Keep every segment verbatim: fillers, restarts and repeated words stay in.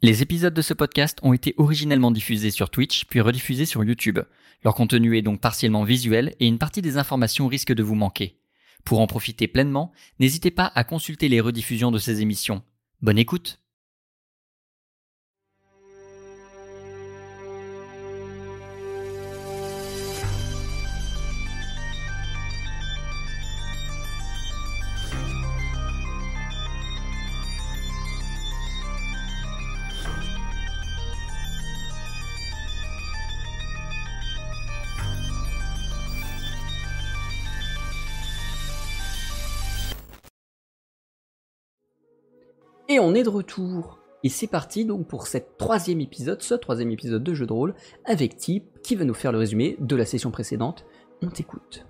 Les épisodes de ce podcast ont été originellement diffusés sur Twitch, puis rediffusés sur YouTube. Leur contenu est donc partiellement visuel et une partie des informations risque de vous manquer. Pour en profiter pleinement, n'hésitez pas à consulter les rediffusions de ces émissions. Bonne écoute! Et on est de retour. Et c'est parti donc pour cette troisième épisode, ce troisième épisode de jeu de rôle, avec Tip, qui va nous faire le résumé de la session précédente. On t'écoute.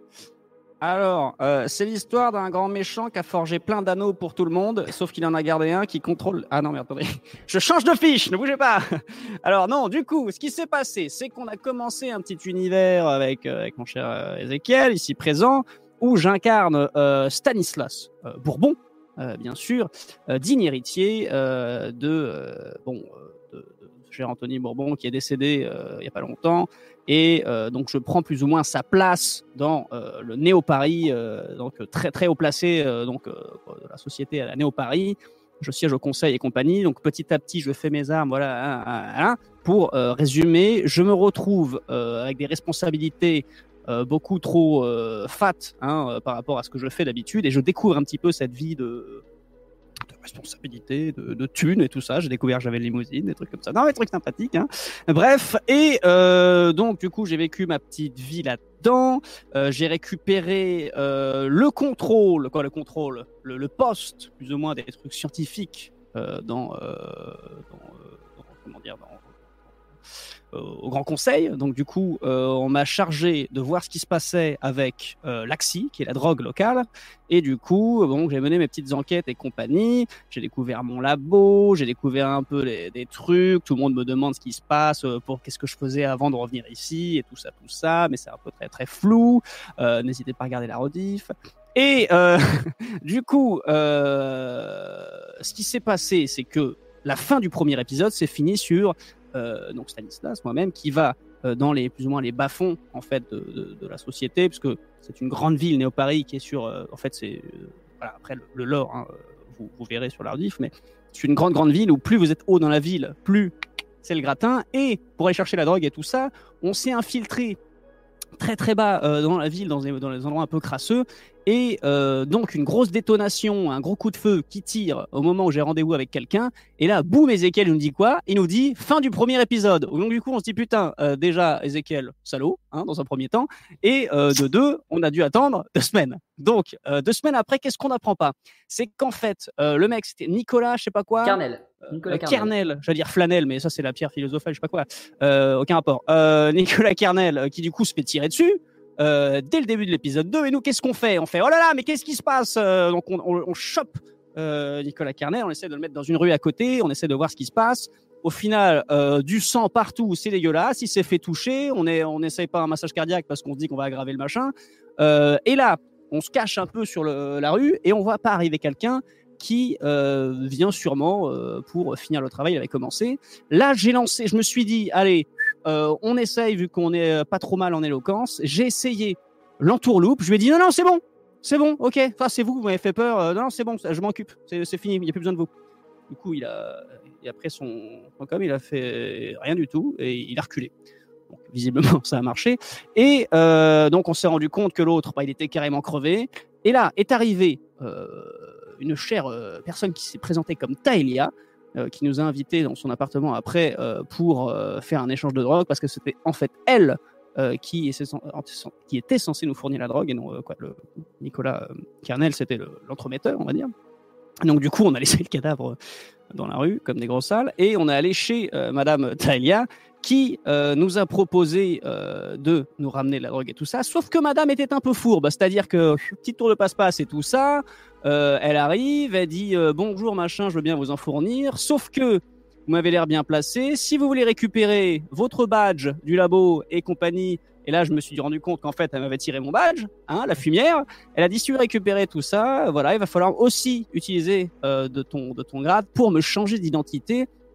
Alors, euh, c'est l'histoire d'un grand méchant qui a forgé plein d'anneaux pour tout le monde, sauf qu'il en a gardé un qui contrôle... Ah non, mais attendez, je change de fiche, ne bougez pas. Alors non, du coup, ce qui s'est passé, c'est qu'on a commencé un petit univers avec, euh, avec mon cher euh, Ézéchiel, ici présent, où j'incarne euh, Stanislas euh, Bourbon, Euh, bien sûr, euh, digne héritier euh, de, euh, bon, euh, de, de cher Anthony Bourbon qui est décédé euh, il n'y a pas longtemps. Et euh, donc, je prends plus ou moins sa place dans euh, le Néo-Paris, euh, donc très, très haut placé euh, donc, euh, de la société à la Néo-Paris. Je siège au conseil et compagnie. Donc, petit à petit, je fais mes armes. Voilà, hein, hein, hein. Pour euh, résumer, je me retrouve euh, avec des responsabilités Euh, beaucoup trop euh, fat hein, euh, par rapport à ce que je fais d'habitude, et je découvre un petit peu cette vie de, de responsabilité, de, de thunes et tout ça. J'ai découvert que j'avais une limousine, des trucs comme ça. Non, des trucs sympathiques. Hein. Bref, et euh, donc du coup, j'ai vécu ma petite vie là-dedans. Euh, j'ai récupéré euh, le contrôle, quoi, le contrôle, le, le poste, plus ou moins, des trucs scientifiques euh, dans, euh, dans, euh, dans, comment dire, dans au Grand Conseil. Donc du coup, euh, on m'a chargé de voir ce qui se passait avec euh, l'A X I, qui est la drogue locale. Et du coup, bon, j'ai mené mes petites enquêtes et compagnie. J'ai découvert mon labo, j'ai découvert un peu les, des trucs. Tout le monde me demande ce qui se passe, euh, pour qu'est-ce que je faisais avant de revenir ici et tout ça, tout ça. Mais c'est un peu très très flou. Euh, n'hésitez pas à regarder la rediff. Et euh, du coup, euh, ce qui s'est passé, c'est que la fin du premier épisode s'est finie sur Euh, donc Stanislas, moi-même, qui va euh, dans les plus ou moins les bas-fonds en fait de, de, de la société, puisque c'est une grande ville, Néo-Paris, qui est sur, euh, en fait, c'est euh, voilà, après le, le lore, hein, vous, vous verrez sur l'Ardif, mais c'est une grande grande ville où plus vous êtes haut dans la ville, plus c'est le gratin. Et pour aller chercher la drogue et tout ça, on s'est infiltré très très bas euh, dans la ville, dans des, dans des endroits un peu crasseux, et euh, donc une grosse détonation, un gros coup de feu qui tire au moment où j'ai rendez-vous avec quelqu'un, et là, boum, Ézéchiel nous dit quoi? Il nous dit fin du premier épisode. Donc du coup, on se dit putain, euh, déjà Ézéchiel, salaud, hein, dans un premier temps, et euh, de deux, on a dû attendre deux semaines. Donc euh, deux semaines après, qu'est-ce qu'on n'apprend pas? C'est qu'en fait, euh, le mec, c'était Nicolas, je sais pas quoi. Carnel. Nicolas euh, Kernel, j'allais dire Flanel, mais ça c'est la pierre philosophale, je sais pas quoi. Euh, aucun rapport. Euh, Nicolas Kernel, euh, qui du coup se fait tirer dessus euh, dès le début de l'épisode deux. Et nous, qu'est-ce qu'on fait? On fait oh là là, mais qu'est-ce qui se passe? euh, Donc on, on, on chope euh, Nicolas Kernel, on essaie de le mettre dans une rue à côté, on essaie de voir ce qui se passe. Au final, euh, du sang partout, c'est dégueulasse. Il s'est fait toucher. On est, on n'essaye pas un massage cardiaque parce qu'on se dit qu'on va aggraver le machin. Euh, et là, on se cache un peu sur le, la rue et on voit pas arriver quelqu'un qui euh, vient sûrement euh, pour finir le travail. Il avait commencé. Là, j'ai lancé, je me suis dit, allez, euh, on essaye, vu qu'on est pas trop mal en éloquence. J'ai essayé l'entourloupe. Je lui ai dit, non, non, c'est bon, c'est bon, ok. Enfin, c'est vous, vous m'avez fait peur. Euh, non, non, c'est bon, je m'occupe, c'est, c'est fini, il n'y a plus besoin de vous. Du coup, il a, et après son com, il a fait rien du tout et il a reculé. Donc, visiblement, ça a marché. Et euh, donc, on s'est rendu compte que l'autre, bah, il était carrément crevé. Et là, est arrivée euh, une chère euh, personne qui s'est présentée comme Taelia, euh, qui nous a invités dans son appartement après euh, pour euh, faire un échange de drogue, parce que c'était en fait elle euh, qui, qui était censée nous fournir la drogue, et non euh, quoi, le Nicolas euh, Kernel, c'était le, l'entremetteur, on va dire. Donc du coup, on a laissé le cadavre dans la rue, comme des gros sales, et on est allé chez euh, Madame Taelia, qui euh, nous a proposé euh, de nous ramener la drogue et tout ça, sauf que Madame était un peu fourbe, c'est-à-dire que petit tour de passe-passe et tout ça, euh, elle arrive, elle dit euh, bonjour machin, je veux bien vous en fournir, sauf que vous m'avez l'air bien placé, si vous voulez récupérer votre badge du labo et compagnie, et là je me suis rendu compte qu'en fait elle m'avait tiré mon badge, hein, la fumière, elle a dit si tu veux récupérer tout ça, voilà, il va falloir aussi utiliser euh, de ton, de ton grade pour me changer d'identité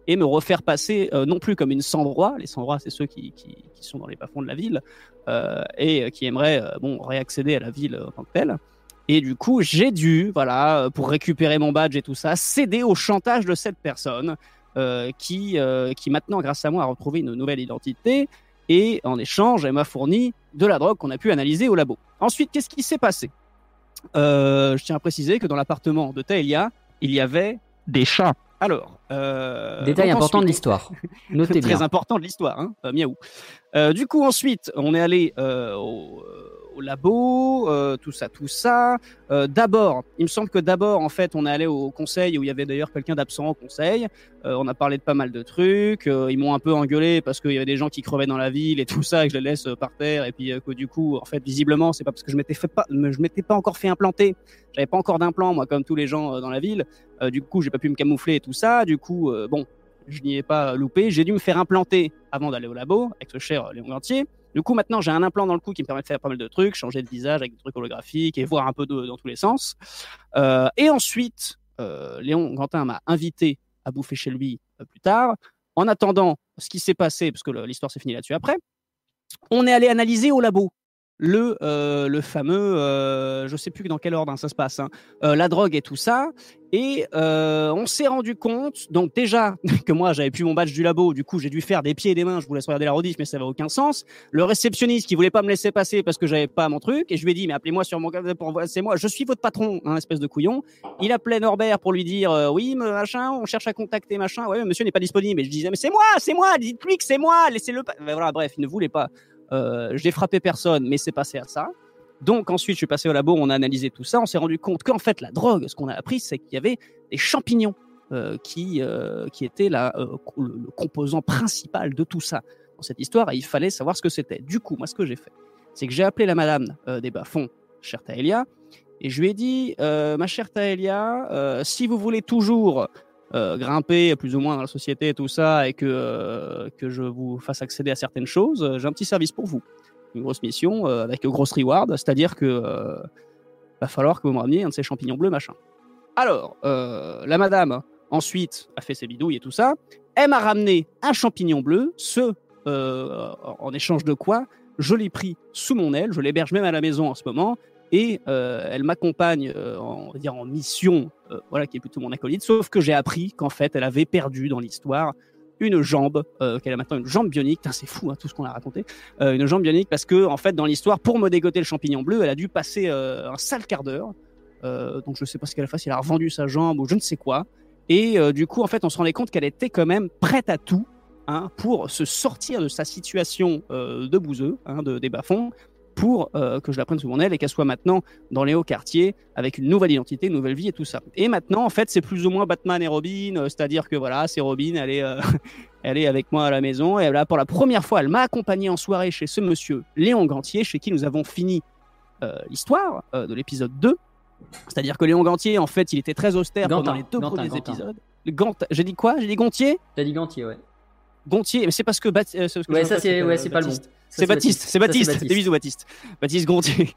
et me refaire passer euh, non plus comme une sans-droit. Les sans-droits, c'est ceux qui, qui, qui sont dans les bas-fonds de la ville euh, et qui aimeraient euh, bon, réaccéder à la ville en tant que telle. Et du coup, j'ai dû, voilà, pour récupérer mon badge et tout ça, céder au chantage de cette personne euh, qui, euh, qui maintenant, grâce à moi, a retrouvé une nouvelle identité. Et en échange, elle m'a fourni de la drogue qu'on a pu analyser au labo. Ensuite, qu'est-ce qui s'est passé ? euh, Je tiens à préciser que dans l'appartement de Taelia, il y avait des chats. Alors, euh, détail donc important ensuite, de l'histoire. Notez très bien. important de l'histoire, hein, euh, miaou. Euh, du coup, ensuite, on est allé euh, au, au labo, euh, tout ça, tout ça. Euh, d'abord, il me semble que d'abord, en fait, on est allé au conseil où il y avait d'ailleurs quelqu'un d'absent au conseil. Euh, on a parlé de pas mal de trucs. Euh, ils m'ont un peu engueulé parce qu'il y avait des gens qui crevaient dans la ville et tout ça, et que je les laisse euh, par terre. Et puis euh, que du coup, en fait, visiblement, c'est pas parce que je m'étais fait pas, je m'étais pas encore fait implanter. J'avais pas encore d'implant, moi, comme tous les gens euh, dans la ville. Euh, du coup, j'ai pas pu me camoufler et tout ça. Du coup, euh, bon, je n'y ai pas loupé. J'ai dû me faire implanter avant d'aller au labo avec ce cher Léon Gantier. Du coup, maintenant, j'ai un implant dans le cou qui me permet de faire pas mal de trucs, changer de visage avec des trucs holographiques et voir un peu de, dans tous les sens. Euh, et ensuite, euh, Léon Gantin m'a invité à bouffer chez lui euh, plus tard. En attendant, ce qui s'est passé, parce que le, l'histoire s'est finie là-dessus après, on est allé analyser au labo le, euh, le fameux, euh, je sais plus dans quel ordre hein, ça se passe, hein, euh, la drogue et tout ça. Et euh, on s'est rendu compte, donc déjà, que moi, j'avais plus mon badge du labo, du coup, j'ai dû faire des pieds et des mains, je vous laisse regarder la rediff, mais ça n'avait aucun sens. Le réceptionniste qui voulait pas me laisser passer parce que j'avais pas mon truc, et je lui ai dit, mais appelez-moi sur mon pour c'est moi, je suis votre patron, hein, espèce de couillon. Il appelait Norbert pour lui dire, euh, oui, machin, on cherche à contacter, machin, ouais, monsieur n'est pas disponible. Et je disais, mais c'est moi, c'est moi, dites-lui que c'est moi, laissez-le pas. Ben voilà, bref, il ne voulait pas. Euh, je n'ai frappé personne, mais c'est passé à ça. Donc ensuite, je suis passé au labo, on a analysé tout ça, on s'est rendu compte qu'en fait, la drogue, ce qu'on a appris, c'est qu'il y avait des champignons euh, qui, euh, qui étaient la, euh, le, le composant principal de tout ça. Dans cette histoire, il fallait savoir ce que c'était. Du coup, moi, ce que j'ai fait, c'est que j'ai appelé la madame euh, des bas-fonds, chère Taelia, et je lui ai dit, euh, ma chère Taelia, euh, si vous voulez toujours euh, grimper plus ou moins dans la société et tout ça, et que, euh, que je vous fasse accéder à certaines choses, j'ai un petit service pour vous. Une grosse mission euh, avec une grosse reward, c'est-à-dire que euh, va falloir que vous me rameniez un de ces champignons bleus, machin. Alors, euh, la madame, ensuite, a fait ses bidouilles et tout ça. Elle m'a ramené un champignon bleu, ce, euh, en échange de quoi, je l'ai pris sous mon aile, je l'héberge même à la maison en ce moment, et euh, elle m'accompagne euh, en, on va dire en mission, euh, voilà, qui est plutôt mon acolyte, sauf que j'ai appris qu'en fait, elle avait perdu dans l'histoire une jambe, euh, qu'elle a maintenant une jambe bionique. Putain, c'est fou hein, tout ce qu'on a raconté. Euh, une jambe bionique parce que en fait dans l'histoire, pour me dégoter le champignon bleu, elle a dû passer euh, un sale quart d'heure. Euh, donc je sais pas ce qu'elle a fait, si elle a revendu sa jambe ou je ne sais quoi. Et euh, du coup en fait on se rendait compte qu'elle était quand même prête à tout hein, pour se sortir de sa situation euh, de bouseux, hein, de, des bas-fonds, pour euh, que je la prenne sous mon aile et qu'elle soit maintenant dans les hauts quartiers avec une nouvelle identité, une nouvelle vie et tout ça. Et maintenant, en fait, c'est plus ou moins Batman et Robin, euh, c'est-à-dire que voilà, c'est Robin, elle est, euh, elle est avec moi à la maison et là, pour la première fois, elle m'a accompagné en soirée chez ce monsieur Léon Gantier, chez qui nous avons fini euh, l'histoire euh, de l'épisode deux. C'est-à-dire que Léon Gantier, en fait, il était très austère Gantin, pendant les deux Gantin, premiers Gantin. épisodes. Le Gant- J'ai dit quoi J'ai dit Gontier T'as dit Gantier, ouais. Gontier, mais c'est parce que, Bat- euh, c'est parce que Ouais, je ça me c'est, rappelle, ouais, euh, c'est pas le bon. Baptiste. Ça, C'est Baptiste, c'est Baptiste. Ça, c'est Des bisous, Baptiste. Baptiste Gontier.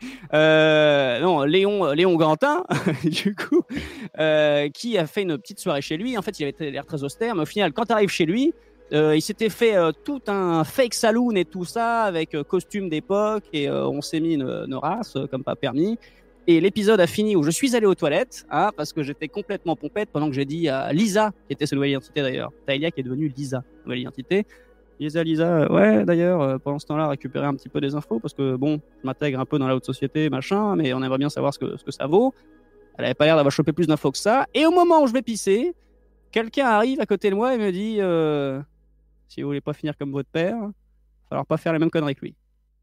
Euh, non, Léon, Léon Gantin, du coup, euh, qui a fait une petite soirée chez lui. En fait, il avait l'air très austère, mais au final, quand tu arrives chez lui, euh, il s'était fait euh, tout un fake saloon et tout ça, avec euh, costume d'époque, et euh, on s'est mis une, une race, euh, comme pas permis. Et l'épisode a fini où je suis allé aux toilettes, hein, parce que j'étais complètement pompette pendant que j'ai dit à Lisa, qui était sa nouvelle identité d'ailleurs, Taelia qui est devenue Lisa, nouvelle identité. Lisa, Lisa, euh, ouais, d'ailleurs, euh, pendant ce temps-là, récupérer un petit peu des infos, parce que bon, je m'intègre un peu dans la haute société, machin, mais on aimerait bien savoir ce que, ce que ça vaut. Elle avait pas l'air d'avoir chopé plus d'infos que ça. Et au moment où je vais pisser, quelqu'un arrive à côté de moi et me dit euh, si vous voulez pas finir comme votre père, il va falloir pas faire les mêmes conneries que lui.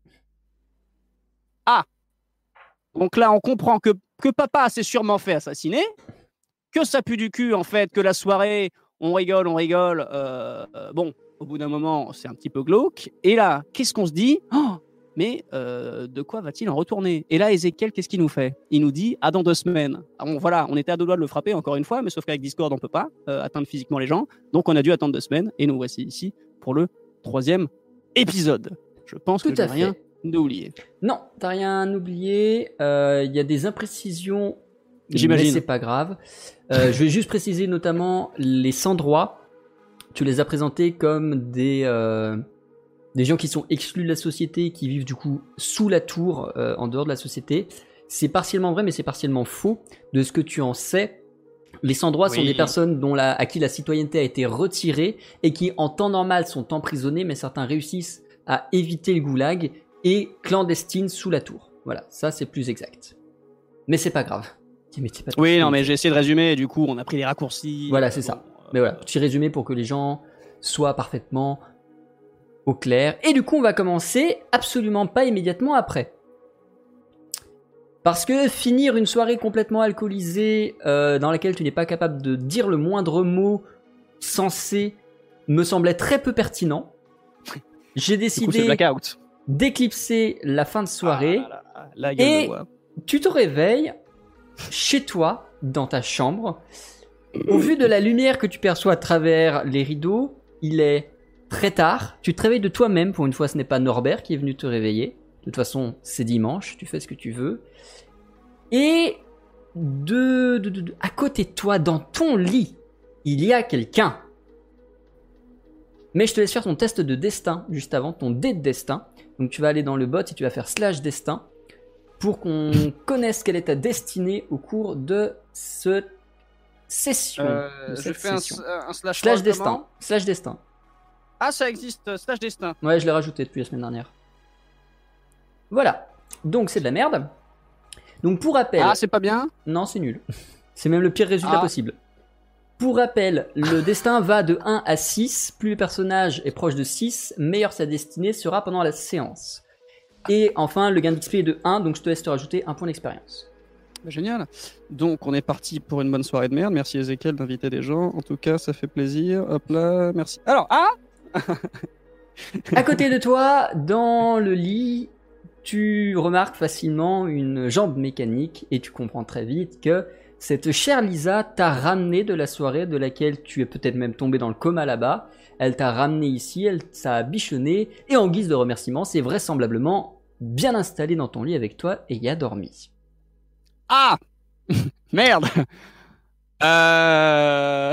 Ah! Donc là, on comprend que, que papa s'est sûrement fait assassiner, que ça pue du cul, en fait, que la soirée, on rigole, on rigole. Euh, euh, bon, au bout d'un moment, c'est un petit peu glauque. Et là, qu'est-ce qu'on se dit? Oh, mais euh, de quoi va-t-il en retourner? Et là, Ézéchiel, qu'est-ce qu'il nous fait? Il nous dit, ah, dans deux semaines. Alors, bon, voilà, on était à deux doigts de le frapper, encore une fois, mais sauf qu'avec Discord, on peut pas euh, atteindre physiquement les gens. Donc, on a dû attendre deux semaines. Et nous voici ici pour le troisième épisode. Je pense Tout que j'ai à fait. rien oublié. Non, t'as rien oublié. Il euh, y a des imprécisions. J'imagine. Mais c'est pas grave. Euh, je vais juste préciser notamment les sans droits. tu les as présentés comme des, euh, des gens qui sont exclus de la société, qui vivent du coup sous la tour, euh, en dehors de la société. C'est partiellement vrai, mais c'est partiellement faux. De ce que tu en sais, les sans-droits oui. sont des personnes dont la, à qui la citoyenneté a été retirée et qui, en temps normal, sont emprisonnés, mais certains réussissent à éviter le goulag et clandestines sous la tour. Voilà, ça c'est plus exact. Mais c'est pas grave. Mais c'est pas oui, non, mais j'ai essayé de résumer et du coup, on a pris les raccourcis. Voilà, c'est ça. Mais voilà, petit résumé pour que les gens soient parfaitement au clair. Et du coup, on va commencer absolument pas immédiatement après. Parce que finir une soirée complètement alcoolisée euh, dans laquelle tu n'es pas capable de dire le moindre mot censé me semblait très peu pertinent. J'ai décidé coup, d'éclipser la fin de soirée ah, là, là, là, et tu te réveilles chez toi, dans ta chambre. Au vu de la lumière que tu perçois à travers les rideaux, il est très tard. Tu te réveilles de toi-même. Pour une fois, ce n'est pas Norbert qui est venu te réveiller. De toute façon, c'est dimanche, tu fais ce que tu veux. Et de, de, de, de, à côté de toi, dans ton lit, il y a quelqu'un. Mais je te laisse faire ton test de destin juste avant, ton dé de destin. Donc tu vas aller dans le bot et tu vas faire slash destin pour qu'on connaisse quelle est ta destinée au cours de cette session. Euh, de cette je fais session. Un, un slash, slash destin. Slash destin. Ah, ça existe, slash destin. Ouais, je l'ai rajouté depuis la semaine dernière. Voilà. Donc c'est de la merde. Donc pour rappel... Ah, c'est pas bien ? Non, c'est nul. C'est même le pire résultat ah. possible. Pour rappel, le destin va de un à six. Plus le personnage est proche de six, meilleure sa destinée sera pendant la séance. Et enfin, le gain d'X P est de un, donc je te laisse te rajouter un point d'expérience. Génial. Donc on est parti pour une bonne soirée de merde. Merci Ezekiel d'inviter des gens. En tout cas, ça fait plaisir. Hop là, merci. Alors, ah à côté de toi, dans le lit, tu remarques facilement une jambe mécanique et tu comprends très vite que cette chère Lisa t'a ramené de la soirée de laquelle tu es peut-être même tombé dans le coma là-bas. Elle t'a ramené ici, elle t'a bichonné et en guise de remerciement, c'est vraisemblablement bien installé dans ton lit avec toi et y a dormi. Ah merde. Euh...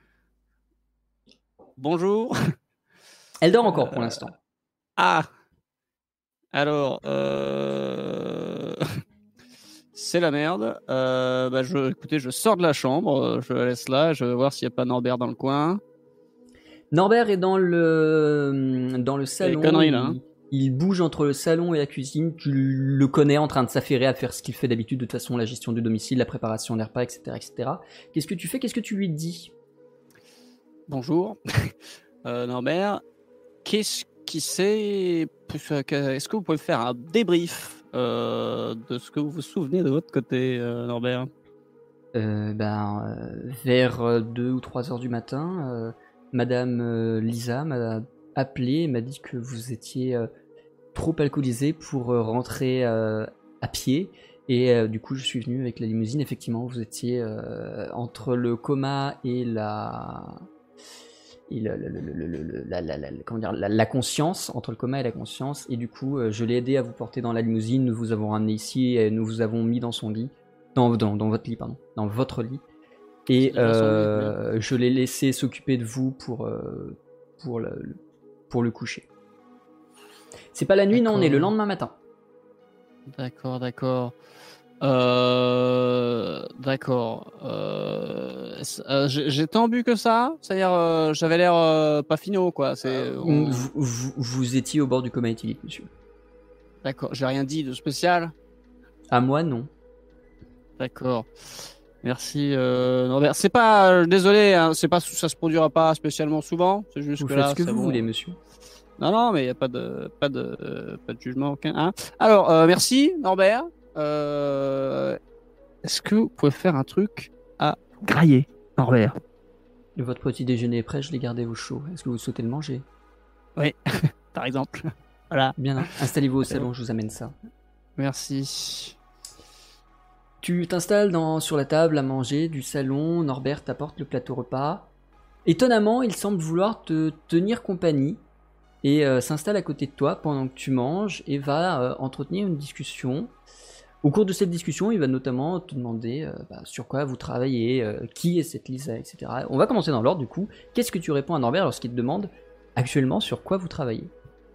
Bonjour. Elle dort encore pour euh... l'instant. Ah. Alors, euh... c'est la merde. Euh, bah je, écoutez, je sors de la chambre, je la laisse là, je vais voir s'il n'y a pas Norbert dans le coin. Norbert est dans le dans le salon. Les conneries, là, hein. il, il bouge entre le salon et la cuisine. Tu le connais en train de s'affairer à faire ce qu'il fait d'habitude, de toute façon, la gestion du domicile, la préparation des repas, et cetera, et cetera. Qu'est-ce que tu fais ? Qu'est-ce que tu lui dis ? Bonjour, euh, Norbert. Qu'est-ce qui c'est ? Est-ce que vous pouvez faire un débrief euh, de ce que vous vous souvenez de votre côté, euh, Norbert ? euh, Ben, euh, vers deux ou trois heures du matin, euh, Madame euh, Lisa m'a appelé et m'a dit que vous étiez euh, trop alcoolisé pour euh, rentrer euh, à pied. Et euh, du coup, je suis venu avec la limousine. Effectivement, vous étiez euh, entre le coma et la... Et le, le, le, le, le, la, la, la, comment dire, la, la conscience, entre le coma et la conscience, et du coup euh, je l'ai aidé à vous porter dans la limousine, nous vous avons ramené ici et nous vous avons mis dans son lit, dans, dans, dans votre lit, pardon, dans votre lit, et euh, lit, je l'ai laissé s'occuper de vous pour, euh, pour, le, pour le coucher. C'est pas la nuit, d'accord. Non, on est le lendemain matin. D'accord, d'accord. Euh, d'accord. Euh, euh, j'ai tant bu que ça. C'est-à-dire, euh, j'avais l'air euh, pas finot, quoi. C'est. Euh, on... vous, vous, vous étiez au bord du coma éthylique, monsieur. D'accord. J'ai rien dit de spécial. À moi, non. D'accord. Merci, euh, Norbert. C'est pas, euh, désolé, hein, c'est pas, ça se produira pas spécialement souvent. C'est juste vous que faites là, ce que vous bon. voulez, monsieur. Non, non, mais il y a pas de, pas de, euh, pas de jugement aucun. Hein. Alors, euh, merci, Norbert. Euh, est-ce que vous pouvez faire un truc à grailler, Norbert ? Votre petit déjeuner est prêt, je l'ai gardé au chaud. Est-ce que vous souhaitez le manger ? Oui, par exemple. Voilà. Bien, installez-vous au salon, je vous amène ça. Merci. Tu t'installes dans, sur la table à manger du salon, Norbert t'apporte le plateau repas. Étonnamment, il semble vouloir te tenir compagnie et euh, s'installe à côté de toi pendant que tu manges et va euh, entretenir une discussion. Au cours de cette discussion, il va notamment te demander euh, bah, sur quoi vous travaillez, euh, qui est cette Lisa, et cetera. On va commencer dans l'ordre du coup. Qu'est-ce que tu réponds à Norbert lorsqu'il te demande actuellement sur quoi vous travaillez?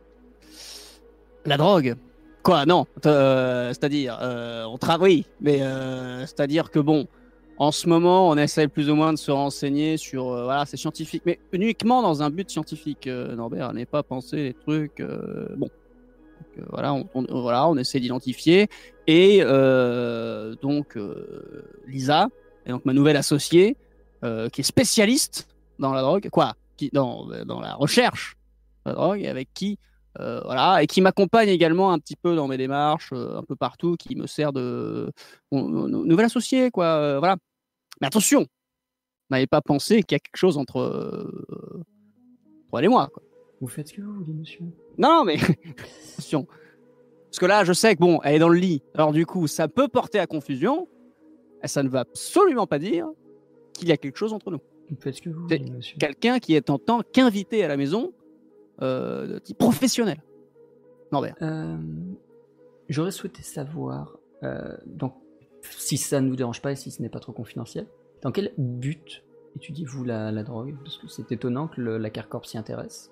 La drogue. Quoi? Non. Euh, c'est-à-dire, euh, on travaille, mais euh, c'est-à-dire que bon, en ce moment, on essaie plus ou moins de se renseigner sur, euh, voilà, c'est scientifique, mais uniquement dans un but scientifique. Euh, Norbert, n'est pas penser les trucs. Euh, bon, donc, euh, voilà, on, on, voilà, on essaie d'identifier et euh, donc euh, Lisa, et donc ma nouvelle associée, euh, qui est spécialiste dans la drogue, quoi, qui dans dans la recherche de la drogue, avec qui Euh, voilà, et qui m'accompagne également un petit peu dans mes démarches, euh, un peu partout, qui me sert de bon, nouvel associé, quoi. Euh, voilà. Mais attention, n'avez pas pensé qu'il y a quelque chose entre, euh, entre elle et moi, quoi. Vous faites ce que vous voulez, monsieur. Non, mais attention. Parce que là, je sais que bon, elle est dans le lit. Alors du coup, ça peut porter à confusion. Et ça ne va absolument pas dire qu'il y a quelque chose entre nous. Vous faites ce que vous C'est voulez, monsieur. quelqu'un qui est en tant qu'invité à la maison, euh, de type professionnel. Norbert. Euh, J'aurais souhaité savoir, euh, donc, si ça ne vous dérange pas et si ce n'est pas trop confidentiel, dans quel but étudiez-vous la, la drogue? Parce que c'est étonnant que le, la CARCORP s'y intéresse.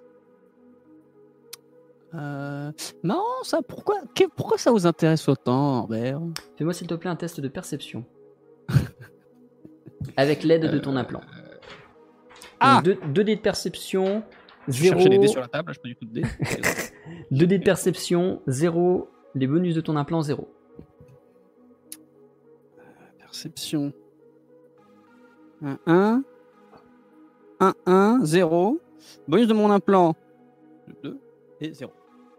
Euh... Non, ça, pourquoi, que- pourquoi ça vous intéresse autant, Norbert? Fais-moi s'il te plaît un test de perception. Avec l'aide de ton implant. Ah, deux dés de perception, je zéro. cherchais les dés sur la table, je pas du tout de dés. deux dés de perception, zéro. Les bonus de ton implant, zéro. Perception. un, un. un, un, zéro. Bonus de mon implant. deux et zéro.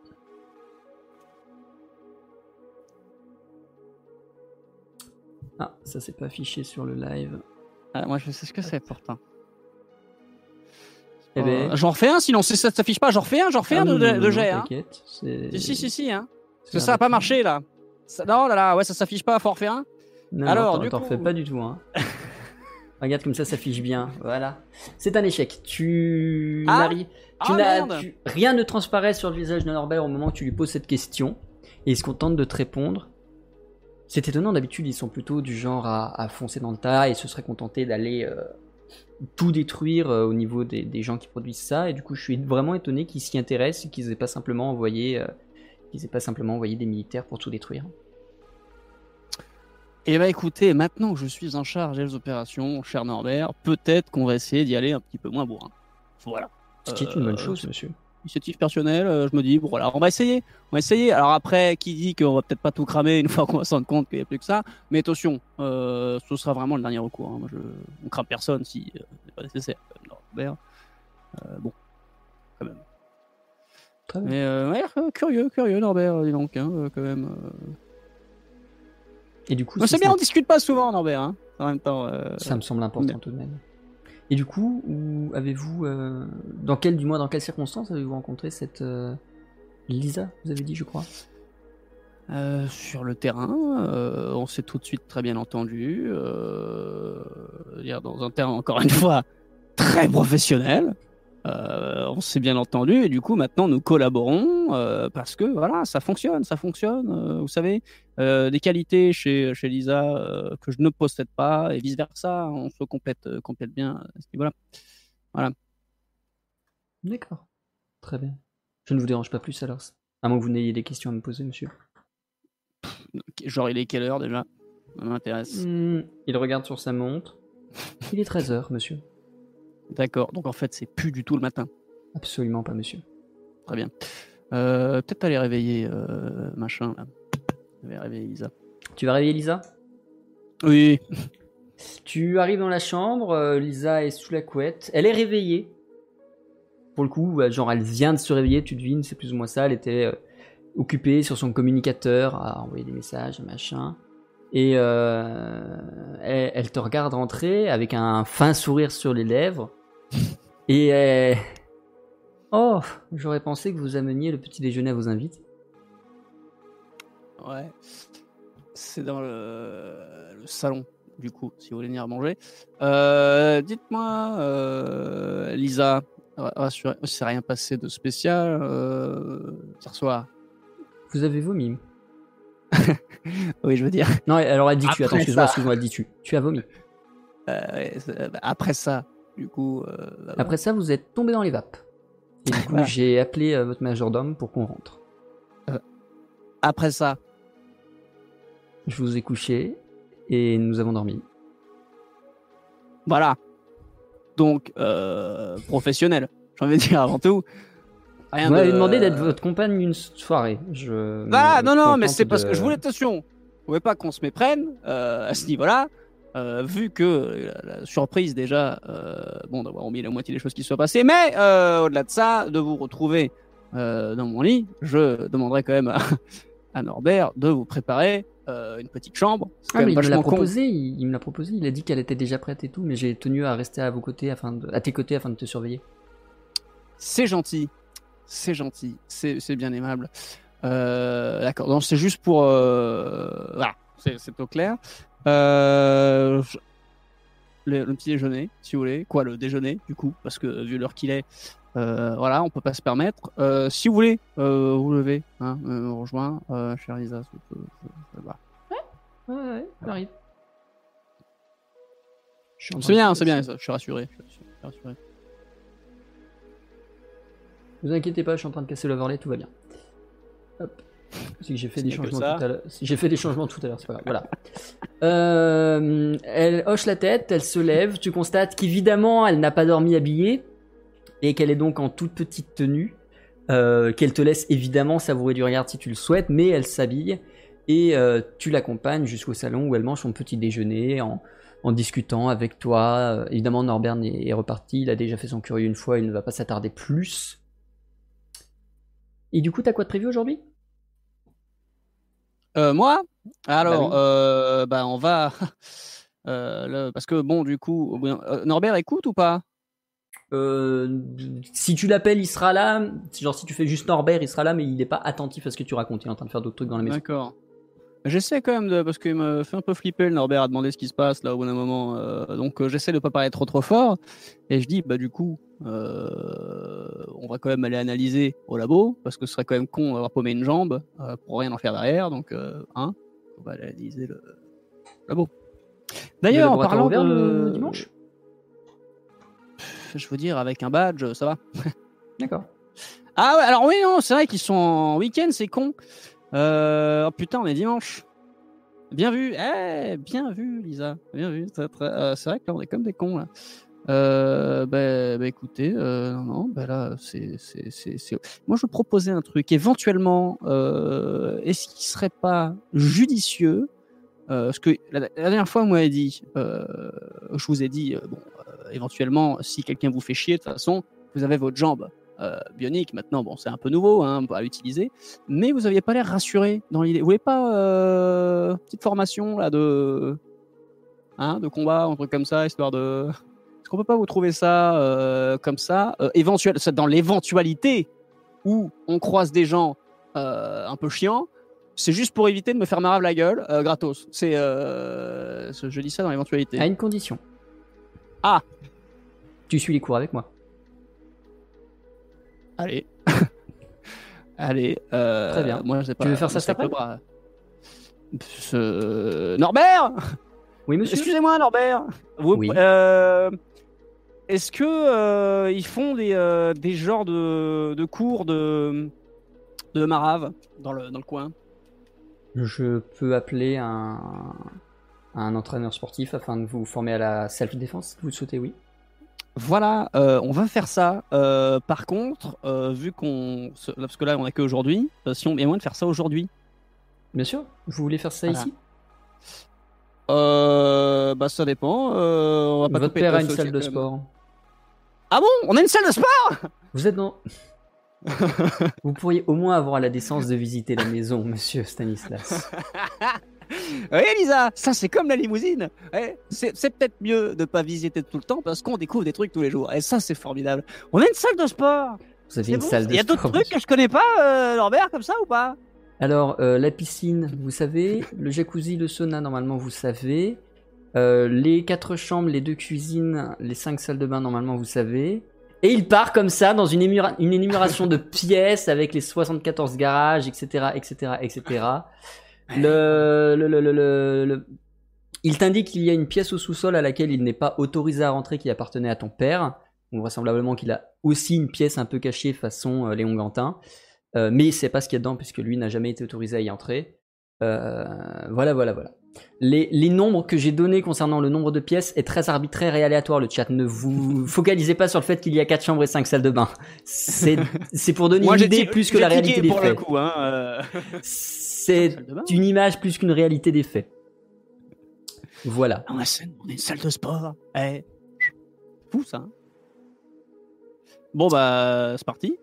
Ah, ça c'est pas affiché sur le live. Ah, moi, je sais ce que c'est, pourtant. Eh ben, Euh, j'en refais un, sinon si ça ne s'affiche pas, j'en refais un, j'en refais ah un non, de, non, de, non, de non, jet. Hein. t'inquiète, c'est- Si, si, si, si, hein. Parce que c'est ça n'a pas arrêté. marché, là. Ça, non, là, là, ouais, ça s'affiche pas, faut en refaire un. Non, Alors, non, t'en- du t'en coup- refais pas du tout, hein. Regarde comme ça, ça fiche bien. Voilà. C'est un échec. Tu Ah n'arrives. Tu Ah, n'as. merde. tu- Rien ne transparaît sur le visage de Norbert au moment où tu lui poses cette question. Et il se contente de te répondre. C'est étonnant, d'habitude, ils sont plutôt du genre à, à foncer dans le tas et se seraient contentés d'aller euh, tout détruire euh, au niveau des, des gens qui produisent ça. Et du coup, je suis vraiment étonné qu'ils s'y intéressent et qu'ils aient pas simplement envoyé, euh, qu'ils aient pas simplement envoyé des militaires pour tout détruire. Eh bien, écoutez, maintenant que je suis en charge des opérations, cher Norbert, peut-être qu'on va essayer d'y aller un petit peu moins bourrin. Voilà. Ce qui est une bonne Euh, chose, monsieur. Initiative personnelle, euh, je me dis, bon, voilà, on va essayer. On va essayer. Alors après, qui dit qu'on va peut-être pas tout cramer une fois qu'on va se rendre compte qu'il n'y a plus que ça. Mais attention, euh, ce sera vraiment le dernier recours. Hein. Moi, je... On crame personne si euh, c'est pas nécessaire. Norbert. Euh, bon, quand même. Très bien. Mais euh, ouais, euh, curieux, curieux, Norbert, dis donc, hein, euh, quand même. Euh... Et du coup, Mais si c'est ce bien, n'est- on discute pas souvent, Norbert. Hein, en même temps. Euh... Ça me semble important Mais- tout de même. Et du coup, où avez-vous, euh, dans quelle, du moins dans quelles circonstances avez-vous rencontré cette euh, Lisa, vous avez dit, je crois. Euh, sur le terrain, euh, on s'est tout de suite très bien entendu, euh, dire dans un terrain encore une fois très professionnel. Euh, on s'est bien entendu et du coup maintenant nous collaborons euh, parce que voilà ça fonctionne, ça fonctionne. Euh, vous savez, euh, des qualités chez chez Lisa euh, que je ne possède pas et vice versa, on se complète euh, complète bien à ce niveau-là. Voilà. D'accord. Très bien. Je ne vous dérange pas plus alors. À moins que vous n'ayez des questions à me poser, monsieur. Genre il est quelle heure déjà? Ça m'intéresse. Hmm, il regarde sur sa montre. Il est treize heures, monsieur. D'accord. Donc en fait c'est plus du tout le matin. Absolument pas, monsieur. Très bien. Euh, peut-être aller réveiller euh, machin là. Je vais réveiller Lisa. Tu vas réveiller Lisa? Oui. Tu arrives dans la chambre, euh, Lisa est sous la couette. Elle est réveillée. Pour le coup, euh, genre elle vient de se réveiller, tu devines, c'est plus ou moins ça. Elle était euh, occupée sur son communicateur à envoyer des messages, machin. Et euh, elle, elle te regarde rentrer avec un fin sourire sur les lèvres. Et euh, oh, j'aurais pensé que vous ameniez le petit déjeuner à vos invités. Ouais. C'est dans le, le salon, du coup, si vous voulez venir manger. Euh, dites-moi, euh, Lisa, rassurez, il s'est rien passé de spécial euh, hier soir. Vous avez vomi. Oui, je veux dire. Non, alors elle dit tu. Après Attends, excuse-moi, ça. excuse-moi, elle dit tu. Tu as vomi. Euh, ouais, c'est- bah, après ça, du coup. euh, bah, Après ça, vous êtes tombé dans les vapes. Et du coup, Voilà. j'ai appelé euh, votre majordome pour qu'on rentre. Après ça, Je vous ai couché et nous avons dormi. voilà. Donc, euh, professionnel, j'ai envie de dire avant tout. Rien Vous m'avez de- demandé d'être votre compagne une soirée. Je Ah me non, non, mais contente c'est parce de- que je voulais, attention, je voulais pas qu'on se méprenne euh, à ce niveau-là, euh, vu que la, la surprise déjà, euh, bon, d'avoir omis la moitié des choses qui se sont passées, mais euh, au-delà de ça, de vous retrouver euh, dans mon lit, je demanderai quand même à, à Norbert de vous préparer euh, une petite chambre. C'est quand Ah, mais même il me l'a vachement con. proposé, il, il me l'a proposé, il a dit qu'elle était déjà prête et tout, mais j'ai tenu à rester à vos côtés, afin de, à tes côtés afin de te surveiller. C'est gentil, c'est gentil, c'est c'est bien aimable. Euh, D'accord, donc c'est juste pour... euh, Voilà, c'est c'est au clair. Euh, je- Le, le petit déjeuner, si vous voulez. Quoi, le déjeuner, du coup, parce que vu l'heure qu'il est, euh, voilà, on peut pas se permettre. Euh, si vous voulez, euh, vous levez, hein, euh, me rejoindre, euh, chère Lisa. ça peut- ça va. Ouais, ouais, j'arrive. Je suis en train C'est de bien, passer. c'est bien, ça, je suis rassuré. Je suis rassuré. Vous inquiétez pas, je suis en train de casser l'overlay, tout va bien. Hop. C'est que j'ai fait Ce des n'est que changements ça. tout à l'heure. J'ai fait des changements tout à l'heure, c'est pas grave. Voilà. Euh, elle hoche la tête, elle se lève. Tu constates qu'évidemment, elle n'a pas dormi habillée et qu'elle est donc en toute petite tenue. Euh, qu'elle te laisse évidemment savourer du regard si tu le souhaites, mais elle s'habille et euh, tu l'accompagnes jusqu'au salon où elle mange son petit déjeuner en, en discutant avec toi. Euh, évidemment, Norbert est, est reparti. Il a déjà fait son curieux une fois. Il ne va pas s'attarder plus. Et du coup, t'as quoi de prévu aujourd'hui? Euh, moi, alors, Bah oui. euh, bah, on va. euh, le- Parce que, bon, du coup, au bout d'un- euh, Norbert écoute ou pas? Euh, si tu l'appelles, il sera là. Genre, si tu fais juste Norbert, il sera là, mais il n'est pas attentif à ce que tu racontes. Il est en train de faire d'autres trucs dans la maison. D'accord. J'essaie quand même de, parce qu'il me fait un peu flipper le Norbert à demander ce qui se passe là au bout d'un moment. euh, donc euh, j'essaie de pas parler trop trop fort. Et je dis bah du coup, euh, on va quand même aller analyser au labo parce que ce serait quand même con d'avoir paumé une jambe euh, pour rien en faire derrière. Donc euh, hein, on va aller analyser le labo. D'ailleurs, en laboratoire parlant ouvert de le dimanche? je veux dire avec un badge, ça va. D'accord. Ah ouais, alors oui non, c'est vrai qu'ils sont en week-end, c'est con. Euh, oh putain, on est dimanche. Bien vu, eh, bien vu, Lisa. Bien vu. C'est très- euh, c'est vrai que là, on est comme des cons là. Euh, bah, bah, écoutez, euh, non, non, bah là, c'est, c'est, c'est, c'est- moi je proposais un truc. Éventuellement, euh, est-ce qu'il serait pas judicieux, euh, parce que la, la dernière fois, vous m'avez dit, euh, je vous ai dit, euh, bon, euh, éventuellement, si quelqu'un vous fait chier, de toute façon, vous avez votre jambe. Euh, bionique maintenant, bon, c'est un peu nouveau hein, à utiliser, mais vous aviez pas l'air rassuré dans l'idée. Vous voulez pas euh, petite formation là de hein, de combat, un truc comme ça, histoire de. Est-ce qu'on peut pas vous trouver ça euh, comme ça, euh, éventuel, ça, dans l'éventualité où on croise des gens euh, un peu chiants, c'est juste pour éviter de me faire marave la gueule euh, gratos. C'est, euh, je dis ça dans l'éventualité. À une condition. Ah. Tu suis les cours avec moi. Allez. Allez. Euh, Très bien. Moi, je sais pas. Tu veux faire ça je sais cet que le après-midi bras. Ce- Norbert. Oui, monsieur. Excusez-moi, Norbert. Vous, Oui. euh, est-ce que euh, ils font des, euh, des genres de, de cours de, de marave dans le, dans le coin? Je peux appeler un, un entraîneur sportif afin de vous former à la self-défense, si vous le souhaitez, oui. Voilà, euh, on va faire ça. Euh, par contre, euh, vu qu'on, se- parce que là on a que aujourd'hui, euh, si on il y a moyen de faire ça aujourd'hui. Bien sûr. Vous voulez faire ça Voilà. ici? Euh, bah ça dépend. Euh, on va pas Votre couper père a de une feu, salle c'est de quand même- sport. Ah bon? On a une salle de sport? Vous êtes dans... Vous pourriez au moins avoir la décence de visiter la maison, monsieur Stanislas. Oui, Elisa, ça c'est comme la limousine. Ouais, c'est c'est peut-être mieux de pas visiter tout le temps parce qu'on découvre des trucs tous les jours. Et ça, c'est formidable. On a une salle de sport. Vous avez C'est une bon, salle ça. de Il y a sport. d'autres trucs que je connais pas, euh, Norbert, comme ça ou pas? Alors, euh, la piscine, vous savez. Le jacuzzi, le sauna, normalement, vous savez. Euh, les quatre chambres, les deux cuisines, les cinq salles de bain, normalement, vous savez. Et il part comme ça dans une, émura- une énumération de pièces avec les soixante-quatorze garages, et cetera, et cetera, et cetera. Le, le, le, le, le, le- Il t'indique qu'il y a une pièce au sous-sol à laquelle il n'est pas autorisé à rentrer qui appartenait à ton père. Donc vraisemblablement qu'il a aussi une pièce un peu cachée façon euh, Léon Gantin. Euh, mais il sait pas ce qu'il y a dedans puisque lui n'a jamais été autorisé à y entrer. Euh, voilà, voilà, voilà. Les, les nombres que j'ai donnés concernant le nombre de pièces est très arbitraire et aléatoire, le chat. Ne vous focalisez pas sur le fait qu'il y a quatre chambres et cinq salles de bain. C'est, c'est pour donner Moi, une j'ai idée ti- plus que j'ai la tiqué réalité des pour faits. le coup, hein, euh. C'est Salle de bain. une image plus qu'une réalité des faits. Voilà. On a on est une salle de sport. Eh. Fou ça. hein. Bon bah c'est parti.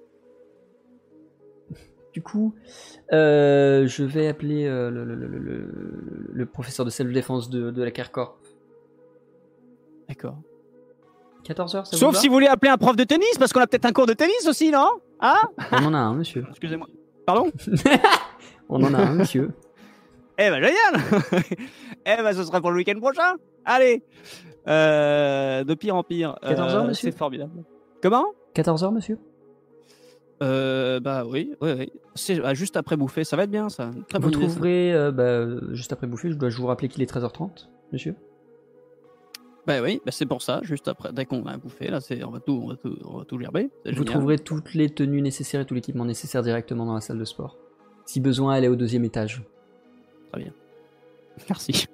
Du coup, euh, je vais appeler euh, le, le, le, le, le professeur de self-défense de, de la Kerkor. D'accord. quatorze heures, ça vous Sauf va si vous voulez appeler un prof de tennis, parce qu'on a peut-être un cours de tennis aussi, non? Hein? On en a un, monsieur. Excusez-moi. Pardon? On en a un, monsieur. Eh ben génial. Eh ben ce sera pour le week-end prochain. Allez. Euh, de pire en pire. quatorze heures, Euh, monsieur C'est formidable. Comment? quatorze heures, monsieur Euh, bah oui, oui, oui. C'est ah, juste après bouffer, ça va être bien ça. Très Vous bonne idée, ça. trouverez, euh, bah, juste après bouffer, je dois je vous rappeler qu'il est treize heures trente, monsieur. Bah oui, bah c'est pour ça, juste après, dès qu'on a bouffé, là, c'est, on va tout, on va tout, on va tout gerber. C'est Vous génial. trouverez toutes les tenues nécessaires et tout l'équipement nécessaire directement dans la salle de sport. Si besoin, elle est au deuxième étage. Très bien. Merci.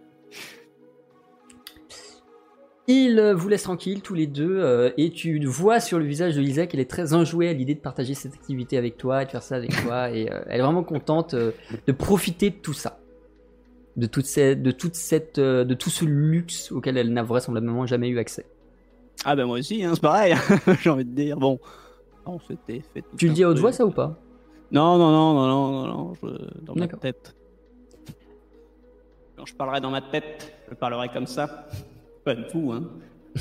Il vous laisse tranquille tous les deux euh, et tu vois sur le visage de Lisa qu'elle est très enjouée à l'idée de partager cette activité avec toi et de faire ça avec toi et euh, elle est vraiment contente euh, de profiter de tout ça, de toute cette, de toute cette, euh, de tout ce luxe auquel elle n'a vraisemblablement jamais eu accès. Ah bah moi aussi, hein, c'est pareil. J'ai envie de dire, bon, on s'était fait. tout Tu le un dis à haute peu- voix ça ou pas? Non, non, non, non, non, non, non, je- dans ma D'accord. tête. Quand je parlerai dans ma tête, je parlerai comme ça. Pas de fou, hein.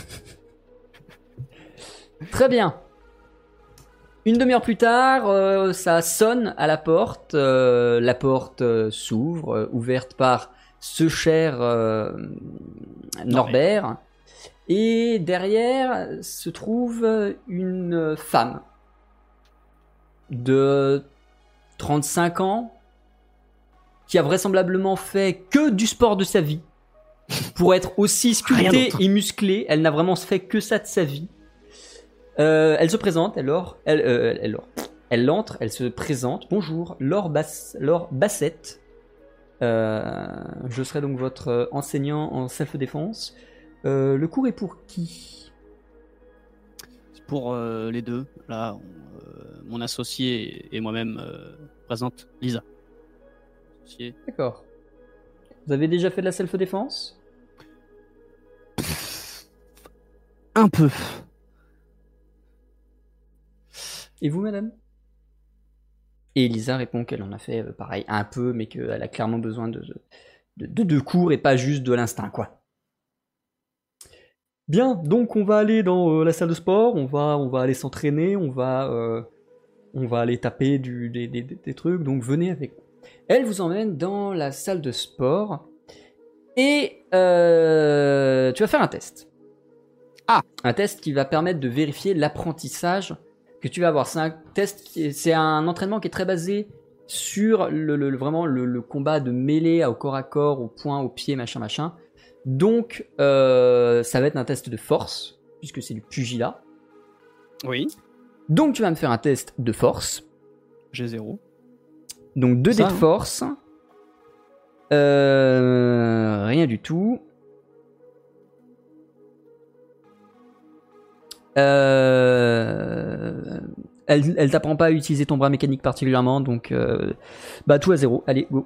Très bien. Une demi-heure plus tard, euh, ça sonne à la porte. Euh, la porte euh, s'ouvre, euh, ouverte par ce cher euh, Norbert. Et derrière se trouve une femme de trente-cinq ans qui a vraisemblablement fait que du sport de sa vie. Pour être aussi Rien sculptée d'autre. et musclée, elle n'a vraiment fait que ça de sa vie. Euh, elle se présente, alors, elle, euh, elle, elle entre, elle se présente. Bonjour, Laure, Bass, Laure Bassett. Euh, je serai donc votre enseignant en self-défense. Euh, le cours est pour qui? C'est pour euh, les deux. Là, on, euh, mon associé et moi-même euh, présente Lisa. Associé. D'accord. Vous avez déjà fait de la self-défense? Un peu. Et vous, madame? Et Elisa répond qu'elle en a fait euh, pareil, un peu, mais qu'elle a clairement besoin de, de, de, de cours et pas juste de l'instinct, quoi. Bien, donc on va aller dans euh, la salle de sport, on va, on va aller s'entraîner, on va, euh, on va aller taper du, des, des, des trucs, donc venez avec moi. Elle vous emmène dans la salle de sport et euh, tu vas faire un test. Ah. Un test qui va permettre de vérifier l'apprentissage que tu vas avoir. C'est un test, qui est- c'est un entraînement qui est très basé sur le, le- le- vraiment le, le combat de mêlée au corps à corps, au poing, au pied, machin, machin. Donc, euh, ça va être un test de force, puisque c'est du pugilat. Oui. Donc, tu vas me faire un test de force. J'ai zéro. Donc, deux Ça, dés de hein. force. Euh, rien du tout. Euh, elle, elle t'apprend pas à utiliser ton bras mécanique particulièrement, donc euh, bah tout à zéro. Allez, go.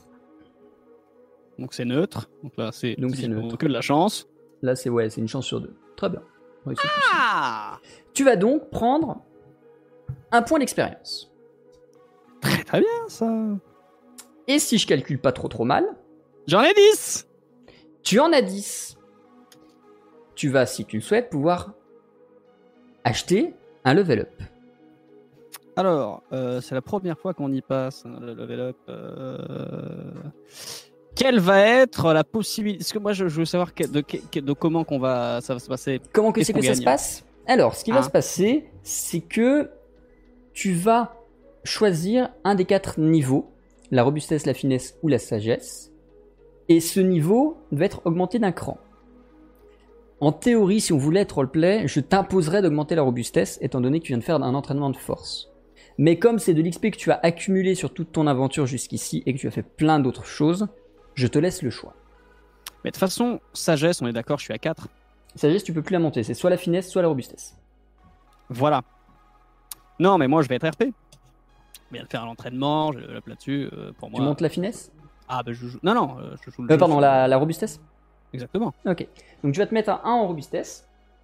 Donc c'est neutre. Donc là, c'est Donc, c'est c'est neutre. que de la chance. Là, c'est ouais, c'est une chance sur deux. Très bien. Réussi tout ça. Ah, Tu vas donc prendre un point d'expérience. très très bien ça. Et si je calcule pas trop trop mal, J'en ai dix. tu en as dix. Tu vas, si tu le souhaites, pouvoir acheter un level up. Alors, euh, c'est la première fois qu'on y passe, hein, le level up. euh, Quelle va être la possibilité? Parce que moi, je, je veux savoir que- de, que- de comment qu'on va, ça va se passer. Comment que Qu'est-ce c'est que qu'on ça se gagne passe? Alors, ce qui va Ah. se passer, c'est que tu vas choisir un des quatre niveaux la robustesse, la finesse ou la sagesse. Et ce niveau va être augmenté d'un cran. En théorie, si on voulait être roleplay, je t'imposerais d'augmenter la robustesse, étant donné que tu viens de faire un entraînement de force. Mais comme c'est de l'X P que tu as accumulé sur toute ton aventure jusqu'ici et que tu as fait plein d'autres choses, je te laisse le choix. Mais de toute façon, sagesse, on est d'accord, je suis à quatre. Sagesse, tu peux plus la monter, c'est soit la finesse, soit la robustesse. Voilà. Non, mais moi, je vais être R P. Je viens de faire l'entraînement, je level up là-dessus, euh, pour moi. Tu montes la finesse ? Ah, bah je joue. Non, non, euh, je joue le euh, jeu Pardon, sur- la, la robustesse ? Exactement. Ok. Donc tu vas te mettre à un en robustesse.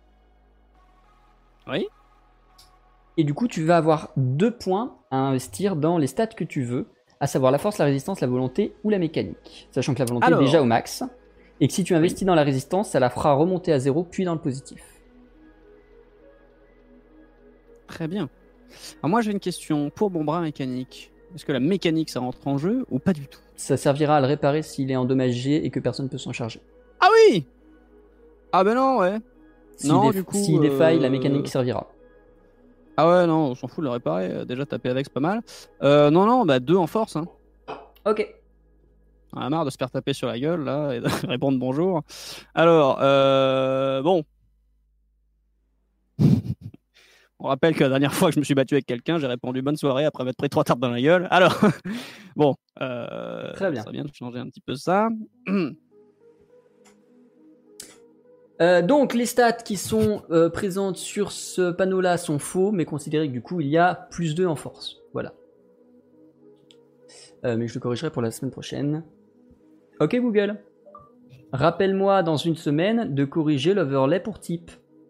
Oui. Et du coup, tu vas avoir deux points à investir dans les stats que tu veux, à savoir la force, la résistance, la volonté ou la mécanique. Sachant que la volonté Alors. est déjà au max. Et que si tu investis dans la résistance, ça la fera remonter à zéro, puis dans le positif. Très bien. Alors moi, j'ai une question. Pour mon bras mécanique, est-ce que la mécanique, ça rentre en jeu ou pas du tout? Ça servira à le réparer s'il est endommagé et que personne ne peut s'en charger. Ah oui. Ah ben non, ouais. S'il Non, est, du coup, s'il défaille, la euh, mécanique servira. Ah ouais, non, on s'en fout de le réparer. euh, Déjà, taper avec, c'est pas mal. Euh, non, non, bah deux en force. Hein. Ok. On a marre de se faire taper sur la gueule, là, et de répondre bonjour. Alors, euh, bon. On rappelle que la dernière fois que je me suis battu avec quelqu'un, j'ai répondu bonne soirée après m'être pris trois tartes dans la gueule. Alors, bon. Euh, Très bien. Ça vient de changer un petit peu ça. Euh, donc les stats qui sont euh, présentes sur ce panneau-là sont faux, mais considérez que du coup il y a plus deux en force. Voilà. Euh, mais je le corrigerai pour la semaine prochaine. Ok Google. Rappelle-moi dans une semaine de corriger l'overlay pour type.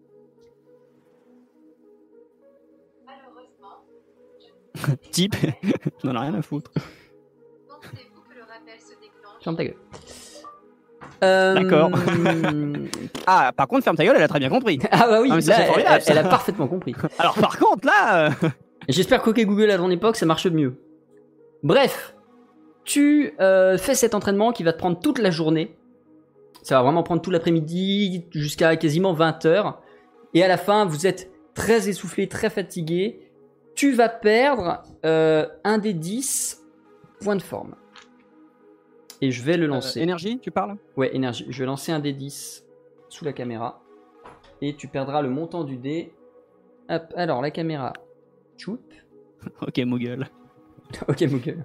Type, on en a rien à foutre. Pensez-vous que le rappel se déclenche? Ferme ta gueule. Euh, D'accord. Ah, par contre, ferme ta gueule, elle a très bien compris. ah bah oui, Ah, mais ça, là, c'est elle, formidable, ça. elle a parfaitement compris. Alors, par contre, là. euh, J'espère qu'OK Google à ton époque ça marche mieux. Bref, tu euh, fais cet entraînement qui va te prendre toute la journée. Ça va vraiment prendre tout l'après-midi jusqu'à quasiment vingt heures. Et à la fin, vous êtes très essoufflé, très fatigué. Tu vas perdre euh, un des dix points de forme. Et je vais le lancer. euh, énergie, tu parles? Ouais, énergie. Je vais lancer un dé dix sous la caméra. Et tu perdras le montant du dé. Hop, alors la caméra. Choup. Ok, Moogle. Ok, mon gueule.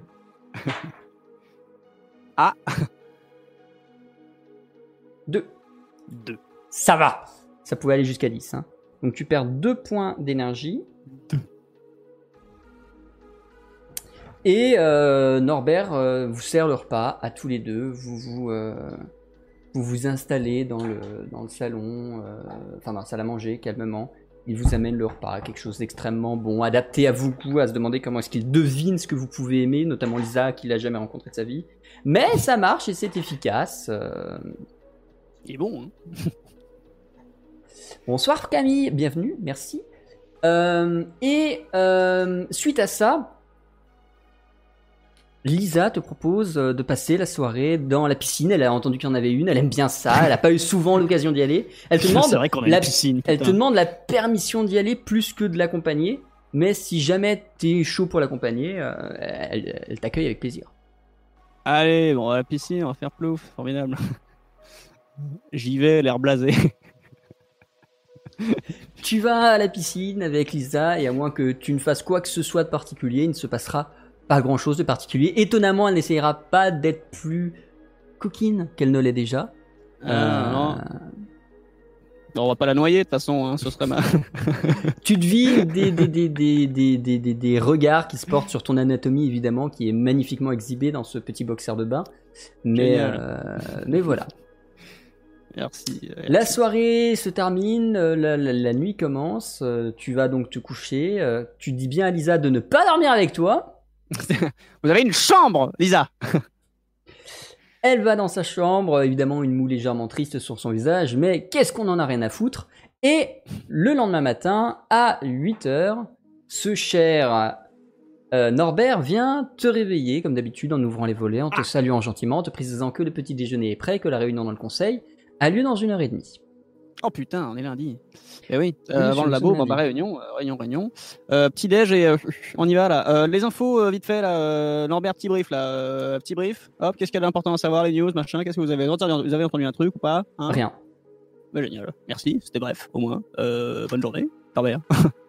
Ah. deux. Deux. Ça va. Ça pouvait aller jusqu'à dix. Hein. Donc tu perds deux points d'énergie. Et euh, Norbert euh, vous sert le repas à tous les deux. Vous vous, euh, vous, vous installez dans le, dans le salon, euh, enfin dans la salle à manger calmement. Il vous amène le repas, quelque chose d'extrêmement bon, adapté à vous, à se demander comment est-ce qu'il devine ce que vous pouvez aimer, notamment Lisa qu'il n'a jamais rencontré de sa vie. Mais ça marche et c'est efficace. Euh... Il est bon, hein. Bonsoir Camille, bienvenue, merci. Euh, et euh, suite à ça, Lisa te propose de passer la soirée dans la piscine. Elle a entendu qu'il y en avait une, elle aime bien ça, elle n'a pas eu souvent l'occasion d'y aller. Elle te demande, C'est vrai qu'on a la, une piscine. elle te putain. demande la permission d'y aller plus que de l'accompagner. Mais si jamais t'es chaud pour l'accompagner, euh, elle, elle t'accueille avec plaisir. Allez, bon, à la piscine, on va faire plouf, formidable. J'y vais, l'air blasé. Tu vas à la piscine avec Lisa et à moins que tu ne fasses quoi que ce soit de particulier, il ne se passera pas grand chose de particulier. Étonnamment, elle n'essayera pas d'être plus coquine qu'elle ne l'est déjà. Ah, Euh, non. Bon, on va pas la noyer de toute façon, hein, ce serait mal. Tu devines des, des, des, des, des, des, des, des regards qui se portent sur ton anatomie, évidemment, qui est magnifiquement exhibée dans ce petit boxer de bain. Mais, Génial. euh, mais voilà. Merci. euh, La merci. soirée se termine, euh, la, la, la nuit commence, euh, tu vas donc te coucher, euh, tu dis bien à Lisa de ne pas dormir avec toi. Vous avez une chambre, Lisa. Elle va dans sa chambre, évidemment une moue légèrement triste sur son visage, mais qu'est-ce qu'on en a rien à foutre. Et le lendemain matin, à huit heures, ce cher euh, Norbert vient te réveiller, comme d'habitude, en ouvrant les volets, en te saluant gentiment, en te précisant que le petit déjeuner est prêt, que la réunion dans le conseil a lieu dans une heure et demie. Oh putain, on est lundi. Eh oui, euh, Oui, avant je- le labo, je me bah, bah, dis. réunion, euh, réunion, réunion. Euh, petit déj et euh, on y va là. Euh, les infos, euh, vite fait là. Euh, Lambert, petit brief là. Euh, petit brief. Hop, qu'est-ce qu'il y a d'important à savoir, les news, machin. Qu'est-ce que vous avez entendu, vous avez entendu un truc ou pas hein Rien. Bah, génial. Merci, c'était bref, au moins. Euh, bonne journée. Norbert.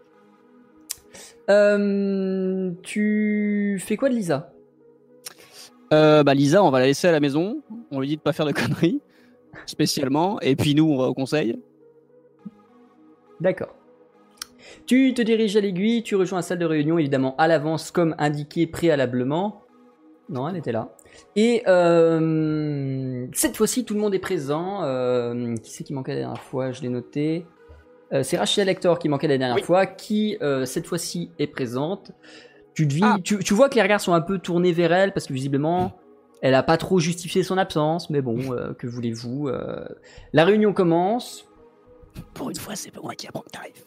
Euh, tu fais quoi de Lisa? Euh, bah Lisa, on va la laisser à la maison. On lui dit de pas faire de conneries, spécialement. Et puis nous, on va au conseil. D'accord. Tu te diriges à l'aiguille, tu rejoins la salle de réunion, évidemment à l'avance, comme indiqué préalablement. Non, elle était là. Et euh, cette fois-ci, tout le monde est présent. Euh, qui c'est qui manquait la dernière fois? Je l'ai noté. Euh, c'est Rachel Hector qui manquait la dernière Oui. fois, qui euh, cette fois-ci est présente. Tu, devis- Ah. tu, tu vois que les regards sont un peu tournés vers elle, parce que visiblement, elle a pas trop justifié son absence, mais bon, euh, que voulez-vous euh, La réunion commence. Pour une fois, c'est pas moi qui apprends le tarif.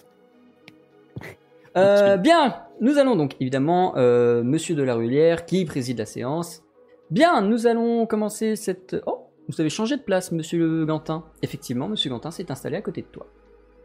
Euh, bien, nous allons donc évidemment, euh, Monsieur de la Rulière qui préside la séance. Bien, nous allons commencer cette... Oh, vous avez changé de place, Monsieur Gantin. Effectivement, Monsieur Gantin s'est installé à côté de toi.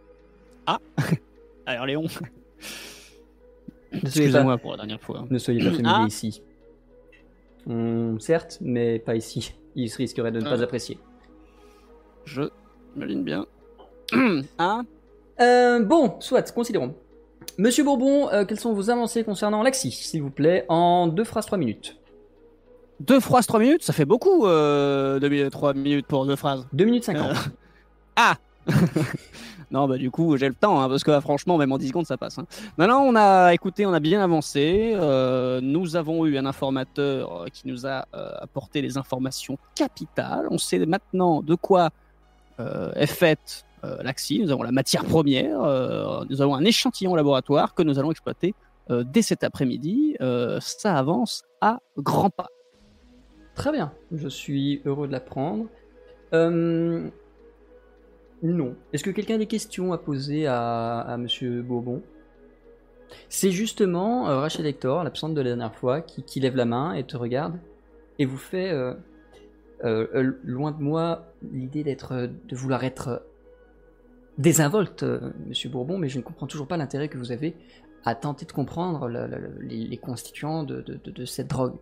Alors Léon, Ne soyez pas, excusez-moi pour la dernière fois. ne soyez pas familier Ah. ici. Hum, certes, mais pas ici. Il se risquerait de ne pas Euh. apprécier. Je m'aligne bien. Hein Euh, bon, soit, considérons. Monsieur Bourbon, euh, quelles sont vos avancées concernant l'Axi, s'il vous plaît, en deux phrases, trois minutes. Deux phrases, trois minutes, ça fait beaucoup, euh, deux minutes, trois minutes pour deux phrases. deux minutes cinquante. Ah Non, bah du coup, j'ai le temps, hein, parce que franchement, même en dix secondes, ça passe. Hein. Non, non, on a, écoutez, on a bien avancé. Euh, nous avons eu un informateur euh, qui nous a euh, apporté les informations capitales. On sait maintenant de quoi euh, est faite euh, l'Axi. Nous avons la matière première. Euh, nous avons un échantillon laboratoire que nous allons exploiter euh, dès cet après-midi. Euh, ça avance à grands pas. Très bien, je suis heureux de l'apprendre. Euh... Non. Est-ce que quelqu'un a des questions à poser à, à Monsieur Bourbon? C'est justement euh, Rachel Hector, l'absente de la dernière fois, qui, qui lève la main et te regarde et vous fait, euh, euh, euh, loin de moi, l'idée d'être, euh, de vouloir être euh, désinvolte, euh, Monsieur Bourbon, mais je ne comprends toujours pas l'intérêt que vous avez à tenter de comprendre la- la- la- les, les constituants de, de- de- de cette drogue.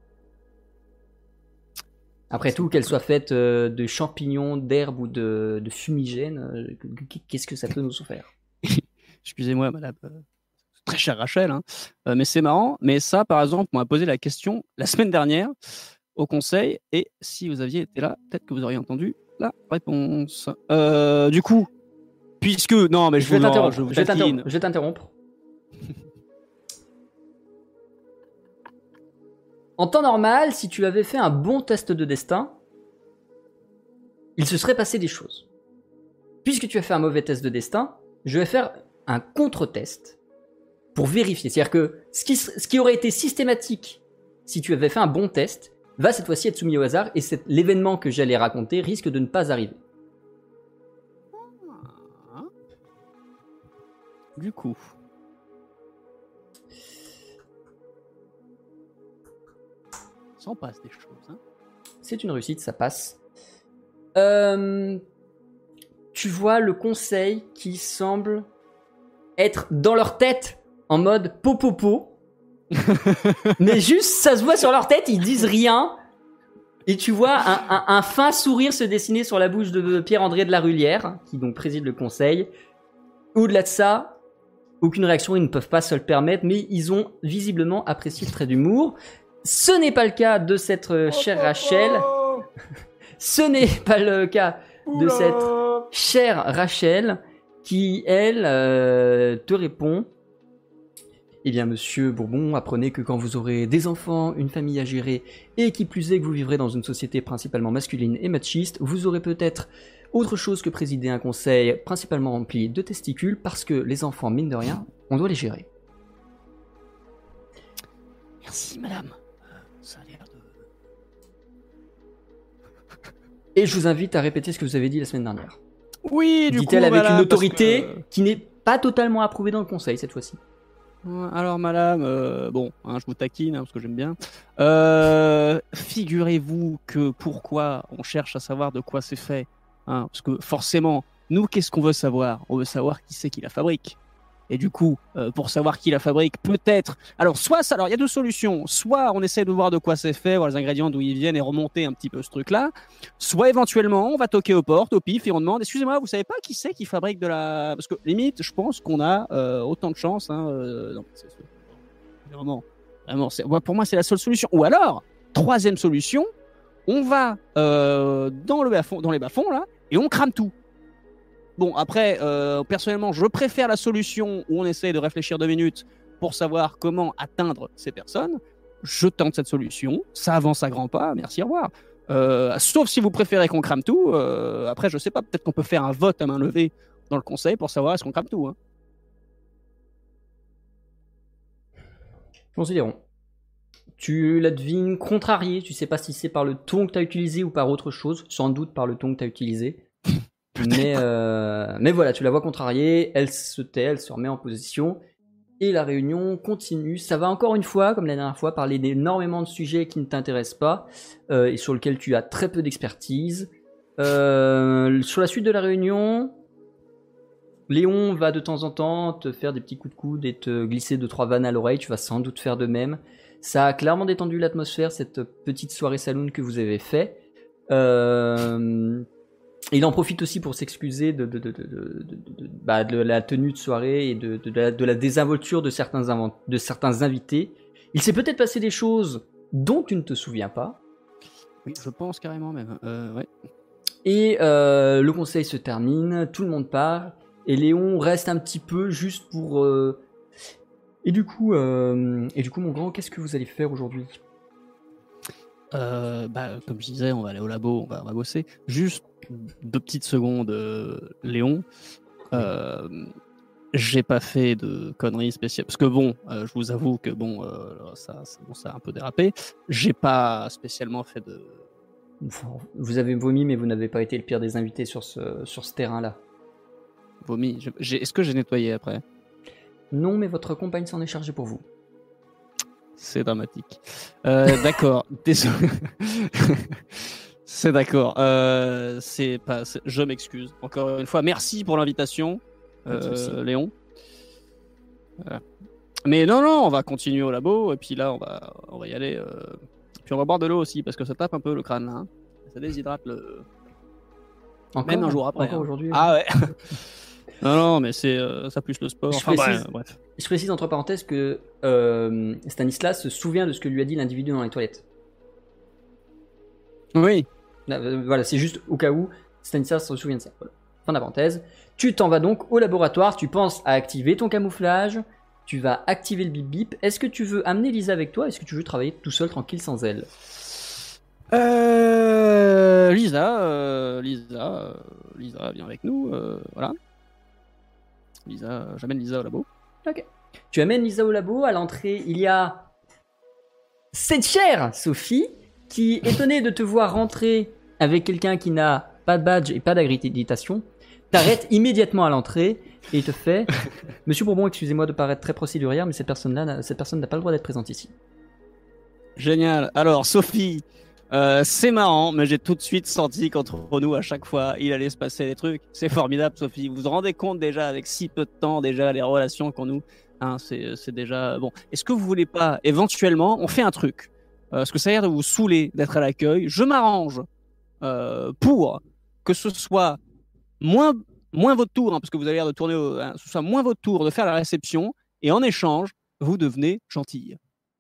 Après tout, qu'elle soit faite euh, de champignons, d'herbes ou de, de fumigènes, euh, qu'est-ce que ça peut nous faire? Excusez-moi, madame. euh, Très chère Rachel, hein. Euh, mais c'est marrant. Mais ça, par exemple, on m'a posé la question la semaine dernière au conseil. Et si vous aviez été là, peut-être que vous auriez entendu la réponse. Euh, du coup, puisque. Non, mais je, Je vais vous, non, t'interrompre. je vous Je vais taquine. t'interrompre. Je vais t'interrompre. En temps normal, si tu avais fait un bon test de destin, il se serait passé des choses. Puisque tu as fait un mauvais test de destin, je vais faire un contre-test pour vérifier. C'est-à-dire que ce qui, ce qui aurait été systématique si tu avais fait un bon test va cette fois-ci être soumis au hasard et c'est- l'événement que j'allais raconter risque de ne pas arriver. Ah. Du coup. Ça en passe des choses. Hein. C'est une réussite, ça passe. Euh, tu vois le conseil qui semble être dans leur tête en mode popopo. Mais juste, ça se voit sur leur tête, ils disent rien. Et tu vois un, un- un fin sourire se dessiner sur la bouche de Pierre-André de la Rulière, qui donc préside le conseil. Au-delà de ça, aucune réaction, ils ne peuvent pas se le permettre, mais ils ont visiblement apprécié le trait d'humour. Ce n'est pas le cas de cette euh, chère Rachel. Ce n'est pas le cas de cette chère Rachel qui, elle, euh, te répond. Eh bien, monsieur Bourbon, apprenez que quand vous aurez des enfants, une famille à gérer, et qui plus est que vous vivrez dans une société principalement masculine et machiste, vous aurez peut-être autre chose que présider un conseil principalement rempli de testicules, parce que les enfants, mine de rien, on doit les gérer. Merci, madame. Euh, ça a l'air de. Et je vous invite à répéter ce que vous avez dit la semaine dernière. Oui, du coup. Dit-elle avec madame, une autorité parce que- qui n'est pas totalement approuvée dans le conseil cette fois-ci. Alors, madame, euh, bon, hein, je vous taquine hein, parce que j'aime bien. Euh, figurez-vous que pourquoi on cherche à savoir de quoi c'est fait, hein, parce que forcément, Nous, qu'est-ce qu'on veut savoir? On veut savoir qui c'est qui la fabrique. Et du coup, euh, pour savoir qui la fabrique, peut-être... Alors, soit ça... Alors, il y a deux solutions. Soit on essaie de voir de quoi c'est fait, voir les ingrédients, d'où ils viennent et remonter un petit peu ce truc-là. Soit éventuellement, on va toquer aux portes, au pif, et on demande, excusez-moi, vous savez pas qui c'est qui fabrique de la... Parce que, limite, je pense qu'on a euh, autant de chance. Hein, euh... Non, c'est... Vraiment, vraiment c'est... pour moi, c'est la seule solution. Ou alors, troisième solution, on va euh, dans, le bas-fond, dans les bas-fonds, là, et on crame tout. Bon, après, euh, personnellement, je préfère la solution où on essaie de réfléchir deux minutes pour savoir comment atteindre ces personnes. Je tente cette solution, ça avance à grands pas, merci, au revoir. Euh, sauf si vous préférez qu'on crame tout. Euh, après, je sais pas, peut-être qu'on peut faire un vote à main levée dans le conseil pour savoir est-ce qu'on crame tout. Hein. Considérons. Tu la devines contrariée, tu sais pas si c'est par le ton que tu as utilisé ou par autre chose, sans doute par le ton que tu as utilisé. Mais, euh, mais voilà, tu la vois contrariée, elle se tait, elle se remet en position, et la réunion continue. Ça va encore une fois, comme la dernière fois, parler d'énormément de sujets qui ne t'intéressent pas, euh, et sur lesquels tu as très peu d'expertise. Euh, sur la suite de la réunion, Léon va de temps en temps te faire des petits coups de coude et te glisser deux trois vannes à l'oreille, tu vas sans doute faire de même. Ça a clairement détendu l'atmosphère, cette petite soirée saloon que vous avez fait. Euh... Il en profite aussi pour s'excuser de, de, de, de, de, de, de, bah de la tenue de soirée et de, de, de, la, de la désinvolture de certains, invent- de certains invités. Il s'est peut-être passé des choses dont tu ne te souviens pas. Oui, je pense carrément même. Euh, ouais. Et euh, le conseil se termine, tout le monde part, et Léon reste un petit peu juste pour... Euh... Et, du coup, euh... et du coup, mon grand, qu'est-ce que vous allez faire aujourd'hui ? Euh, bah, comme je disais, on va aller au labo, on va, on va bosser. Juste deux petites secondes, euh, Léon. Euh, j'ai pas fait de conneries spéciales. Parce que bon, euh, je vous avoue que bon, euh, ça, ça, bon, ça a un peu dérapé. J'ai pas spécialement fait de... Vous avez vomi, mais vous n'avez pas été le pire des invités sur ce, sur ce terrain-là. Vomi. J'ai, j'ai, est-ce que j'ai nettoyé après ? Non, mais votre compagne s'en est chargée pour vous. C'est dramatique. Euh, d'accord. Désolé. C'est d'accord. Euh, c'est pas. C'est... Je m'excuse. Encore une fois, merci pour l'invitation, euh, Léon. Voilà. Mais non, non, on va continuer au labo et puis là, on va, on va y aller. Euh... Puis on va boire de l'eau aussi parce que ça tape un peu le crâne là. Hein. Ça déshydrate le. Encore, Même un jour après. Encore hein. aujourd'hui. Ah ouais. Non, non, mais c'est euh, ça plus le sport. Je, enfin, précise, bah, bref. je précise entre parenthèses que euh, Stanislas se souvient de ce que lui a dit l'individu dans les toilettes. Oui. Là, euh, voilà, c'est juste au cas où Stanislas se souvient de ça. Voilà. Fin de la parenthèse. Tu t'en vas donc au laboratoire, tu penses à activer ton camouflage, tu vas activer le bip bip. Est-ce que tu veux amener Lisa avec toi ? Est-ce que tu veux travailler tout seul, tranquille, sans elle ? Euh, Lisa, euh, Lisa, euh, Lisa, viens avec nous, euh, voilà. Lisa, j'amène Lisa au labo. Ok. Tu amènes Lisa au labo. À l'entrée, il y a cette chère Sophie qui, étonnée de te voir rentrer avec quelqu'un qui n'a pas de badge et pas d'accréditation, t'arrête immédiatement à l'entrée et te fait « Monsieur Bourbon, excusez-moi de paraître très procédurière, mais cette personne-là, cette personne n'a pas le droit d'être présente ici. » Génial. Alors, Sophie, euh, c'est marrant, mais j'ai tout de suite senti qu'entre nous, à chaque fois, il allait se passer des trucs. C'est formidable, Sophie. Vous vous rendez compte déjà, avec si peu de temps, déjà, les relations qu'on nous... Hein, c'est, c'est déjà... Bon, est-ce que vous voulez pas, éventuellement, on fait un truc euh, parce que ça a l'air de vous saouler d'être à l'accueil. Je m'arrange euh, pour que ce soit moins, moins votre tour, hein, parce que vous avez l'air de tourner, au, hein, ce soit moins votre tour de faire la réception, et en échange, vous devenez gentille.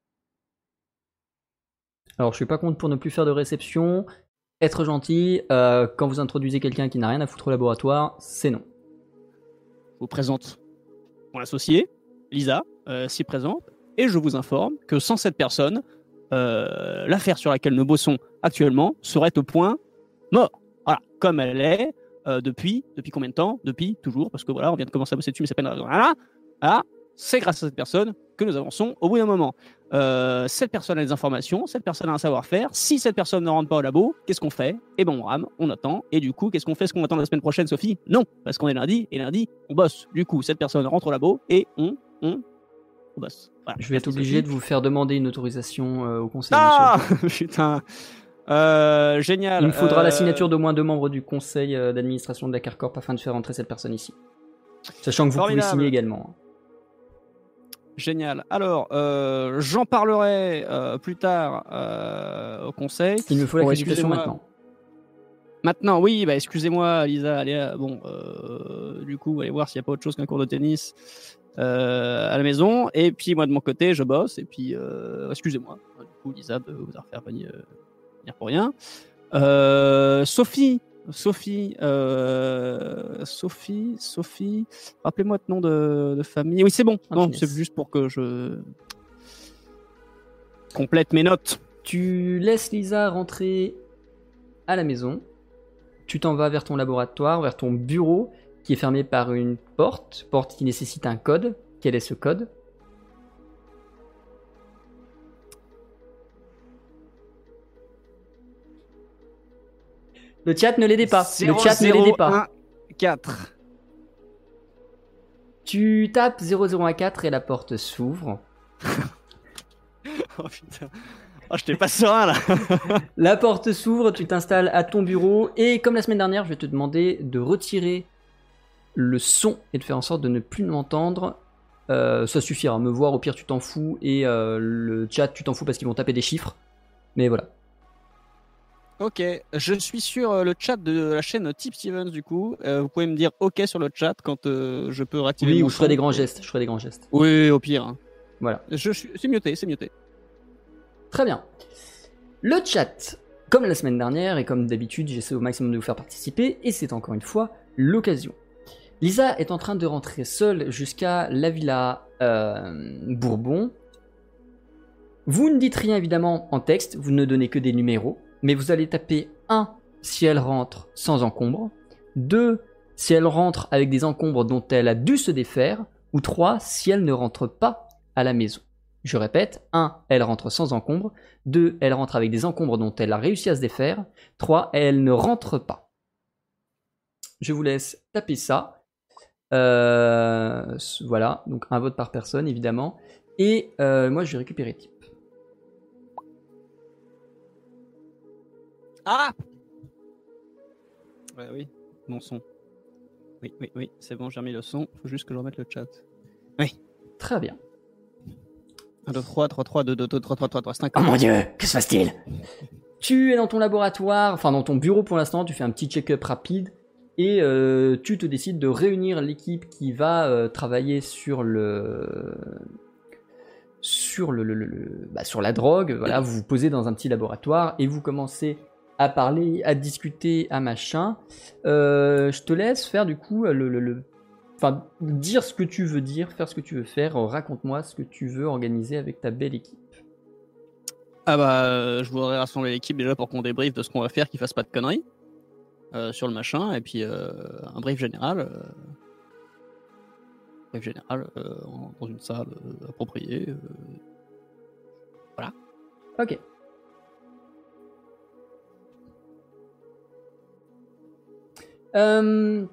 Alors, je suis pas contre pour ne plus faire de réception. Être gentil, euh, quand vous introduisez quelqu'un qui n'a rien à foutre au laboratoire, c'est non. Je vous présente mon associé, Lisa, euh, s'y présente, et je vous informe que sans cette personne, euh, l'affaire sur laquelle nous bossons actuellement serait au point mort. Voilà, comme elle est euh, depuis, depuis combien de temps ? Depuis toujours, parce que voilà, on vient de commencer à bosser dessus, mais c'est pas une raison. Voilà, voilà, c'est grâce à cette personne que nous avançons au bout d'un moment. Euh, cette personne a des informations, cette personne a un savoir-faire. Si cette personne ne rentre pas au labo, qu'est-ce qu'on fait ? Eh ben on rame, on attend. Et du coup, qu'est-ce qu'on fait ? Est-ce qu'on attend la semaine prochaine, Sophie ? Non, parce qu'on est lundi, et lundi, on bosse. Du coup, cette personne rentre au labo, et on, on, on bosse. Voilà. Je vais être obligé de vous faire demander une autorisation euh, au conseil. Ah putain. Euh, génial. Il me faudra euh... la signature d'au moins deux membres du conseil euh, d'administration de la Carcorp afin de faire entrer cette personne ici. Sachant que vous Formidable. pouvez signer également. Génial. Alors, euh, j'en parlerai euh, plus tard euh, au conseil. Il me faut la Bon, qualification excusez-moi. maintenant. Maintenant, oui, bah, excusez-moi, Lisa. Allez, euh, bon, euh, du coup, allez voir s'il n'y a pas autre chose qu'un cours de tennis euh, à la maison. Et puis, moi, de mon côté, je bosse. Et puis, euh, excusez-moi, du coup, Lisa, de vous avoir fait venir, euh, venir pour rien. Euh, Sophie, Sophie, euh, Sophie, Sophie, rappelez-moi ton nom de, de famille. Oui, c'est bon. Ah, Non, finesse. c'est juste pour que je complète mes notes. Tu laisses Lisa rentrer à la maison. Tu t'en vas vers ton laboratoire, vers ton bureau, qui est fermé par une porte, porte qui nécessite un code. Quel est ce code ? Le chat ne l'aidait pas. Le chat ne l'aidait pas. quatre. Tu tapes zéro zéro un quatre et la porte s'ouvre. Oh putain. Oh, je t'ai pas serein là. La porte s'ouvre, tu t'installes à ton bureau et comme la semaine dernière, je vais te demander de retirer le son et de faire en sorte de ne plus m'entendre. Euh, ça suffira, me voir au pire tu t'en fous et euh, le chat tu t'en fous parce qu'ils vont taper des chiffres. Mais voilà. Ok, je suis sur le chat de la chaîne Tip Stevens du coup. Euh, vous pouvez me dire ok sur le chat quand euh, je peux réactiver. Oui, mon ou je ferai son. des grands gestes. Je ferai des grands gestes. Oui, au pire. Hein. Voilà. Je suis, c'est muté, c'est muté. Très bien. Le chat, comme la semaine dernière et comme d'habitude, j'essaie au maximum de vous faire participer et c'est encore une fois l'occasion. Lisa est en train de rentrer seule jusqu'à la villa euh, Bourbon. Vous ne dites rien évidemment en texte, vous ne donnez que des numéros, mais vous allez taper un si elle rentre sans encombre, deux si elle rentre avec des encombres dont elle a dû se défaire, ou trois si elle ne rentre pas à la maison. Je répète, un elle rentre sans encombre, deux elle rentre avec des encombres dont elle a réussi à se défaire, trois elle ne rentre pas. Je vous laisse taper ça. Euh, voilà, donc un vote par personne évidemment. Et euh, moi je vais récupérer type. Ah ouais, oui, mon son. Oui, oui, oui, c'est bon, j'ai remis le son. Faut juste que je remette le chat. Oui. Très bien. un, deux, trois, trois, trois, deux, deux, deux, trois, trois, trois, trois, cinq. Oh mon dieu, que se passe-t-il ? Tu es dans ton laboratoire, enfin dans ton bureau pour l'instant, tu fais un petit check-up rapide et euh, tu te décides de réunir l'équipe qui va euh, travailler sur le sur le, le, le, le bah, sur la drogue. Voilà, vous vous posez dans un petit laboratoire et vous commencez à parler, à discuter, à machin. Euh, je te laisse faire du coup le, le, le enfin dire ce que tu veux dire, faire ce que tu veux faire. Raconte-moi ce que tu veux organiser avec ta belle équipe. Ah bah, euh, je voudrais rassembler l'équipe déjà pour qu'on débriefe de ce qu'on va faire, qu'ils fassent pas de conneries euh, sur le machin, et puis euh, un brief général, euh, brief général euh, en- dans une salle euh, appropriée. euh. Voilà. Ok. Euh,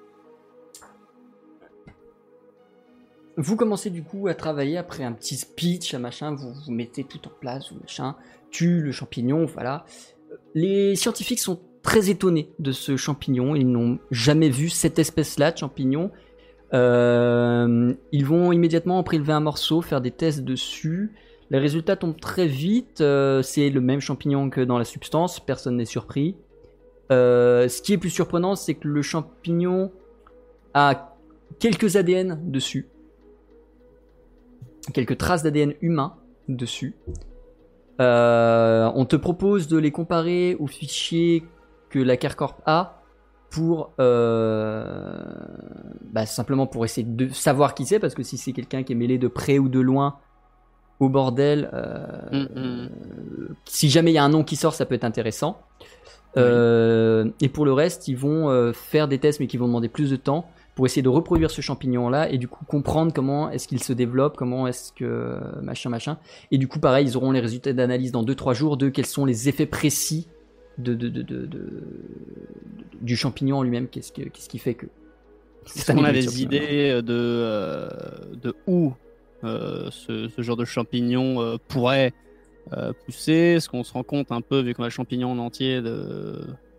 Vous commencez du coup à travailler après un petit speech, un machin, vous vous mettez tout en place, vous machin, tue le champignon, voilà. Les scientifiques sont très étonnés de ce champignon, ils n'ont jamais vu cette espèce-là de champignon. Euh, ils vont immédiatement en prélever un morceau, faire des tests dessus. Les résultats tombent très vite, euh, c'est le même champignon que dans la substance, personne n'est surpris. Euh, ce qui est plus surprenant, c'est que le champignon a quelques A D N dessus. Quelques traces d'A D N humain dessus. Euh, on te propose de les comparer aux fichiers que la Carcorp a pour euh, bah, simplement pour essayer de savoir qui c'est, parce que si c'est quelqu'un qui est mêlé de près ou de loin au bordel, euh, Mm-hmm. euh, si jamais il y a un nom qui sort, ça peut être intéressant. Euh, et pour le reste, ils vont euh, faire des tests, mais qui vont demander plus de temps pour essayer de reproduire ce champignon-là et du coup comprendre comment est-ce qu'il se développe, comment est-ce que machin machin. Et du coup, pareil, ils auront les résultats d'analyse dans deux trois jours de quels sont les effets précis de, de, de, de, de, de- du champignon en lui-même. Qu'est-ce, que, qu'est-ce qui fait que. Est-ce qu'on a des idées de, euh, de où euh, ce, ce genre de champignon euh, pourrait euh, poussé? Est-ce qu'on se rend compte un peu, vu qu'on a le champignon en entier, de,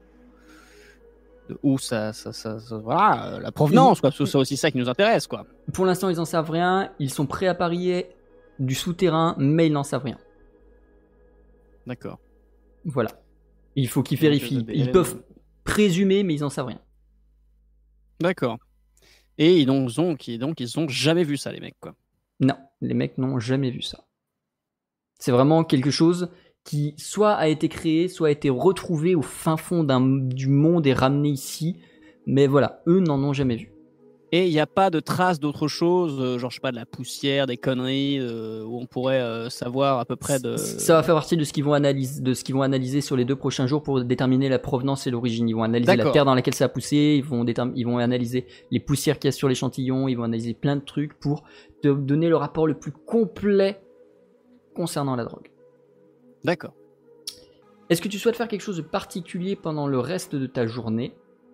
de où ça, ça, ça, ça- voilà, euh, la provenance, quoi, parce que c'est aussi ça qui nous intéresse, quoi. Pour l'instant, ils en savent rien. Ils sont prêts à parier du souterrain, mais ils n'en savent rien. D'accord. Voilà. Il faut qu'ils Donc, vérifient. euh, Ils peuvent présumer, mais ils n'en savent rien. D'accord. Et ils ont, donc, ils- donc, ils ont jamais vu ça, les mecs, quoi. Non, les mecs n'ont jamais vu ça. C'est vraiment quelque chose qui soit a été créé, soit a été retrouvé au fin fond d'un, du monde et ramené ici. Mais voilà, eux n'en ont jamais vu. Et il n'y a pas de traces d'autre chose, euh, genre, je sais pas, de la poussière, des conneries, euh, où on pourrait euh, savoir à peu près de... Ça va faire partie de ce qu'ils vont analyser, de ce qu'ils vont analyser sur les deux prochains jours pour déterminer la provenance et l'origine. Ils vont analyser la D'accord. terre dans laquelle ça a poussé, ils vont, déterm- ils vont analyser les poussières qu'il y a sur l'échantillon, ils vont analyser plein de trucs pour te donner le rapport le plus complet concernant la drogue. D'accord. Est-ce que tu souhaites faire quelque chose de particulier pendant le reste de ta journée?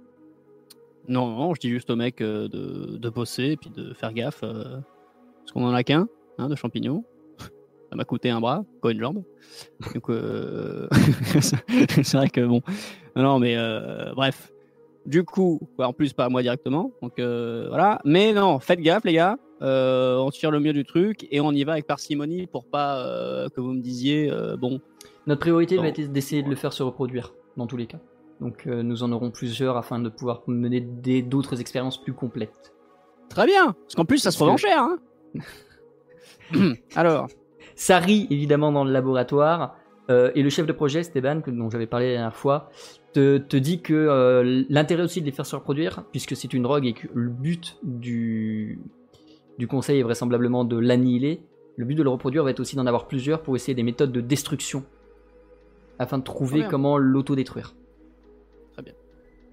Non, non, je dis juste au mec euh, de, de bosser et puis de faire gaffe. euh, parce qu'on en a qu'un, hein, de champignons. Ça m'a coûté un bras, pas une jambe. Donc, euh, c'est vrai que bon. Non, non, mais euh, bref. Du coup, bah, en plus, pas à moi directement. Donc euh, voilà. Mais non, faites gaffe, les gars. Euh, on tire le mieux du truc et on y va avec parcimonie pour pas euh, que vous me disiez, euh, bon, Notre priorité Non. va être d'essayer de le faire se reproduire, dans tous les cas. Donc euh, nous en aurons plusieurs afin de pouvoir mener des- d'autres expériences plus complètes. très bien. Parce qu'en plus, ça se revend Parce que- cher. Hein. Alors, Ça rit évidemment dans le laboratoire. euh, et le chef de projet, Esteban, que- dont j'avais parlé la dernière fois, te, te dit que euh, l'intérêt aussi de les faire se reproduire, puisque c'est une drogue et que le but du, du conseil est vraisemblablement de l'annihiler, le but de le reproduire va être aussi d'en avoir plusieurs pour essayer des méthodes de destruction, afin de trouver Très bien. comment l'autodétruire. Très bien.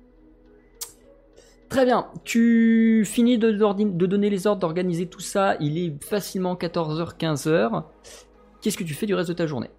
Très bien, tu finis de, d'ordi- de donner les ordres, d'organiser tout ça, il est facilement quatorze heures, quinze heures. Qu'est-ce que tu fais du reste de ta journée?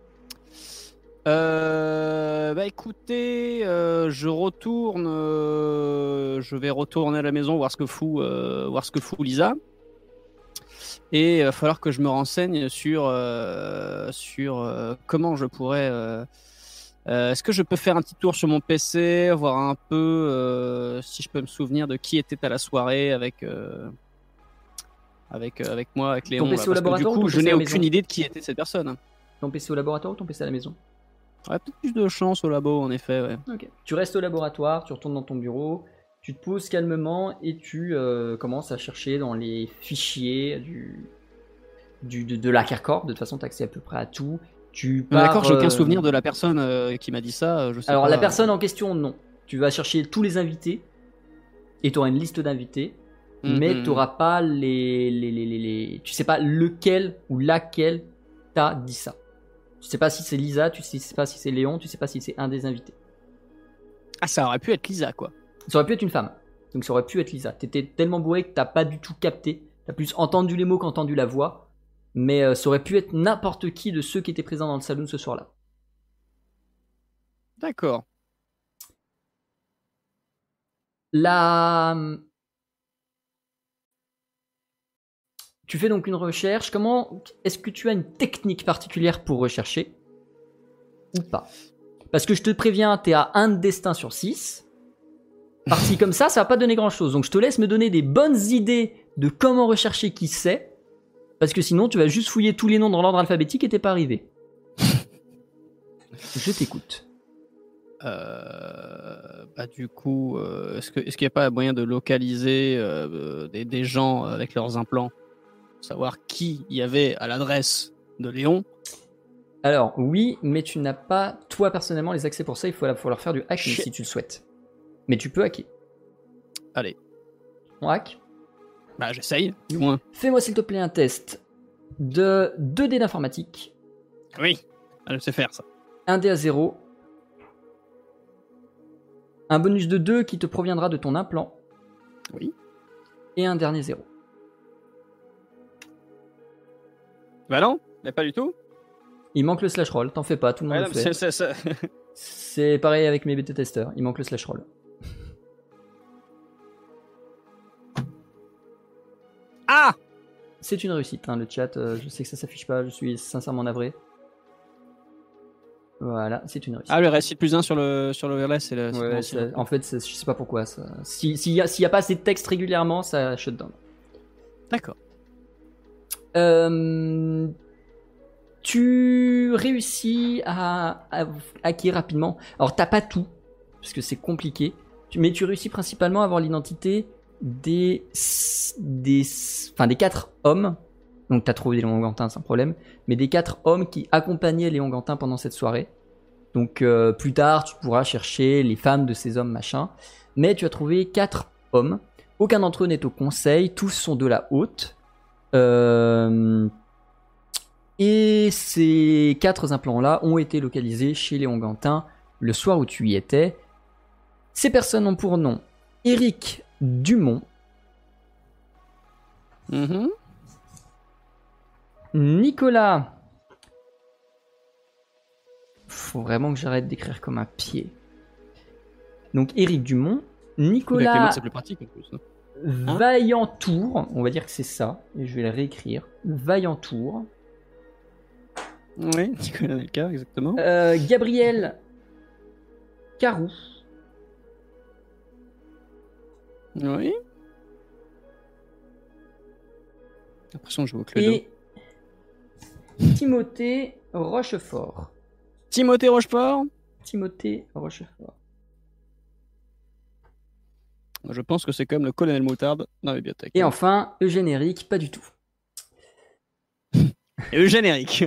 Euh, bah écoutez, euh, je retourne, euh, je vais retourner à la maison voir ce que fout, euh, voir ce que fout Lisa. Et il va falloir que je me renseigne sur, euh, sur euh, comment je pourrais. euh, euh, Est-ce que je peux faire un petit tour sur mon P C, voir un peu euh, si je peux me souvenir de qui était à la soirée avec, euh, avec, euh, avec moi, avec Léon. P C là, au parce que du laboratoire ou coup, ton je P C n'ai à la aucune maison idée de qui était cette personne. Ton P C au laboratoire ou ton P C à la maison? Ouais, peut-être plus de chance au labo, en effet. Ouais. Ok. Tu restes au laboratoire, tu retournes dans ton bureau, tu te poses calmement et tu euh, commences à chercher dans les fichiers du, du, de, de l'Hackercorp. De toute façon, tu as accès à peu près à tout. Tu Non, pars, D'accord, j'ai aucun euh, souvenir de la personne euh, qui m'a dit ça. euh, Je sais Alors, pas. la personne en question, non. Tu vas chercher tous les invités et tu auras une liste d'invités, Mhm. mais tu n'auras pas les, les, les, les, les- Tu sais pas lequel ou laquelle t'a dit ça. Tu sais pas si c'est Lisa, tu sais pas si c'est Léon, tu sais pas si c'est un des invités. Ah, ça aurait pu être Lisa, quoi. Ça aurait pu être une femme. Donc ça aurait pu être Lisa. T'étais tellement bourré que t'as pas du tout capté. T'as plus entendu les mots qu'entendu la voix. Mais euh, ça aurait pu être n'importe qui de ceux qui étaient présents dans le salon ce soir-là. D'accord. La... Tu fais donc une recherche. Comment... Est-ce que tu as une technique particulière pour rechercher? Ou pas? Parce que je te préviens, t'es à un destin sur six. Parti comme ça, ça va pas donner grand-chose. Donc je te laisse me donner des bonnes idées de comment rechercher qui c'est. Parce que sinon, tu vas juste fouiller tous les noms dans l'ordre alphabétique et t'es pas arrivé. Je t'écoute. Euh, bah, du coup, euh, est-ce que, est-ce qu'il n'y a pas moyen de localiser euh, des, des gens avec leurs implants? Savoir qui il y avait à l'adresse de Léon? Alors, oui, mais tu n'as pas, toi personnellement, les accès pour ça. Il faut falloir faire du hacking Shit. si tu le souhaites. Mais tu peux hacker. Allez, On hack. bah j'essaye, du moins. Fais-moi s'il te plaît un test de deux dés d'informatique. Oui, je sais faire ça. Un dé à zéro. Un bonus de deux qui te proviendra de ton implant. Oui. Et un dernier zéro. Bah non, mais pas du tout. Il manque le slash roll, t'en fais pas, tout le monde Ouais, le non, fait. c'est- c'est- c'est- C'est pareil avec mes bêta testeurs, il manque le slash roll. Ah, C'est une réussite, hein, le chat, euh, je sais que ça s'affiche pas, je suis sincèrement navré. Voilà, c'est une réussite. Ah, le récit plus un sur le, sur le verlet, c'est le. c'est Ouais, le ça- ancien. en fait, ça- je sais pas pourquoi. Ça... Si- S'il y, a- s'il y a pas assez de texte régulièrement, ça shut down. D'accord. Euh, tu réussis à, à hacker rapidement. Alors, t'as pas tout, parce que c'est compliqué. Tu- Mais tu réussis principalement à avoir l'identité des, des, enfin, des quatre hommes. Donc, t'as trouvé Léon Gantin sans problème. Mais des quatre hommes qui accompagnaient Léon Gantin pendant cette soirée. Donc, euh, plus tard, tu pourras chercher les femmes de ces hommes, machin. Mais tu as trouvé quatre hommes. Aucun d'entre eux n'est au conseil. Tous sont de la haute. Euh, et ces quatre implants-là ont été localisés chez Léon Gantin le soir où tu y étais. Ces personnes ont pour nom Éric Dumont, Mhm. Nicolas. Faut vraiment que j'arrête d'écrire comme un pied. Donc Éric Dumont, Avec les Nicolas mots, c'est plus pratique en plus. hein. Vaillantour, on va dire que c'est ça, et je vais le réécrire. Vaillantour. Oui, Nicolas Nelka, exactement. Euh, Gabriel Carou. Oui. J'ai l'impression que je joue au Cluedo. Et Timothée Rochefort. Timothée Rochefort. Timothée Rochefort. Je pense que c'est comme le colonel Moutarde dans la bibliothèque. Et enfin, Eugène Eric, pas du tout. Et le générique.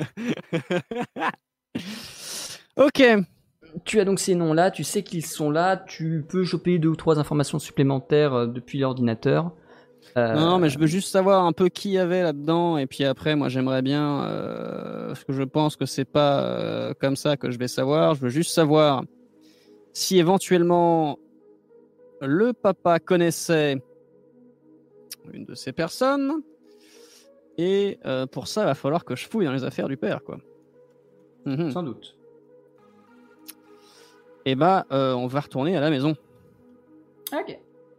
Ok. Tu as donc ces noms-là, tu sais qu'ils sont là, tu peux choper deux ou trois informations supplémentaires euh, depuis l'ordinateur. Euh, Non, mais je veux juste savoir un peu qui y avait là-dedans. Et puis après, moi, j'aimerais bien, euh, parce que je pense que c'est pas euh, comme ça que je vais savoir. Je veux juste savoir si éventuellement le papa connaissait une de ces personnes. Et euh, pour ça, il va falloir que je fouille dans les affaires du père, quoi. Mhm. Sans doute. Et bah, euh, on va retourner à la maison. Ok.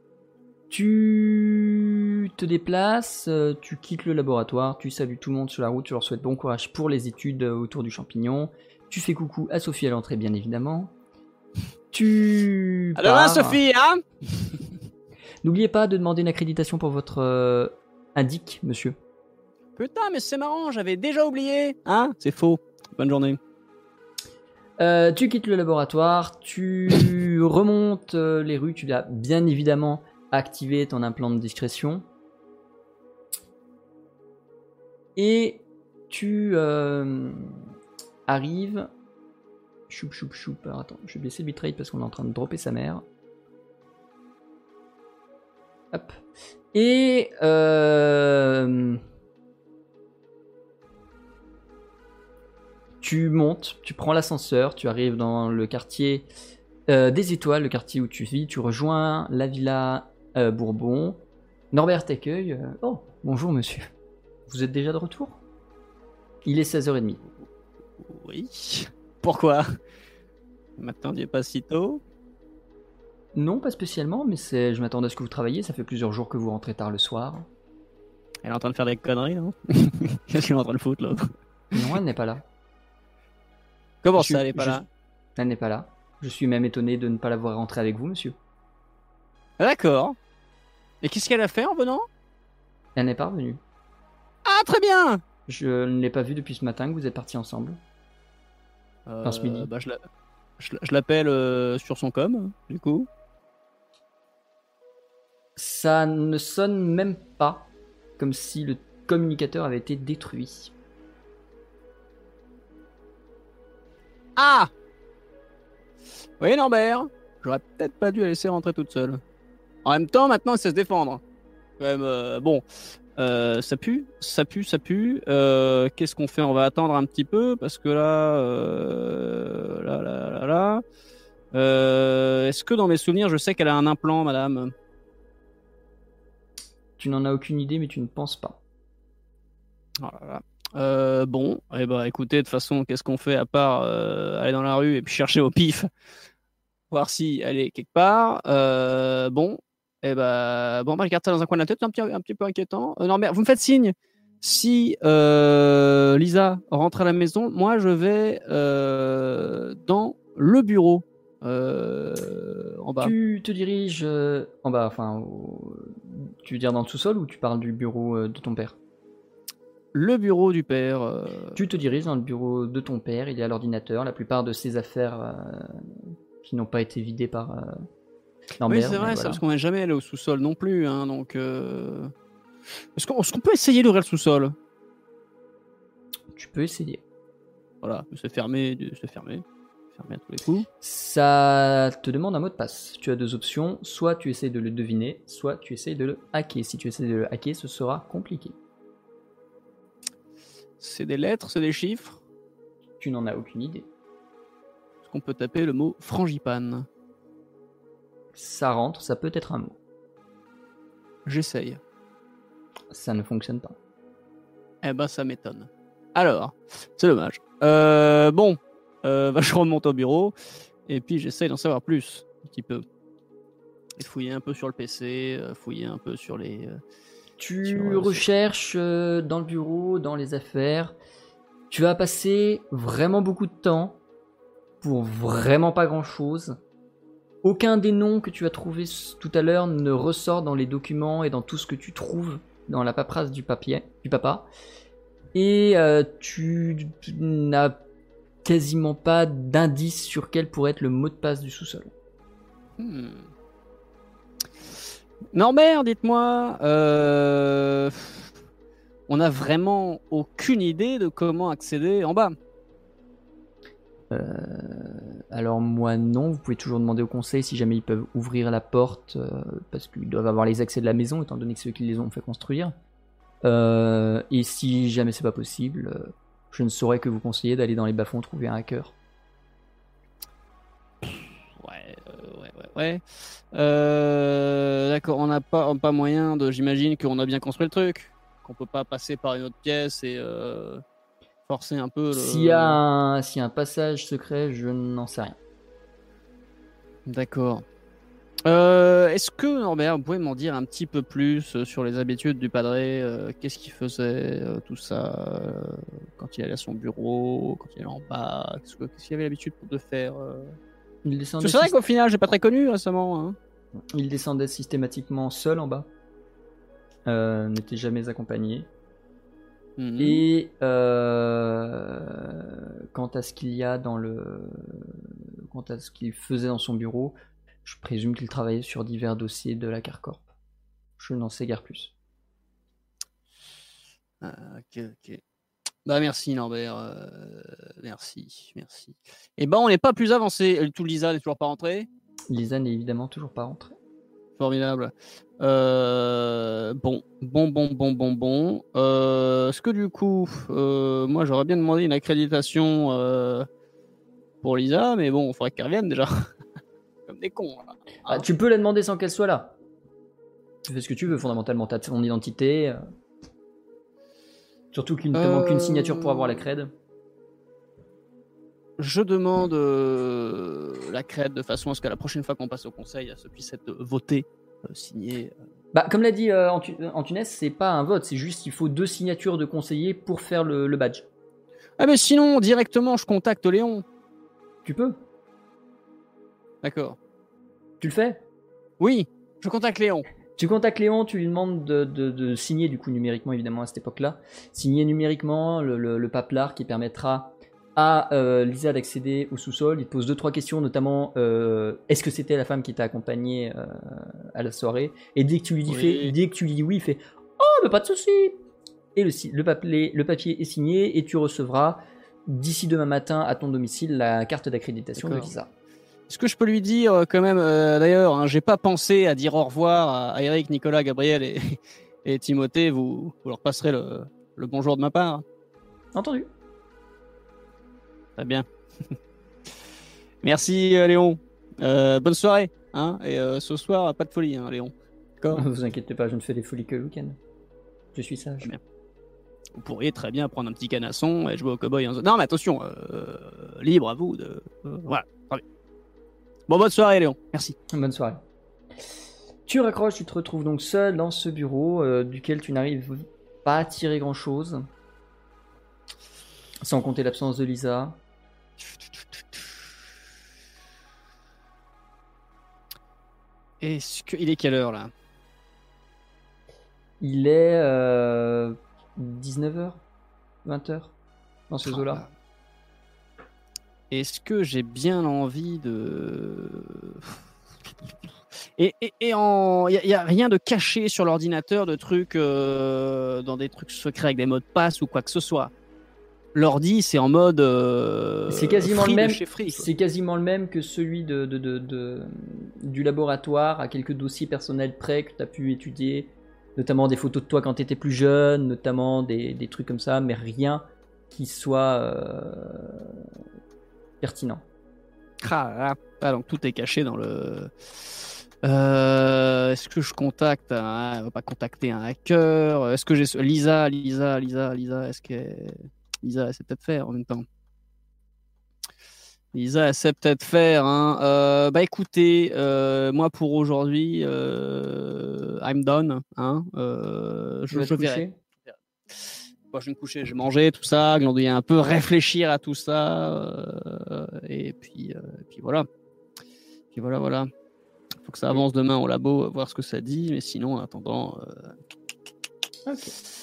Tu te déplaces, euh, tu quittes le laboratoire, tu salues tout le monde sur la route, tu leur souhaites bon courage pour les études euh, autour du champignon. Tu fais coucou à Sophie à l'entrée, bien évidemment. Tu À demain, pars. Sophie, hein. N'oubliez pas de demander une accréditation pour votre euh, indique, monsieur. Putain, mais c'est marrant, j'avais déjà oublié. Hein? C'est faux. Bonne journée. Euh, tu quittes le laboratoire, tu remontes euh, les rues, tu as bien évidemment activé ton implant de discrétion. Et tu euh, arrives... Choup, choup, choup. Alors attends, je vais baisser le bitrate parce qu'on est en train de dropper sa mère. Hop. Et... Euh, tu montes, tu prends l'ascenseur, tu arrives dans le quartier euh, des Étoiles, le quartier où tu vis, tu rejoins la villa euh, Bourbon. Norbert t'accueille. euh, Oh, bonjour monsieur. Vous êtes déjà de retour? Il est seize heures trente. Oui. Pourquoi? Maintenant, il n'est pas si tôt. Non, pas spécialement, mais c'est... je m'attendais à ce que vous travailliez, ça fait plusieurs jours que vous rentrez tard le soir. Elle est en train de faire des conneries, non? Qu'est-ce qu'elle est en train de foutre, l'autre? Non, elle n'est pas là. Comment Je suis- ça, elle est pas je- là? Elle n'est pas là. Je suis même étonné de ne pas la voir rentrer avec vous, monsieur. Ah, d'accord. Et qu'est-ce qu'elle a fait en venant? Elle n'est pas revenue. Ah, très bien. Je ne l'ai pas vue depuis ce matin que vous êtes partis ensemble. Euh, ce midi. bah, je la- je la- je l'appelle euh, sur son com, du coup. Ça ne sonne même pas comme si le communicateur avait été détruit. Ah! Oui, Norbert. J'aurais peut-être pas dû la laisser rentrer toute seule. En même temps, maintenant, elle sait se défendre. Quand même, euh, bon. Euh, ça pue, ça pue, ça pue. Euh, Qu'est-ce qu'on fait? On va attendre un petit peu parce que là, euh, là, là, là, là. Euh, Est-ce que dans mes souvenirs, je sais qu'elle a un implant, madame? Tu n'en as aucune idée, mais tu ne penses pas. Oh là là. Euh, bon, eh ben, écoutez, de toute façon, qu'est-ce qu'on fait à part euh, aller dans la rue et puis chercher au pif, voir si elle est quelque part. Euh, bon, eh ben, bon, on va regarder ça dans un coin de la tête, c'est un petit, un petit peu inquiétant. Euh, Norbert, vous me faites signe Si euh, Lisa rentre à la maison, moi je vais euh, dans le bureau euh, en bas. Tu te diriges euh, en bas, enfin, au- tu veux dire dans le sous-sol ou tu parles du bureau euh, de ton père? Le bureau du père. euh, Tu te diriges dans le bureau de ton père, il y a l'ordinateur, la plupart de ses affaires euh, qui n'ont pas été vidées par euh, Lambert. Oui, c'est mais vrai, ça, voilà. parce qu'on n'est jamais allé au sous-sol non plus. Hein, donc, euh, est-ce qu'on, est-ce qu'on peut essayer d'ouvrir le sous-sol? Tu peux essayer. Voilà, de se fermer, de se fermer, fermer à tous les coups. Ça te demande un mot de passe. Tu as deux options, soit tu essayes de le deviner, soit tu essayes de le hacker. Si tu essayes de le hacker, ce sera compliqué. C'est des lettres, c'est des chiffres. Tu n'en as aucune idée. Est-ce qu'on peut taper le mot frangipane? Ça rentre, ça peut être un mot. J'essaye. Ça ne fonctionne pas. Eh ben, ça m'étonne. Alors, c'est dommage. Euh, bon, euh, bah, je remonte au bureau et puis j'essaye d'en savoir plus, un petit peu. Et fouiller un peu sur le P C, euh, fouiller un peu sur les... euh, Tu Sur, euh, recherches euh, dans le bureau, dans les affaires. Tu vas passer vraiment beaucoup de temps pour vraiment pas grand-chose. Aucun des noms que tu as trouvés s- tout à l'heure ne ressort dans les documents et dans tout ce que tu trouves dans la paperasse du papier, du papa. Et euh, tu, tu n'as quasiment pas d'indice sur quel pourrait être le mot de passe du sous-sol. Hmm. Norbert, dites-moi, euh, on n'a vraiment aucune idée de comment accéder en bas. Euh, alors moi non, vous pouvez toujours demander au conseil si jamais ils peuvent ouvrir la porte, euh, parce qu'ils doivent avoir les accès de la maison, étant donné que c'est eux qui les ont fait construire. Euh, et si jamais c'est pas possible, euh, je ne saurais que vous conseiller d'aller dans les bas-fonds trouver un hacker. Ouais, euh, ouais, ouais, ouais. Euh, d'accord, on n'a pas, pas moyen de. J'imagine qu'on a bien construit le truc, qu'on peut pas passer par une autre pièce et euh, forcer un peu. Le... S'il y a un, s'il y a un passage secret, je n'en sais rien. D'accord. Euh, Est-ce que Norbert, vous pouvez m'en dire un petit peu plus euh, sur les habitudes du padré, euh, qu'est-ce qu'il faisait, euh, tout ça, euh, quand il allait à son bureau, quand il allait en bas, qu'est-ce que- qu'est-ce qu'il avait l'habitude de faire euh... Il Parce descendait, que c'est vrai syst- qu'au final, j'ai pas très connu récemment. Hein. il descendait systématiquement seul en bas, euh, n'était jamais accompagné. Mhm. Et euh, quant à ce qu'il y a dans le, quant à ce qu'il faisait dans son bureau, je présume qu'il travaillait sur divers dossiers de la Carcorp. Je n'en sais guère plus. Ah, ok, ok. Bah merci Norbert, euh, merci, merci. Et ben on n'est pas plus avancé. Euh, Tout Lisa n'est toujours pas rentrée. Lisa n'est évidemment toujours pas rentrée. Formidable. Euh, bon, bon, bon, bon, bon, bon. Euh, Est-ce que du coup, euh, moi j'aurais bien demandé une accréditation euh, pour Lisa, mais bon, il faudrait qu'elle revienne déjà. Comme des cons. Là. Ah, tu peux la demander sans qu'elle soit là. Tu fais ce que tu veux, fondamentalement, t'as ton identité. euh. Surtout qu'il ne te manque qu'une signature pour avoir la cred. Je demande euh, la crête de façon à ce qu'à la prochaine fois qu'on passe au conseil, ça puisse être voté, euh, signé. euh. Bah, comme l'a dit euh, Antu- Antunes, c'est pas un vote, c'est juste qu'il faut deux signatures de conseillers pour faire le, le badge. Ah mais sinon, directement, je contacte Léon. Tu peux, D'accord. tu le fais. Oui, je contacte Léon. Tu contactes Léon, tu lui demandes de, de- de signer, du coup numériquement évidemment à cette époque-là, signer numériquement le, le, le paplard qui permettra à euh, Lisa d'accéder au sous-sol. Il te pose deux trois questions, notamment euh, est-ce que c'était la femme qui t'a accompagné euh, à la soirée? Et dès que tu lui dis, Oui. fait, dès que tu lui dis oui, il fait oh mais pas de souci. Et le, si- le, papier, le papier est signé et tu recevras d'ici demain matin à ton domicile la carte d'accréditation de D'accord. Lisa. Est-ce que je peux lui dire euh, quand même, euh, d'ailleurs, hein, j'ai pas pensé à dire au revoir à, à Eric, Nicolas, Gabriel et, et Timothée. Vous, vous leur passerez le, le bonjour de ma part. Entendu. Très bien. Merci euh, Léon. Euh, bonne soirée. Hein, et euh, ce soir, pas de folie, hein, Léon. D'accord. Ne vous inquiétez pas, je ne fais des folies que le week-end. Je suis sage. Bien. Vous pourriez très bien prendre un petit canasson et jouer au cowboy. En... Non, mais attention, euh, libre à vous de. euh, voilà, très bien. Bon, bonne soirée, Léon. Merci. Bonne soirée. Tu raccroches, tu te retrouves donc seul dans ce bureau euh, duquel tu n'arrives pas attiré grand-chose. Sans compter l'absence de Lisa. Est-ce que... Il est quelle heure là? Il est euh, dix-neuf heures, vingt heures, dans ces Ah, eaux-là. bah. Est-ce que j'ai bien envie de... Et, et, et en... il n'y a, a rien de caché sur l'ordinateur, de trucs euh, dans des trucs secrets avec des mots de passe ou quoi que ce soit. L'ordi, c'est en mode euh, C'est quasiment free le même. de chez Free, quoi. C'est quasiment le même que celui de, de, de, de- du laboratoire, à quelques dossiers personnels près que tu as pu étudier, notamment des photos de toi quand tu étais plus jeune, notamment des, des trucs comme ça, mais rien qui soit euh, pertinent. Ah, là, ah, donc tout est caché dans le. Euh, est-ce que je contacte un... On va pas contacter un hacker? Est-ce que j'ai Lisa, Lisa, Lisa, Lisa, est-ce que Lisa, elle sait peut-être faire en même temps. Lisa, elle sait peut-être faire. Hein. Euh, bah écoutez, euh, moi pour aujourd'hui, euh, I'm done. Hein. Euh, Tu je vas je te verrai. coucher. Moi, je vais me coucher, je vais manger, tout ça, glandouiller un peu, réfléchir à tout ça. euh, et puis, euh, et puis voilà. Puis voilà, voilà. Faut que ça avance demain au labo, voir ce que ça dit. Mais sinon, en attendant. Euh... Ok.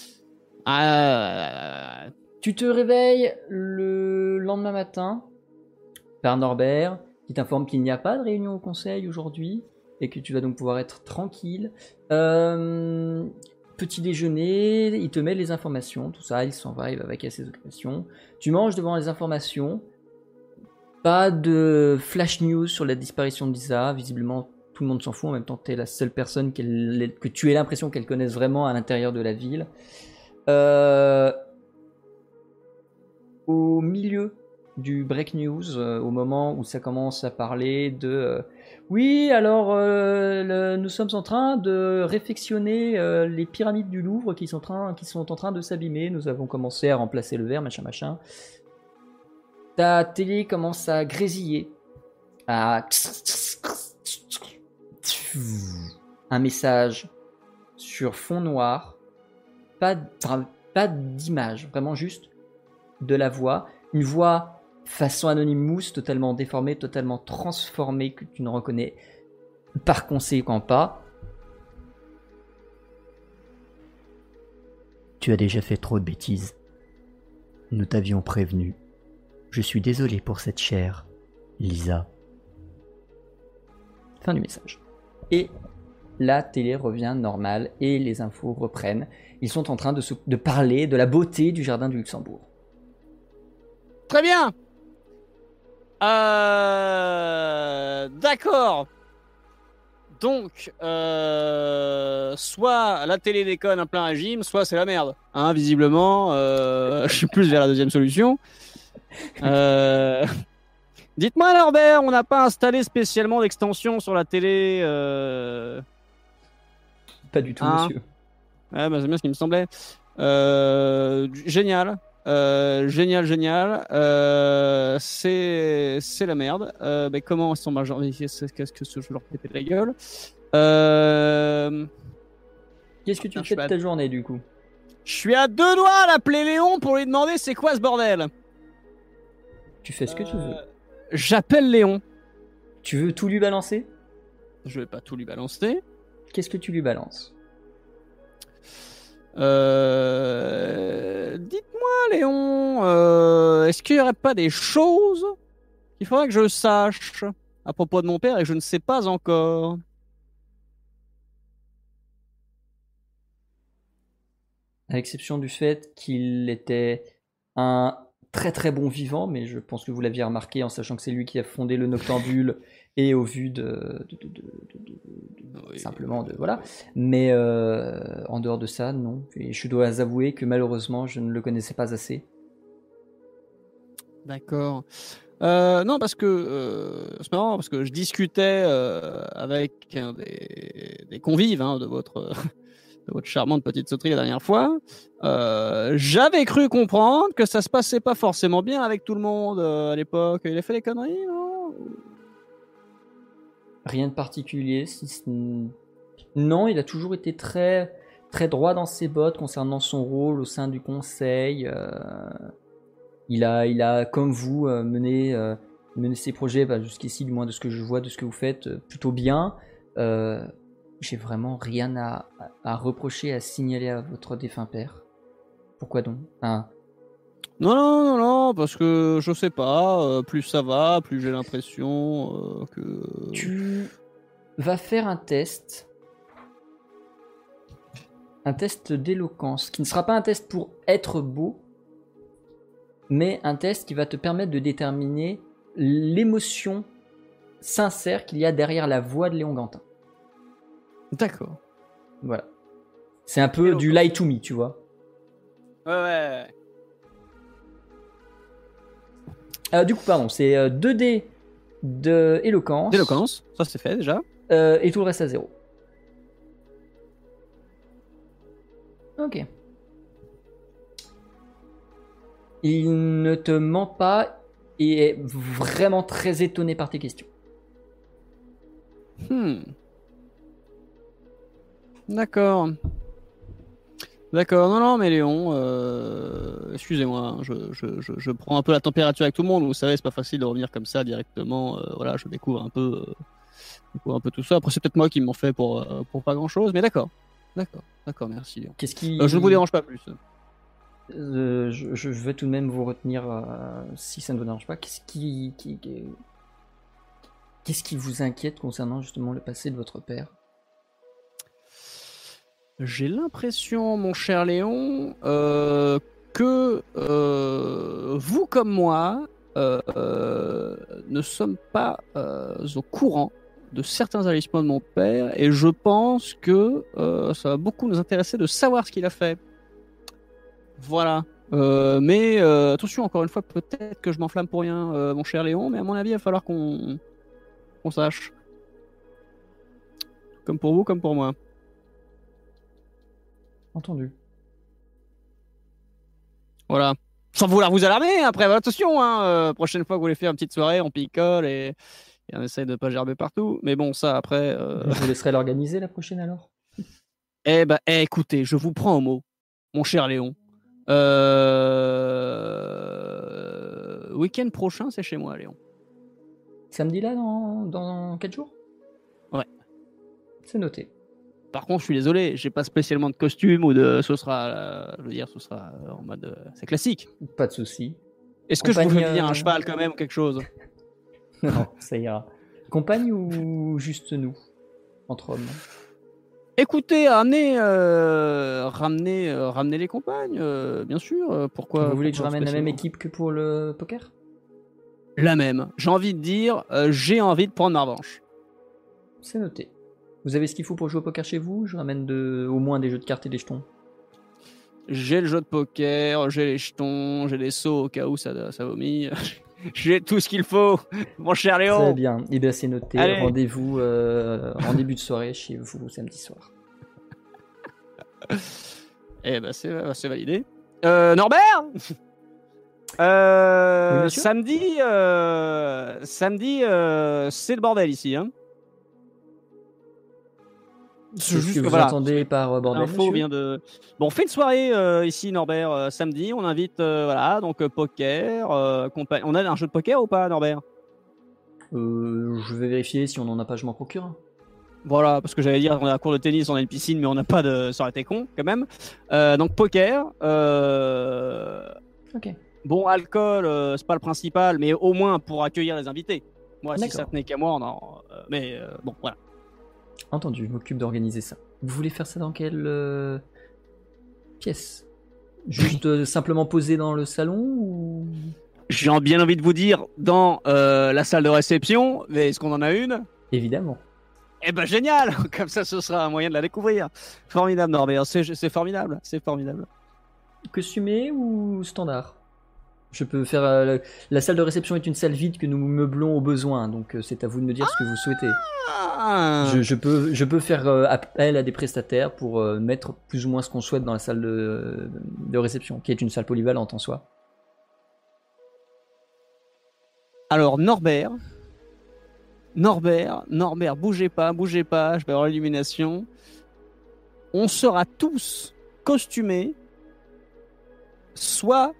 Ah, Tu te réveilles le lendemain matin par Norbert qui t'informe qu'il n'y a pas de réunion au conseil aujourd'hui et que tu vas donc pouvoir être tranquille. Euh, petit déjeuner, il te met les informations, tout ça, il s'en va, il va vaquer à ses occupations. Tu manges devant les informations. Pas de flash news sur la disparition de Lisa, visiblement tout le monde s'en fout, en même temps tu es la seule personne qu'elle, que tu aies l'impression qu'elle connaisse vraiment à l'intérieur de la ville. Euh, au milieu du break news, euh, au moment où ça commence à parler de euh, oui, alors euh, le- nous sommes en train de réfectionner euh, les pyramides du Louvre qui sont, train, qui sont en train de s'abîmer, nous avons commencé à remplacer le verre, machin machin. Ta télé commence à grésiller, à un message sur fond noir, pas, pas d'image, vraiment juste de la voix, une voix façon Anonymous, totalement déformée, totalement transformée, que tu ne reconnais par conséquent pas. Tu as déjà fait trop de bêtises. Nous t'avions prévenu. Je suis désolé pour cette chère Lisa. Fin du message. Et la télé revient normale et les infos reprennent. Ils sont en train de, se, de parler de la beauté du jardin du Luxembourg. très bien. Euh... D'accord. Donc, euh... soit la télé déconne en plein régime, soit c'est la merde. Hein, visiblement, euh... je suis plus vers la deuxième solution. Euh... Dites-moi, Norbert, on n'a pas installé spécialement d'extension sur la télé euh... Pas du tout, hein monsieur. Ouais, bah, c'est bien ce qui me semblait. Euh... Génial. Euh, génial, génial. Euh, c'est, c'est la merde. Euh, mais comment ils sont majeurs? Qu'est-ce que je vais leur péter la gueule? Euh... Qu'est-ce que tu Putain, fais de à... ta journée du coup? Je suis à deux doigts d'appeler Léon pour lui demander c'est quoi ce bordel. Tu fais ce que euh... tu veux. J'appelle Léon. Tu veux tout lui balancer? Je vais pas tout lui balancer. Qu'est-ce que tu lui balances? Euh... Dites-moi, Léon, euh... est-ce qu'il n'y aurait pas des choses qu'il faudrait que je sache à propos de mon père et que je ne sais pas encore? À l'exception du fait qu'il était un très très bon vivant, mais je pense que vous l'aviez remarqué en sachant que c'est lui qui a fondé le Noctambule et au vu de, de, de, de, de, de, de oui, simplement de voilà. Mais euh, en dehors de ça, non. Et je dois avouer que malheureusement, je ne le connaissais pas assez. D'accord. Euh, non, parce que euh, c'est marrant parce que je discutais euh, avec un des, des convives hein, de votre de votre charmante petite sauterie la dernière fois. Euh, j'avais cru comprendre que ça se passait pas forcément bien avec tout le monde euh, à l'époque. Il a fait des conneries, non? Rien de particulier. Si ce... Non, il a toujours été très très droit dans ses bottes concernant son rôle au sein du conseil. Euh, il, a, il a, comme vous, euh, mené, euh, mené ses projets, bah, jusqu'ici, du moins de ce que je vois, de ce que vous faites, euh, plutôt bien. Euh, j'ai vraiment rien à, à, à reprocher, à signaler à votre défunt père. Pourquoi donc? Enfin, Non, non, non, non, parce que je sais pas, euh, plus ça va, plus j'ai l'impression euh, que... tu vas faire un test. Un test d'éloquence, qui ne sera pas un test pour être beau, mais un test qui va te permettre de déterminer l'émotion sincère qu'il y a derrière la voix de Léon Gantin. D'accord. Voilà. C'est un peu du lie to me, tu vois. Ouais, ouais. Euh, du coup, pardon, c'est euh, deux dés d'éloquence. D'éloquence, ça c'est fait déjà. Euh, et tout le reste à zéro. Ok. Il ne te ment pas et est vraiment très étonné par tes questions. Hmm. D'accord. D'accord, non, non, mais Léon, euh, excusez-moi, hein, je, je, je, je prends un peu la température avec tout le monde. Vous savez, c'est pas facile de revenir comme ça directement. Euh, voilà, je découvre un peu, euh, je découvre un peu tout ça. Après, c'est peut-être moi qui m'en fais pour, euh, pour pas grand-chose, mais d'accord. D'accord, d'accord, merci Léon. Qu'est-ce qui... Euh, je ne vous dérange pas plus. Euh, je, je vais tout de même vous retenir, euh, si ça ne vous dérange pas. Qu'est-ce qui, qui, qui- qu'est-ce qui vous inquiète concernant justement le passé de votre père? J'ai l'impression, mon cher Léon, euh, que euh, vous comme moi euh, euh, ne sommes pas euh, au courant de certains agissements de mon père, et je pense que euh, ça va beaucoup nous intéresser de savoir ce qu'il a fait. Voilà. Euh, mais euh, attention, encore une fois, peut-être que je m'enflamme pour rien, euh, mon cher Léon, mais à mon avis, il va falloir qu'on qu'on sache. Comme pour vous, comme pour moi. Entendu. Voilà. Sans vouloir vous alarmer, après, attention, hein, euh, prochaine fois que vous voulez faire une petite soirée, on picole et, et on essaye de pas gerber partout. Mais bon, ça, après... Euh... Je vous laisserai l'organiser la prochaine alors. Eh ben, eh, écoutez, je vous prends au mot, mon cher Léon. Euh... Week-end prochain, c'est chez moi, Léon. Samedi là, dans, dans quatre jours? Ouais. C'est noté. Par contre, je suis désolé, j'ai pas spécialement de costume ou de... Ce sera, euh, je veux dire, ce sera euh, en mode... Euh, c'est classique. Pas de souci. Est-ce que je vous Compagne, fais venir euh, un cheval quand même ou quelque chose? Non, ça ira. Compagne ou juste nous, entre hommes? Écoutez, ramenez, euh, ramenez, euh, ramenez les compagnes, euh, bien sûr. euh, Pourquoi Vous voulez que je pourquoi ramène la même spécialement équipe que pour le poker? La même. J'ai envie de dire, euh, j'ai envie de prendre ma revanche. C'est noté. Vous avez ce qu'il faut pour jouer au poker chez vous? Je ramène de... au moins des jeux de cartes et des jetons. J'ai le jeu de poker, j'ai les jetons, j'ai les seaux au cas où ça, ça vomit. J'ai tout ce qu'il faut, mon cher Léon. Très bien. Et bien c'est noté. Allez. Rendez-vous euh, en début de soirée chez vous samedi soir. Eh ben c'est, c'est validé. Euh, Norbert euh, Oui, monsieur. Samedi, euh, samedi, euh, c'est le bordel ici. Hein. C'est ce que vous entendez par euh, bordel, L'info monsieur vient de. Bon, on fait une soirée euh, ici, Norbert, euh, samedi. On invite, euh, voilà, donc euh, poker. Euh, compa- On a un jeu de poker ou pas, Norbert? euh, Je vais vérifier si on en a pas, je m'en procure. un. Voilà, parce que j'allais dire, on a un cours de tennis, on a une piscine, mais on n'a pas de. Ça aurait été con, quand même. Euh, donc poker. Euh... Ok. Bon, alcool, euh, c'est pas le principal, mais au moins pour accueillir les invités. Moi, si D'accord. ça tenait qu'à moi, on en... euh, mais euh, bon, voilà. Entendu, je m'occupe d'organiser ça. Vous voulez faire ça dans quelle euh, pièce? Juste euh, simplement poser dans le salon ou... J'ai bien envie de vous dire dans euh, la salle de réception, mais est-ce qu'on en a une? Évidemment. Eh ben génial. Comme ça, ce sera un moyen de la découvrir. Formidable, Norbert, c'est, c'est formidable, c'est formidable. Costumé ou standard? Je peux faire... euh, la, la salle de réception est une salle vide que nous meublons au besoin, donc euh, c'est à vous de me dire ce que vous souhaitez. Ah, Je, je peux, je peux faire euh, appel à des prestataires pour euh, mettre plus ou moins ce qu'on souhaite dans la salle de, de réception, qui est une salle polyvalente en soi. Alors Norbert, Norbert, Norbert, bougez pas, bougez pas, je vais avoir l'illumination. on sera tous costumés, soit...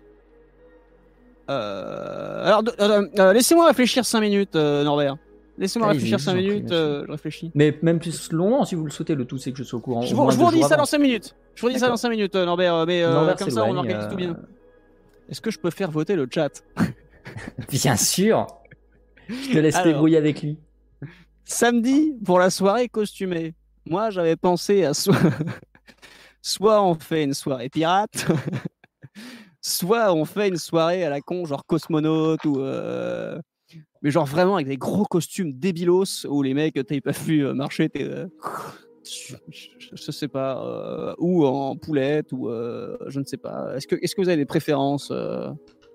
Euh... Alors, euh, euh, laissez-moi réfléchir cinq minutes, euh, Norbert. Laissez-moi Allez-y, réfléchir je cinq vous en prie, minutes, monsieur. euh, je réfléchis. Mais même plus longuement si vous le souhaitez, le tout c'est que je sois au courant. Je au vous, moins je deux vous redis jours ça dans avant. cinq minutes. Je vous redis ça D'accord. dans cinq minutes, euh, Norbert, euh, mais euh, Norbert comme ça on s'éloigne, organise euh, tout bien. Est-ce que je peux faire voter le chat? Bien sûr. Je te laisse Alors. débrouiller avec lui. Samedi, pour la soirée costumée, moi j'avais pensé à soit... soit on fait une soirée pirate, soit on fait une soirée à la con, genre cosmonaute, ou euh... mais genre vraiment avec des gros costumes débilos où les mecs, t'as- ils peuvent plus euh, marcher, t'es, euh, je, je- je sais pas, euh, ou en poulette, ou euh, je ne sais pas. Est-ce que, est-ce que vous avez des préférences euh,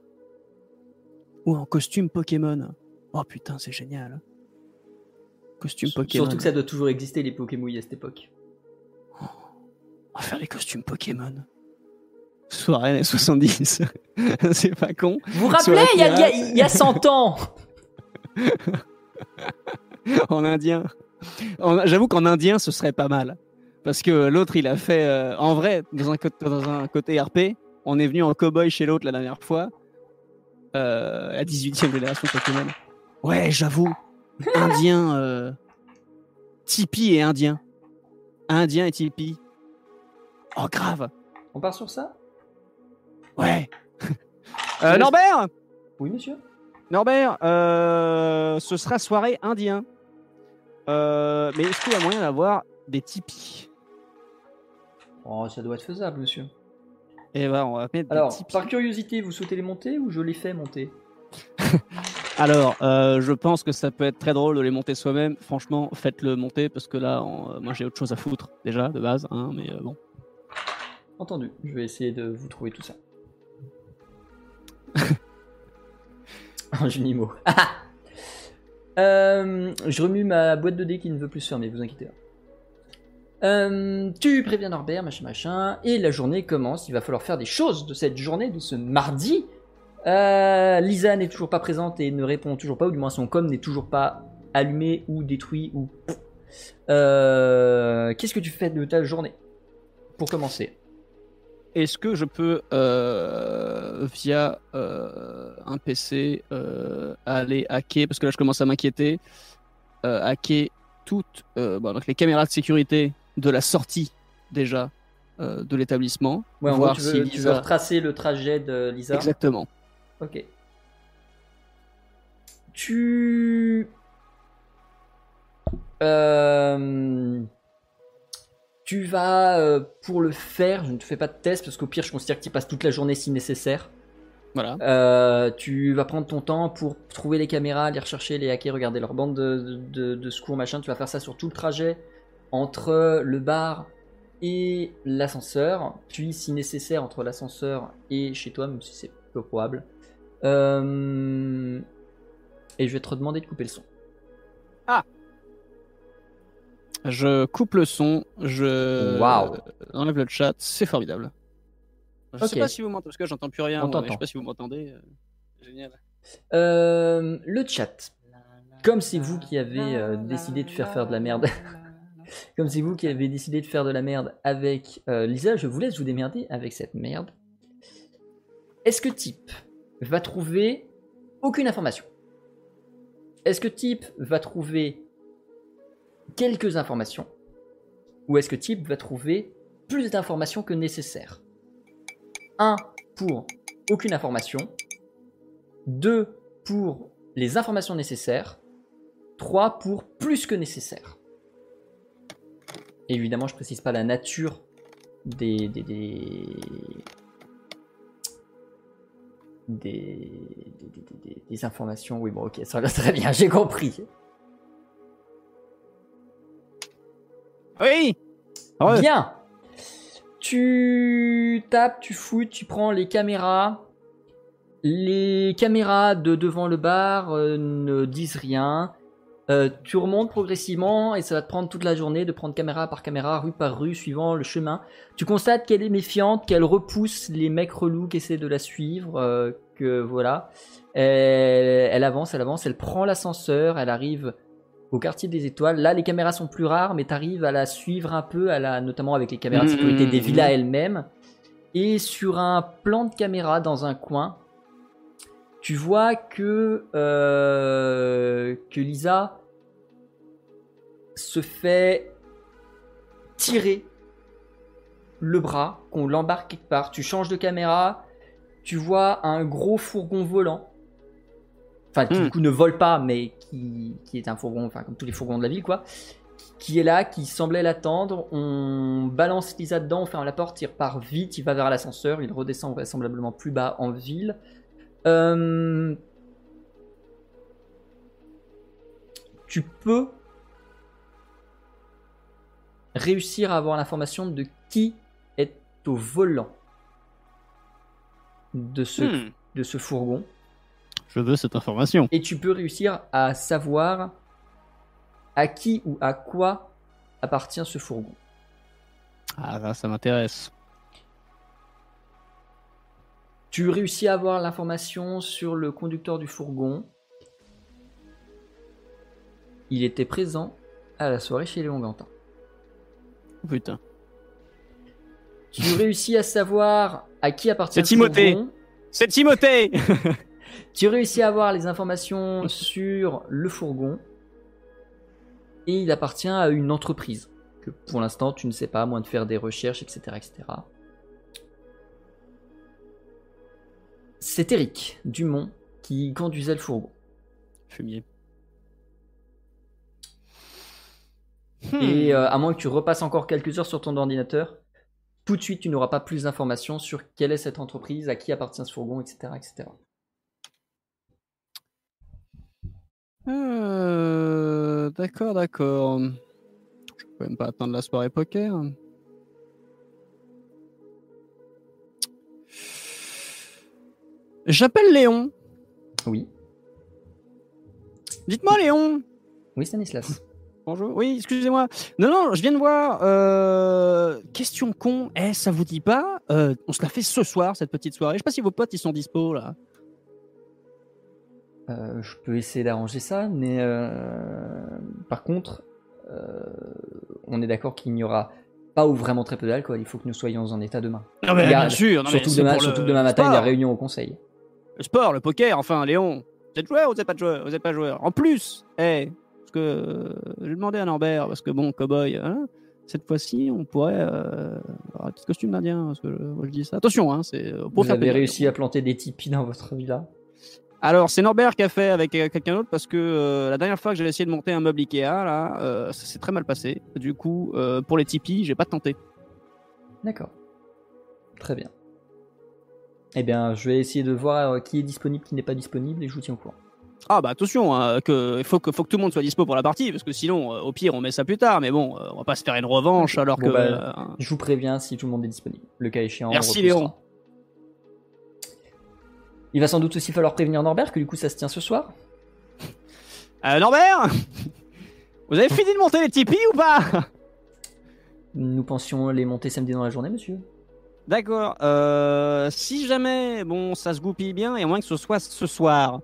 ou en costume Pokémon? Oh putain, c'est génial. Costume Pokémon. Surtout que ça doit toujours exister les Pokémon à cette époque. On va faire les costumes Pokémon. Soirée années soixante-dix. C'est pas con. Vous vous rappelez, il y, a- il y a- il y a cent ans. En indien. En- J'avoue qu'en indien, ce serait pas mal. Parce que l'autre, il a fait. euh, en vrai, dans un, côté, dans un côté R P, on est venu en cowboy chez l'autre la dernière fois. Euh, la dix-huitième génération Pokémon. Ouais, j'avoue. Indien. Euh... Tipeee et indien. Indien et Tipeee. Oh, grave. On part sur ça? Ouais. euh, Norbert Oui, monsieur. Norbert, euh, ce sera soirée indien. Euh, mais est-ce qu'il y a moyen d'avoir des Tipeee? Oh, ça doit être faisable, monsieur. Eh ben, on va mettre Alors, des Tipeee. par curiosité, vous souhaitez les monter ou je les fais monter? Alors, euh, je pense que ça peut être très drôle de les monter soi-même. Franchement, faites-le monter parce que là, en- euh, moi, j'ai autre chose à foutre déjà de base, hein, mais euh, bon. Entendu. Je vais essayer de vous trouver tout ça. Un jeu Nimo. euh, je remue ma boîte de dés qui ne veut plus se fermer, vous inquiétez pas. Euh, tu préviens Norbert, machin machin, et la journée commence. Il va falloir faire des choses de cette journée, de ce mardi. Euh, Lisa n'est toujours pas présente et ne répond toujours pas, ou du moins son com n'est toujours pas allumé ou détruit ou. Euh, Qu'est-ce que tu fais de ta journée pour commencer? Est-ce que je peux, euh, via euh, un P C, euh, aller hacker, parce que là, je commence à m'inquiéter, euh, hacker toutes euh, bon, donc les caméras de sécurité de la sortie déjà euh, de l'établissement. Ouais, en voir gros, tu veux, si tu veux Lisa... retracer le trajet de Lisa. Exactement. Ok. Tu... Euh... Tu vas, euh, pour le faire, je ne te fais pas de test, parce qu'au pire, je considère que tu passes toute la journée si nécessaire. Voilà. Euh, tu vas prendre ton temps pour trouver les caméras, les rechercher, les hacker, regarder leur bande de, de, de secours, machin. Tu vas faire ça sur tout le trajet entre le bar et l'ascenseur, puis si nécessaire entre l'ascenseur et chez toi, même si c'est peu probable. Euh... Et je vais te demander de couper le son. Ah. Je coupe le son, je Waouh. enlève le chat, c'est formidable. Je Ok. sais pas si vous m'entendez, parce que j'entends plus rien. On moi, mais je t'entend. sais pas si vous m'entendez. euh, Génial. Euh, le chat. Comme c'est vous qui avez euh, décidé de faire faire de la merde, comme c'est vous qui avez décidé de faire de la merde avec euh, Lisa, je vous laisse vous démerder avec cette merde. Est-ce que Type va trouver aucune information? Est-ce que Type va trouver quelques informations? Ou est-ce que Type va trouver plus d'informations que nécessaire? un pour aucune information, deux pour les informations nécessaires, trois pour plus que nécessaire. Et évidemment, je précise pas la nature des des des des, des, des, des- des informations. Oui, bon, ok, ça va très bien, j'ai compris. Oui. Ouais. Bien. Tu tapes, tu fouilles, tu prends les caméras. Les caméras de devant le bar euh, ne disent rien. Euh, tu remontes progressivement et ça va te prendre toute la journée de prendre caméra par caméra, rue par rue, suivant le chemin. Tu constates qu'elle est méfiante, qu'elle repousse les mecs relous qui essaient de la suivre, euh, que voilà. Elle, elle avance, elle avance, elle prend l'ascenseur, elle arrive au quartier des étoiles. Là, les caméras sont plus rares, mais tu arrives à la suivre un peu, à la, notamment avec les caméras de sécurité des villas elles-mêmes. Et sur un plan de caméra dans un coin, tu vois que, euh, que Lisa se fait tirer le bras, qu'on l'embarque quelque part. Tu changes de caméra, tu vois un gros fourgon volant. Enfin, qui mm. du coup ne vole pas, mais qui, qui est un fourgon, enfin comme tous les fourgons de la ville, quoi. Qui est là, qui semblait l'attendre. On balance Lisa dedans, on ferme la porte, il repart vite, il va vers l'ascenseur, il redescend vraisemblablement plus bas en ville. Euh... Tu peux réussir à avoir l'information de qui est au volant de ce, mm. de ce fourgon. Je veux cette information. Et tu peux réussir à savoir à qui ou à quoi appartient ce fourgon. Ah, là, ça m'intéresse. Tu réussis à avoir l'information sur le conducteur du fourgon. Il était présent à la soirée chez Léon Gantin. Oh, putain. Tu réussis à savoir à qui appartient C'est Timothée. fourgon. C'est Timothée. Tu réussis à avoir les informations sur le fourgon et il appartient à une entreprise que pour l'instant tu ne sais pas, à moins de faire des recherches, et cetera, et cetera. C'est Eric Dumont qui conduisait le fourgon. Fumier. Et euh, à moins que tu repasses encore quelques heures sur ton ordinateur, tout de suite tu n'auras pas plus d'informations sur quelle est cette entreprise, à qui appartient ce fourgon, et cetera, et cetera. Euh, d'accord, d'accord. Je peux même pas attendre la soirée poker. J'appelle Léon. Oui. Dites-moi, Léon. Oui, Stanislas. Bonjour. Oui, excusez-moi. Non, non, je viens de voir. Euh... Question con. Eh, ça vous dit pas euh, on se la fait ce soir, cette petite soirée. Je sais pas si vos potes ils sont dispo là. Euh, je peux essayer d'arranger ça, mais euh, par contre, euh, on est d'accord qu'il n'y aura pas ou vraiment très peu d'alcool. Il faut que nous soyons en état demain. Non, mais bien sûr. Non, surtout mais demain, surtout demain matin, il y a réunion au conseil. Le sport, le poker, enfin, Léon. Vous êtes joueur ou vous n'êtes pas joueur Vous êtes pas joueur. En plus, hey, parce que euh, j'ai demandé à Norbert, parce que bon, cowboy, hein, cette fois-ci, on pourrait euh, avoir un petit costume d'Indien, parce que euh, moi je dis ça. Attention, hein, c'est pour vous faire avez plaisir. réussi à planter des tipis dans votre villa? Alors, c'est Norbert qui a fait avec euh, quelqu'un d'autre parce que euh, la dernière fois que j'ai essayé de monter un meuble Ikea, là, euh, ça s'est très mal passé. Du coup, euh, pour les tipis, j'ai pas tenté. D'accord. Très bien. Eh bien, je vais essayer de voir euh, qui est disponible, qui n'est pas disponible, et je vous tiens au courant. Ah bah attention, hein, que, il faut que, faut que tout le monde soit dispo pour la partie, parce que sinon, euh, au pire, on met ça plus tard. Mais bon, euh, on va pas se faire une revanche alors bon, que... Bah, euh, je vous préviens si tout le monde est disponible. Le cas échéant, merci on Léon. Il va sans doute aussi falloir prévenir Norbert que du coup ça se tient ce soir. Euh, Norbert, vous avez fini de monter les tipis ou pas? Nous pensions les monter samedi dans la journée, monsieur. D'accord. Euh, si jamais, bon, ça se goupille bien, et à moins que ce soit ce soir,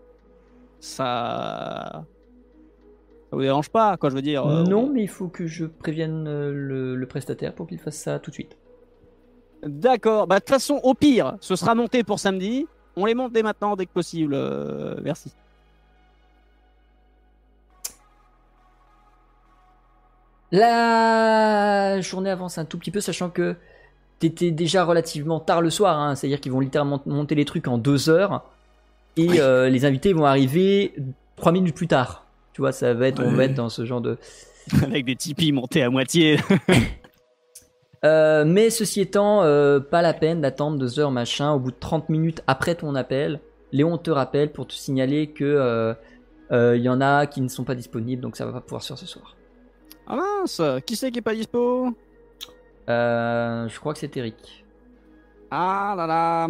ça... Ça vous dérange pas, quoi, je veux dire euh, Non, on... mais il faut que je prévienne le, le prestataire pour qu'il fasse ça tout de suite. D'accord. Bah, de toute façon, au pire, ce sera monté pour samedi. On les monte dès maintenant, dès que possible. Euh, merci. La journée avance un tout petit peu, sachant que t'étais déjà relativement tard le soir. Hein, c'est-à-dire qu'ils vont littéralement monter les trucs en deux heures. Et oui. euh, les invités vont arriver trois minutes plus tard. Tu vois, ça va être, ouais. On va être dans ce genre de... Avec des tipis montés à moitié. Euh, mais ceci étant, euh, pas la peine d'attendre deux heures machin. Au bout de trente minutes après ton appel, Léon te rappelle pour te signaler que euh, euh, y en a qui ne sont pas disponibles, donc ça va pas pouvoir se faire ce soir. Ah mince, qui c'est qui est pas dispo? euh, Je crois que c'est Eric. Ah là là.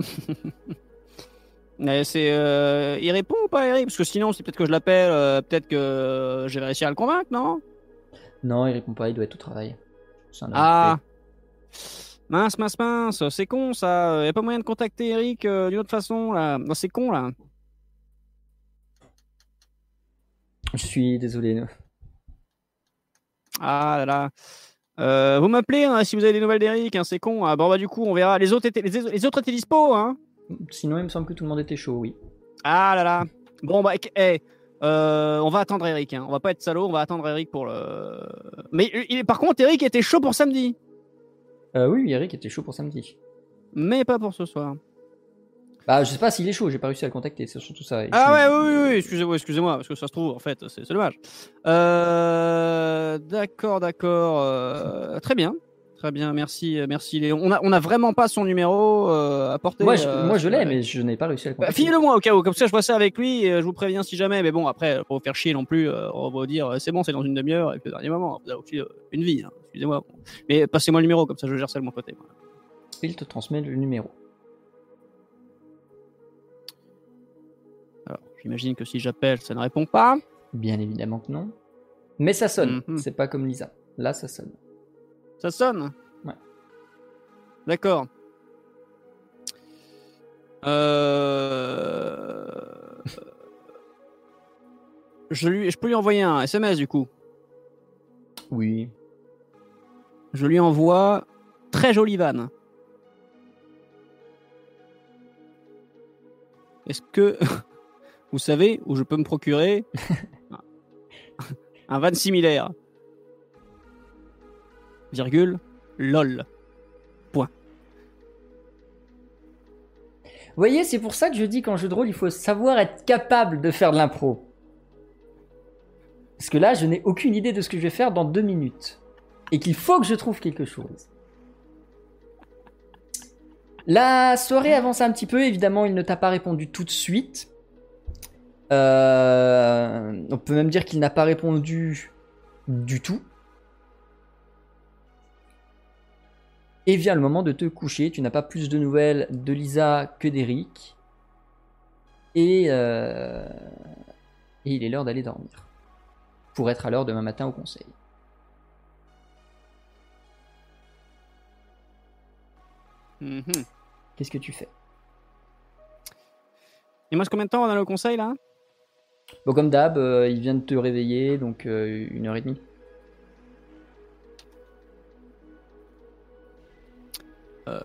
Mais c'est, euh, il répond ou pas, Eric? Parce que sinon, c'est peut-être que je l'appelle, euh, peut-être que euh, j'ai réussi à le convaincre, non? Non, il répond pas, il doit être au travail. Ah occupé. Mince, mince, mince, c'est con ça. Y a pas moyen de contacter Eric euh, d'une autre façon là. Non, c'est con là. Je suis désolé. Ah là là. Euh, vous m'appelez hein, si vous avez des nouvelles d'Eric, hein, c'est con. Hein. Bon bah du coup on verra. Les autres étaient, les, les autres étaient dispo, hein. Sinon, il me semble que tout le monde était chaud, oui. Ah là là. Bon bah hey, euh, on va attendre Eric. Hein. On va pas être salaud, on va attendre Eric pour le. Mais il, par contre Eric était chaud pour samedi. Euh, oui, Eric était chaud pour samedi. Mais pas pour ce soir. Bah, je sais pas s'il est chaud, j'ai pas réussi à le contacter, c'est surtout ça. Et Ah je... ouais, oui, oui, oui, excusez-moi, excusez-moi, parce que ça se trouve, en fait, c'est, c'est dommage. Euh, d'accord, d'accord. Euh, très bien. Très bien, merci, merci Léon. On a, on a vraiment pas son numéro euh, à porter. Moi, je, euh, moi, je l'ai, ouais. mais je n'ai pas réussi à le Bah, contacter. filez-le-moi au cas où, comme ça je vois ça avec lui et euh, je vous préviens si jamais. Mais bon, après, pour vous faire chier non plus, euh, on va vous dire c'est bon, c'est dans une demi-heure et puis au dernier moment, vous avez aussi euh, une vie, hein, excusez-moi. Mais passez-moi le numéro, comme ça je gère ça de mon côté. Moi. Il te transmet le numéro. Alors, j'imagine que si j'appelle, ça ne répond pas. Bien évidemment que non. Mais ça sonne, Mhm. c'est pas comme Lisa. Là, ça sonne. Ça sonne. Ouais. D'accord. Euh... je, lui... je peux lui envoyer un S M S du coup. Oui. Je lui envoie très jolie vanne. Est-ce que vous savez où je peux me procurer un van similaire? Virgule, lol. Point. Vous voyez, c'est pour ça que je dis qu'en jeu de rôle, il faut savoir être capable de faire de l'impro. Parce que là, je n'ai aucune idée de ce que je vais faire dans deux minutes. Et qu'il faut que je trouve quelque chose. La soirée avance un petit peu. Évidemment, il ne t'a pas répondu tout de suite. Euh, on peut même dire qu'il n'a pas répondu du tout. Et vient le moment de te coucher. Tu n'as pas plus de nouvelles de Lisa que d'Eric. Et, euh, et il est l'heure d'aller dormir. Pour être à l'heure demain matin au conseil. Mm-hmm. Qu'est-ce que tu fais? Il me reste combien de temps dans le conseil là? Bon, comme d'hab, euh, il vient de te réveiller, donc euh, une heure et demie. Euh...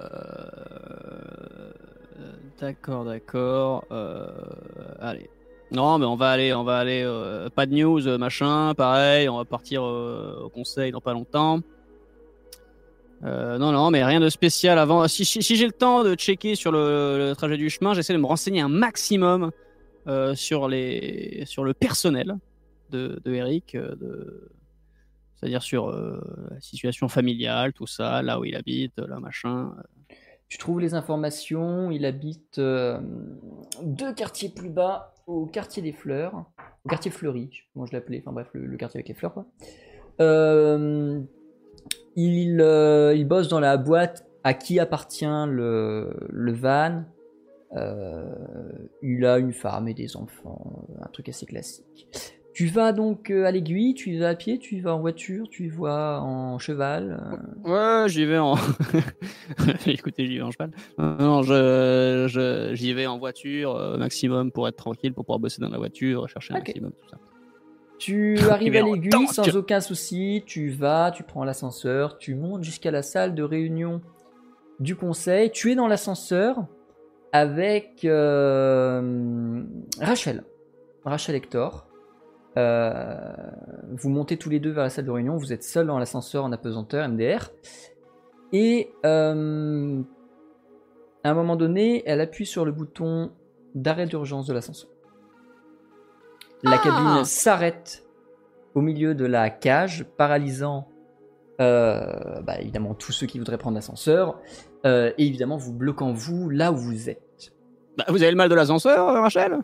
D'accord, d'accord. Euh... Allez. Non, mais on va aller, on va aller. Euh... Pas de news, machin. Pareil, on va partir euh, au conseil dans pas longtemps. Euh, non, non, mais rien de spécial avant. Si, si, si j'ai le temps de checker sur le, le trajet du chemin, j'essaie de me renseigner un maximum euh, sur les, sur le personnel de, de Eric, euh, de, c'est-à-dire sur euh, la situation familiale, tout ça, là où il habite, là machin. Tu trouves les informations. Il habite euh, deux quartiers plus bas, au quartier des Fleurs, au quartier Fleuri, je sais pas comment je l'appelais. Enfin bref, le, le quartier avec les fleurs, quoi. Euh, Il, euh, il bosse dans la boîte à qui appartient le, le van. Euh, il a une femme et des enfants, un truc assez classique. Tu vas donc à l'aiguille, tu y vas à pied, tu y vas en voiture, tu y vas en cheval. Ouais, j'y vais en. Écoutez, j'y vais en cheval. Non, je, je, j'y vais en voiture, euh, maximum pour être tranquille, pour pouvoir bosser dans la voiture, chercher un Ok. maximum, tout ça. Tu arrives à en l'aiguille tank. sans aucun souci, tu vas, tu prends l'ascenseur, tu montes jusqu'à la salle de réunion du conseil. Tu es dans l'ascenseur avec euh, Rachel, Rachel Hector. Euh, vous montez tous les deux vers la salle de réunion, vous êtes seul dans l'ascenseur en apesanteur, M D R. Et euh, à un moment donné, elle appuie sur le bouton d'arrêt d'urgence de l'ascenseur. La Ah cabine s'arrête au milieu de la cage, paralysant euh, bah, évidemment tous ceux qui voudraient prendre l'ascenseur, euh, et évidemment vous bloquant vous là où vous êtes. Bah, vous avez le mal de l'ascenseur, Rachel?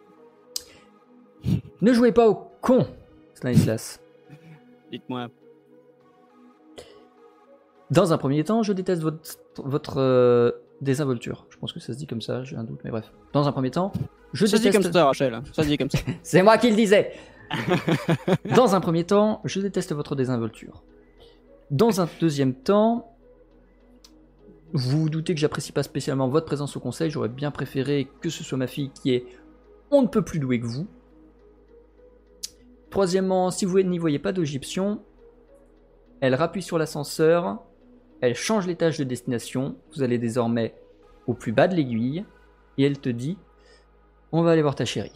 Ne jouez pas au con, Stanislas. Dites-moi. Dans un premier temps, je déteste votre, votre euh, désinvolture. Je pense que ça se dit comme ça, j'ai un doute, mais bref. Dans un premier temps, je Ça se dit déteste... comme ça, Rachel. Ça se dit comme ça. C'est moi qui le disais. Dans un premier temps, je déteste votre désinvolture. Dans un deuxième temps, vous vous doutez que j'apprécie pas spécialement votre présence au conseil. J'aurais bien préféré que ce soit ma fille qui est on ne peut plus douée que vous. Troisièmement, si vous n'y voyez pas d'Égyptian, Elle rappuie sur l'ascenseur, elle change l'étage de destination, vous allez désormais au plus bas de l'aiguille, et elle te dit « On va aller voir ta chérie ».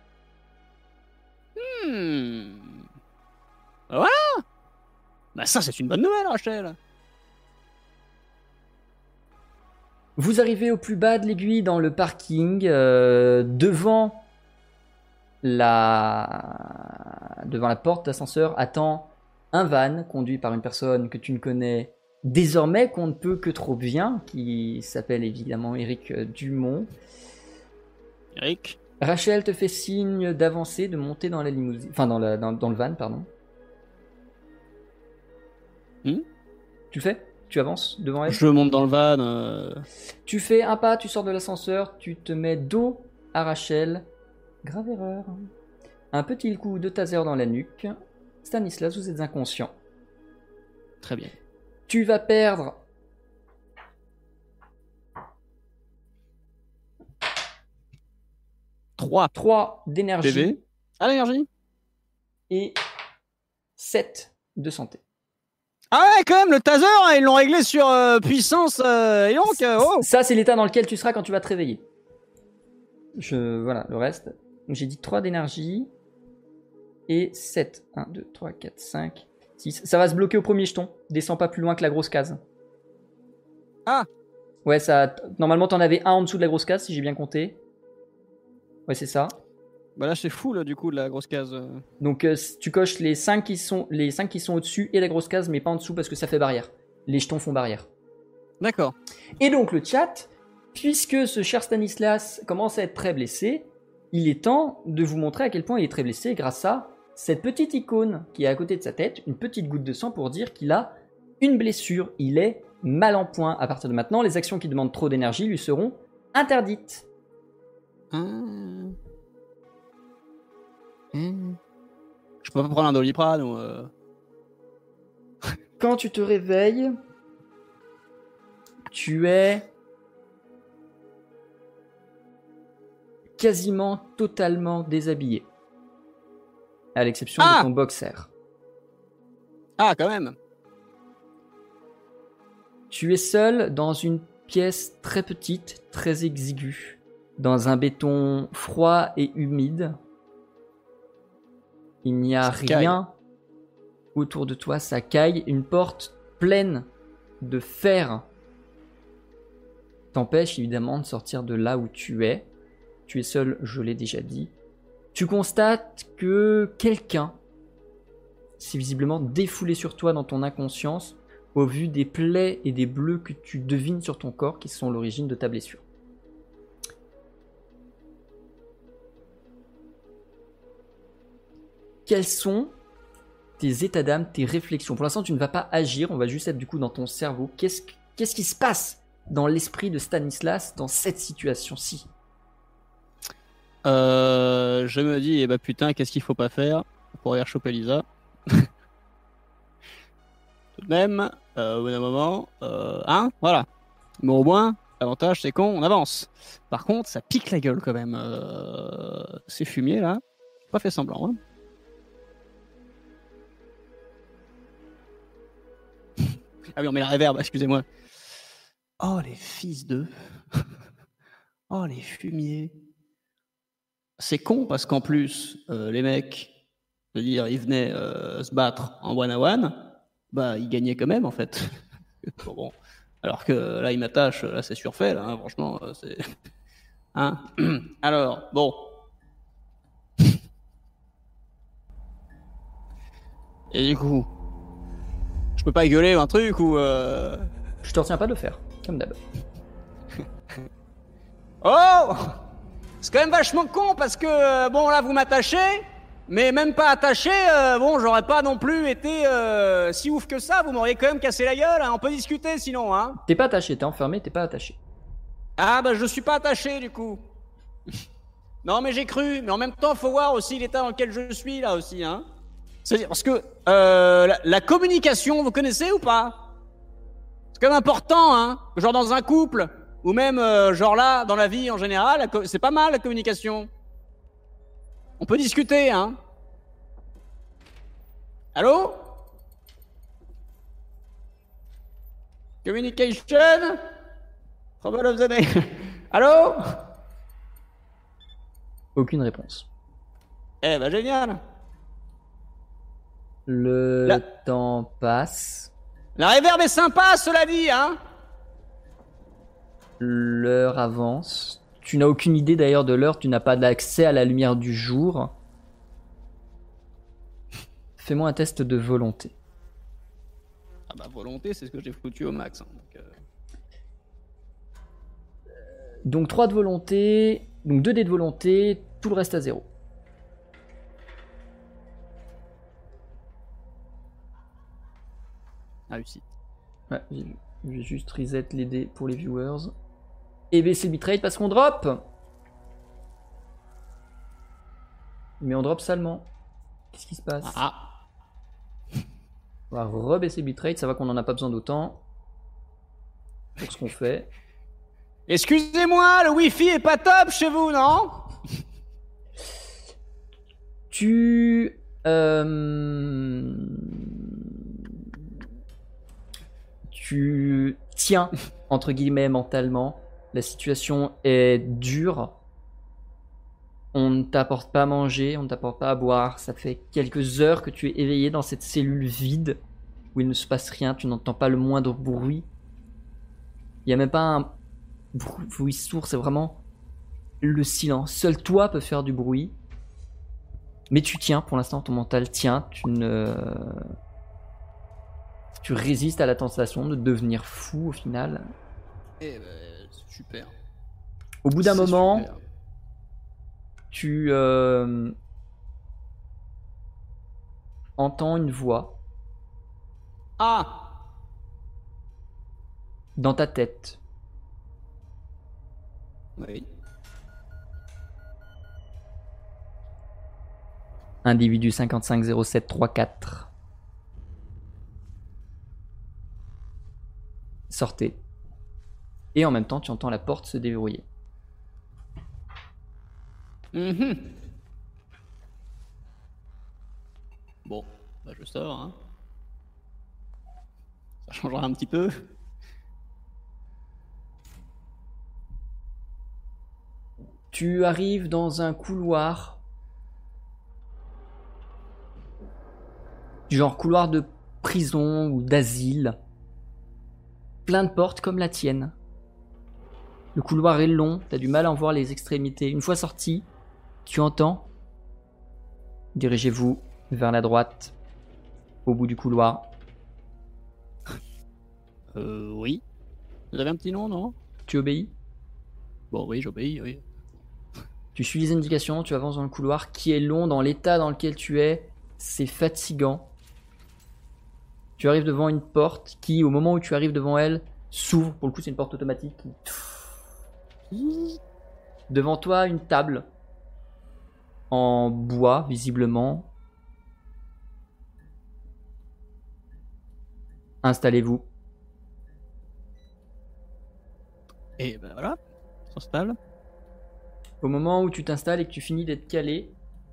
Hmm. Voilà. Bah ça, c'est une bonne nouvelle, Rachel. Vous arrivez au plus bas de l'aiguille dans le parking, euh, devant, la... devant la porte d'ascenseur attend un van conduit par une personne que tu ne connais désormais qu'on ne peut que trop bien, qui s'appelle évidemment Eric Dumont. Eric. Rachel te fait signe d'avancer, de monter dans la limousine, enfin dans, la, dans, dans le van, pardon. Hmm tu le fais? Tu avances devant elle? Je monte dans le van. Euh... Tu fais un pas, tu sors de l'ascenseur, tu te mets dos à Rachel. Grave erreur. Un petit coup de taser dans la nuque. Stanislas, vous êtes inconscient. Très bien. Tu vas perdre trois. trois d'énergie P V. Ah, l'énergie. Et sept de santé. Ah ouais, quand même, le taser, hein, ils l'ont réglé sur euh, puissance. Euh, et donc, euh, oh. Ça, c'est l'état dans lequel tu seras quand tu vas te réveiller. Je, voilà, le reste. J'ai dit trois d'énergie et sept. un, deux, trois, quatre, cinq, six. Ça va se bloquer au premier jeton. Descends pas plus loin que la grosse case. Ah. Ouais, ça. Normalement, t'en avais un en dessous de la grosse case, si j'ai bien compté. Ouais, c'est ça. Bah là, c'est fou, là, du coup, de la grosse case. Donc, euh, tu coches les cinq qui sont, les cinq qui sont au-dessus et la grosse case, mais pas en dessous parce que ça fait barrière. Les jetons font barrière. D'accord. Et donc, le chat, puisque ce cher Stanislas commence à être très blessé, il est temps de vous montrer à quel point il est très blessé grâce à cette petite icône qui est à côté de sa tête, une petite goutte de sang pour dire qu'il a une blessure. Il est mal en point. À partir de maintenant, les actions qui demandent trop d'énergie lui seront interdites. Hum. Hum. Je peux pas prendre un Doliprane ou... Euh... Quand tu te réveilles, tu es quasiment totalement déshabillé. À l'exception ah de ton boxer. Ah, quand même. Tu es seul dans une pièce très petite, très exiguë, dans un béton froid et humide. Il n'y a Ça rien caille. autour de toi, ça caille. Une porte pleine de fer t'empêche évidemment de sortir de là où tu es. Tu es seul, je l'ai déjà dit. Tu constates que quelqu'un s'est visiblement défoulé sur toi dans ton inconscience au vu des plaies et des bleus que tu devines sur ton corps qui sont l'origine de ta blessure. Quels sont tes états d'âme, tes réflexions? Pour l'instant, tu ne vas pas agir, on va juste être du coup dans ton cerveau. Qu'est-ce, qu'est-ce qui se passe dans l'esprit de Stanislas dans cette situation-ci? Euh, je me dis, eh bah putain, qu'est-ce qu'il faut pas faire pour aller choper Lisa? Tout de même, euh, au bout d'un moment, euh, hein, voilà. Mais au moins, l'avantage c'est qu'on avance. Par contre, ça pique la gueule quand même. Euh, ces fumiers là, j'ai pas fait semblant. Hein. Ah oui, on met la reverb, excusez-moi. Oh les fils de. Oh les fumiers. C'est con parce qu'en plus, euh, les mecs, je veux dire, ils venaient euh, se battre en one à one, bah ils gagnaient quand même en fait. bon, bon. Alors que là, ils m'attachent, là c'est surfait, là, hein, franchement, euh, c'est. Hein. Alors, bon. Et du coup, je peux pas gueuler ou un truc ou. Euh... Je te retiens pas de le faire, comme d'hab. Oh! C'est quand même vachement con parce que, bon, là, vous m'attachez, mais même pas attaché, euh, bon, j'aurais pas non plus été euh, si ouf que ça, vous m'auriez quand même cassé la gueule, hein, on peut discuter sinon, hein. T'es pas attaché, t'es enfermé, t'es pas attaché. Ah, bah, je suis pas attaché, du coup. Non, mais j'ai cru, mais en même temps, faut voir aussi l'état dans lequel je suis, là, aussi, hein. C'est-à-dire, parce que, euh, la, la communication, vous connaissez ou pas? C'est quand même important, hein, genre dans un couple... Ou même, euh, genre là, dans la vie en général, c'est pas mal la communication. On peut discuter, hein. Allô? Communication. Trouble of the day. Allô? Aucune réponse. Eh ben génial. Le La- temps passe. La réverb est sympa, cela dit, hein? L'heure avance. Tu n'as aucune idée d'ailleurs de l'heure, tu n'as pas d'accès à la lumière du jour. Fais-moi un test de volonté. Ah bah volonté, c'est ce que j'ai foutu au max. hein, donc, euh, Donc trois de volonté, donc deux dés de volonté, tout le reste à zéro. Réussite. Ouais, j'ai vu. Je vais juste reset les dés pour les viewers. Et baisser le bitrate parce qu'on drop. Mais on drop salement. Qu'est-ce qui se passe? Ah. On va rebaisser le bitrate, ça va qu'on n'en a pas besoin d'autant. Pour ce qu'on fait. Excusez-moi, le wifi est pas top chez vous, non? Tu... euh, Tu tiens, entre guillemets, mentalement. La situation est dure. On ne t'apporte pas à manger, on ne t'apporte pas à boire. Ça fait quelques heures que tu es éveillé dans cette cellule vide où il ne se passe rien, tu n'entends pas le moindre bruit. Il n'y a même pas un bruit sourd, c'est vraiment le silence. Seul toi peux faire du bruit. Mais tu tiens, pour l'instant, ton mental tient. Tu ne... Tu résistes à la tentation de devenir fou au final. Eh ben, super. Au bout d'un C'est moment, super. tu euh, entends une voix Ah. dans ta tête. Oui. Individu cinquante-cinq zéro sept trente-quatre. Sortez. Et en même temps, tu entends la porte se déverrouiller. Mhm. Bon, bah je sors, hein. Ça changera un petit peu. Tu arrives dans un couloir. Du genre couloir de prison ou d'asile. Plein de portes comme la tienne. Le couloir est long, t'as du mal à en voir les extrémités. Une fois sorti, tu entends. Dirigez-vous vers la droite, au bout du couloir. Euh, oui. Vous avez un petit nom, non? Tu obéis. Bon, oui, j'obéis, oui. Tu suis les indications, tu avances dans le couloir qui est long dans l'état dans lequel tu es. C'est fatigant. Tu arrives devant une porte qui, au moment où tu arrives devant elle, s'ouvre. Pour le coup, c'est une porte automatique. Devant toi, une table en bois, visiblement. Installez-vous. Et ben voilà, on s'installe. Au moment où tu t'installes et que tu finis d'être calé,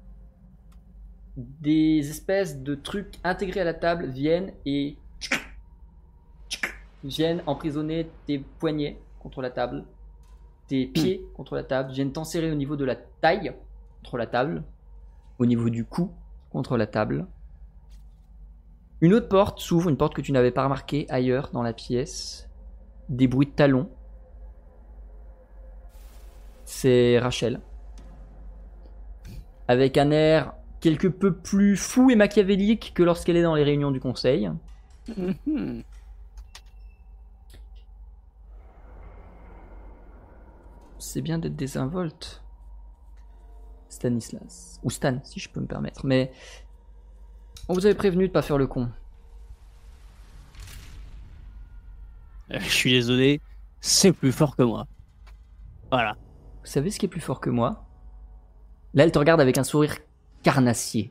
des espèces de trucs intégrés à la table viennent et viennent emprisonner tes poignets contre la table, tes pieds contre la table, viennent t'enserrer au niveau de la taille contre la table, au niveau du cou contre la table. Une autre porte s'ouvre, une porte que tu n'avais pas remarquée ailleurs dans la pièce. Des bruits de talons. C'est Rachel. Avec un air quelque peu plus fou et machiavélique que lorsqu'elle est dans les réunions du conseil. Mhm. C'est bien d'être désinvolte, Stanislas. Ou Stan, si je peux me permettre. Mais on vous avait prévenu de pas faire le con. Euh, Je suis désolé, c'est plus fort que moi. Voilà. Vous savez ce qui est plus fort que moi? Là, elle te regarde avec un sourire carnassier.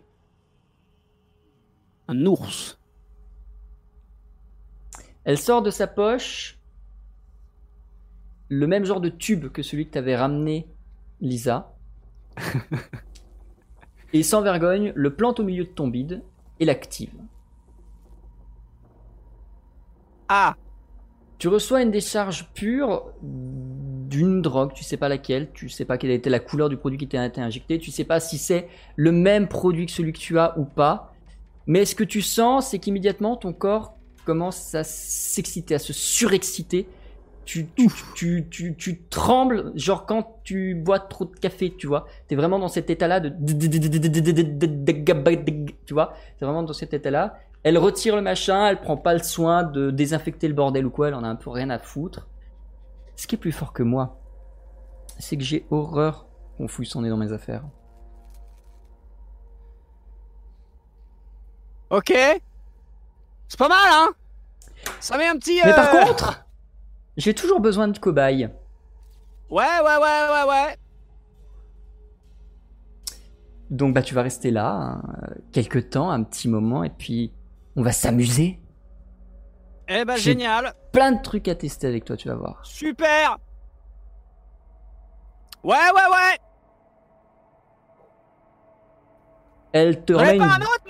Un ours. Elle sort de sa poche le même genre de tube que celui que t'avais ramené, Lisa. Et sans vergogne, le plante au milieu de ton bide et l'active. Ah. Tu reçois une décharge pure d'une drogue, tu sais pas laquelle, tu sais pas quelle était la couleur du produit qui t'a été injecté, tu sais pas si c'est le même produit que celui que tu as ou pas. Mais ce que tu sens, c'est qu'immédiatement ton corps commence à s'exciter, à se surexciter. Tu, tu, tu, tu, tu trembles, genre quand tu bois trop de café, tu vois. T'es vraiment dans cet état-là de... Tu vois, t'es vraiment dans cet état-là. Elle retire le machin, elle prend pas le soin de désinfecter le bordel ou quoi, elle en a un peu rien à foutre. Ce qui est plus fort que moi, c'est que j'ai horreur qu'on fouille son nez dans mes affaires. Ok. C'est pas mal, hein. Ça met un petit... Mais euh, par contre... J'ai toujours besoin de cobayes. Ouais, ouais, ouais, ouais, ouais. Donc bah tu vas rester là hein, quelques temps, un petit moment, et puis on va s'amuser. Eh ben, J'ai- génial. Plein de trucs à tester avec toi, tu vas voir. Super. Ouais, ouais, ouais. Elle te T'en remet avais une... pas un autre,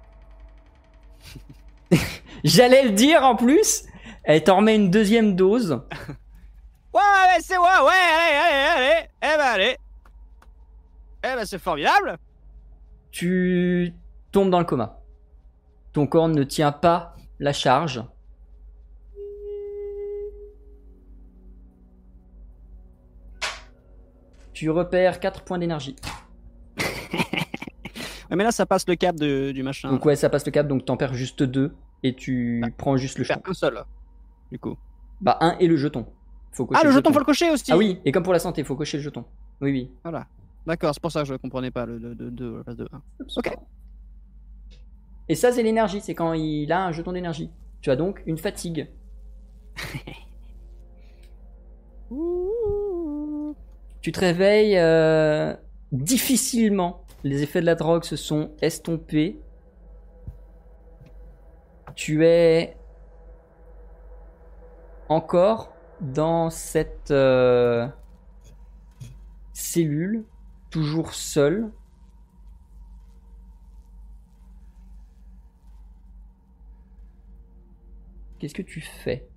non? J'allais le dire en plus. Elle t'en remet une deuxième dose. Ouais, ouais, c'est ouais, ouais, allez, allez, allez. Eh ben, allez. Eh ben, c'est formidable. Tu tombes dans le coma. Ton corps ne tient pas la charge. Tu repères quatre points d'énergie. Ouais, mais là, ça passe le cap de, du machin. Donc ouais, ça passe le cap, donc t'en perds juste deux. Et tu Bah, prends juste le Faire jeton. un seul, du coup. Bah un et le jeton. Faut cocher Ah, le jeton, faut le cocher aussi. Ah oui, et comme pour la santé, faut cocher le jeton. Oui, oui. Voilà. D'accord, c'est pour ça que je comprenais pas le deux à la place de un. Ok. Et ça, c'est l'énergie, c'est quand il a un jeton d'énergie. Tu as donc une fatigue. Tu te réveilles euh, difficilement. Les effets de la drogue se sont estompés. Tu es encore dans cette euh, cellule, toujours seul. Qu'est-ce que tu fais?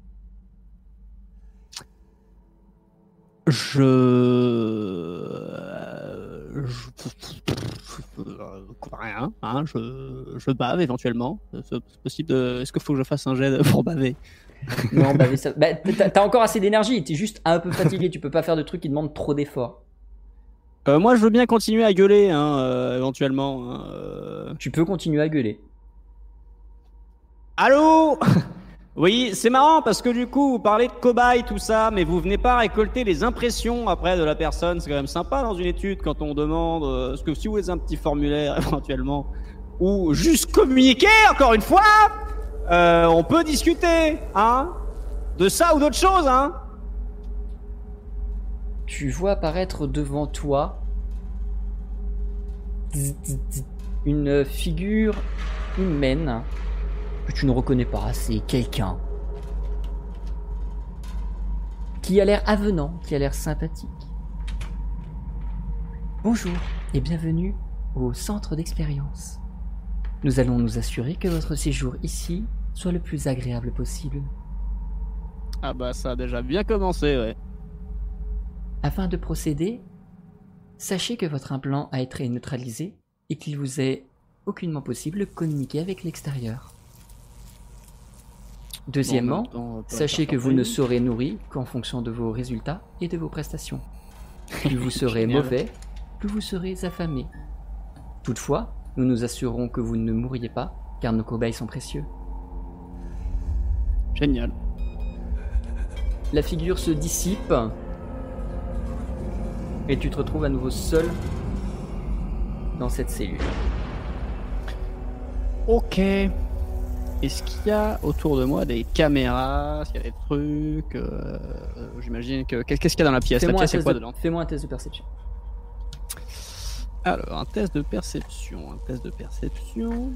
Je... euh, je... Rien, hein, je... je bave éventuellement. C'est possible de... Est-ce qu'il faut que je fasse un jet pour baver? Non, bah, mais ça- bah, t'as t'as encore assez d'énergie, t'es juste un peu fatigué, tu peux pas faire de trucs qui demandent trop d'efforts. Euh, moi, je veux bien continuer à gueuler, hein, euh, éventuellement. hein, euh. Tu peux continuer à gueuler. Allô? Oui, c'est marrant parce que du coup, vous parlez de cobaye, tout ça, mais vous venez pas récolter les impressions après de la personne. C'est quand même sympa dans une étude quand on demande. euh, Est-ce que si vous voulez un petit formulaire éventuellement, ou juste communiquer, encore une fois, euh, on peut discuter, hein, de ça ou d'autre chose, hein. Tu vois apparaître devant toi une figure humaine que tu ne reconnais pas. C'est quelqu'un qui a l'air avenant, qui a l'air sympathique. Bonjour et bienvenue au centre d'expérience. Nous allons nous assurer que votre séjour ici soit le plus agréable possible. Ah bah ça a déjà bien commencé, ouais. Afin de procéder, sachez que votre implant a été neutralisé et qu'il vous est aucunement possible de communiquer avec l'extérieur. Deuxièmement, Bon, en même temps, pas sachez faire que vous ne surprise. serez nourri qu'en fonction de vos résultats et de vos prestations. Plus vous serez Génial. mauvais, plus vous serez affamé. Toutefois, nous nous assurerons que vous ne mourriez pas, car nos cobayes sont précieux. Génial. La figure se dissipe et tu te retrouves à nouveau seul dans cette cellule. Ok. Est-ce qu'il y a autour de moi des caméras? Est-ce qu'il y a des trucs euh, euh, J'imagine que... Qu'est-ce qu'il y a dans la pièce? La Fais-moi un, pièce, c'est test quoi de- dedans? fais-moi un test de perception. Alors, un test de perception. Un test de perception.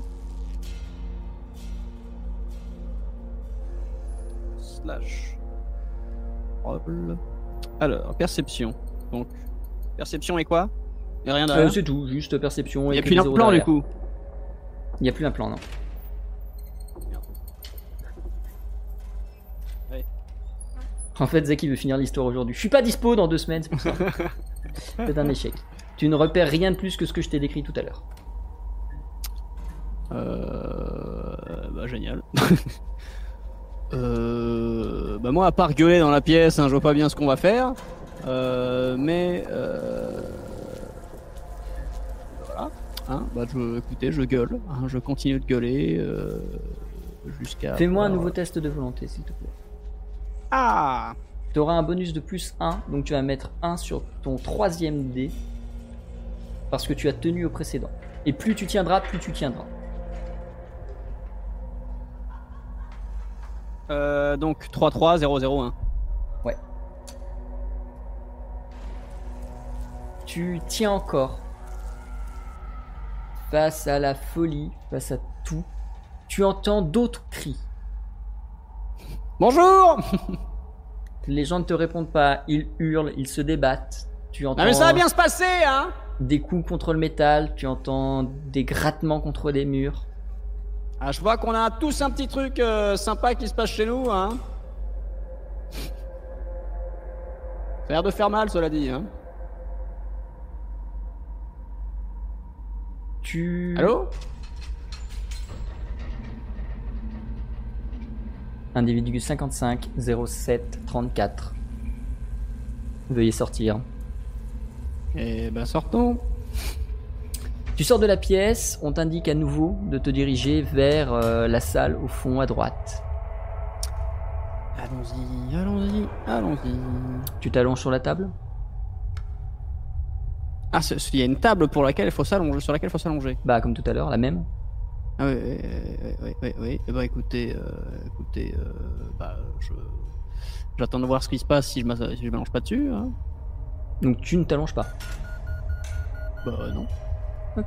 Slash. Roll. Alors, perception. Donc, perception et quoi? Et rien Euh, derrière. c'est tout, juste perception. Il et n'y a que plus des un zéros plan du derrière. coup. Il n'y a plus un plan, non. En fait, Zaki veut finir l'histoire aujourd'hui. Je suis pas dispo dans deux semaines, c'est pour ça. C'est un échec. Tu ne repères rien de plus que ce que je t'ai décrit tout à l'heure. Euh... Bah génial. euh... Bah moi à part gueuler dans la pièce, hein, je vois pas bien ce qu'on va faire. Euh... Mais... Euh... Voilà. Hein, bah je... Écoutez, je gueule. Hein, je continue de gueuler euh... jusqu'à... Fais-moi un pouvoir- nouveau test de volonté, s'il te plaît. Ah. Tu auras un bonus de plus un, donc tu vas mettre un sur ton troisième dé. Parce que tu as tenu au précédent. Et plus tu tiendras, plus tu tiendras. Euh, donc trois trois zéro zéro un. Ouais. Tu tiens encore. Face à la folie, face à tout. Tu entends d'autres cris. Bonjour. Les gens ne te répondent pas, ils hurlent, ils se débattent. Tu entends Ah mais ça va bien se passer, hein. des coups contre le métal, tu entends des grattements contre des murs. Ah, je vois qu'on a tous un petit truc euh, sympa qui se passe chez nous, hein. Ça a l'air de faire mal, cela dit, hein. Tu... Allô? Individu cinquante-cinq zéro sept trente-quatre. Veuillez sortir. Eh ben sortons. Tu sors de la pièce, on t'indique à nouveau de te diriger vers euh, la salle au fond à droite. Allons-y, allons-y, allons-y. Tu t'allonges sur la table? Ah, c'est- il y a une table pour laquelle il faut s'allonger, sur laquelle il faut s'allonger. Bah comme tout à l'heure, la même. Ah oui, oui, oui, oui, oui, oui. Eh ben écoutez, euh, écoutez, euh, bah, je, j'attends de voir ce qui se passe si je m'as- si je m'allonge pas dessus. Hein. Donc tu ne t'allonges pas. Bah non. Ok.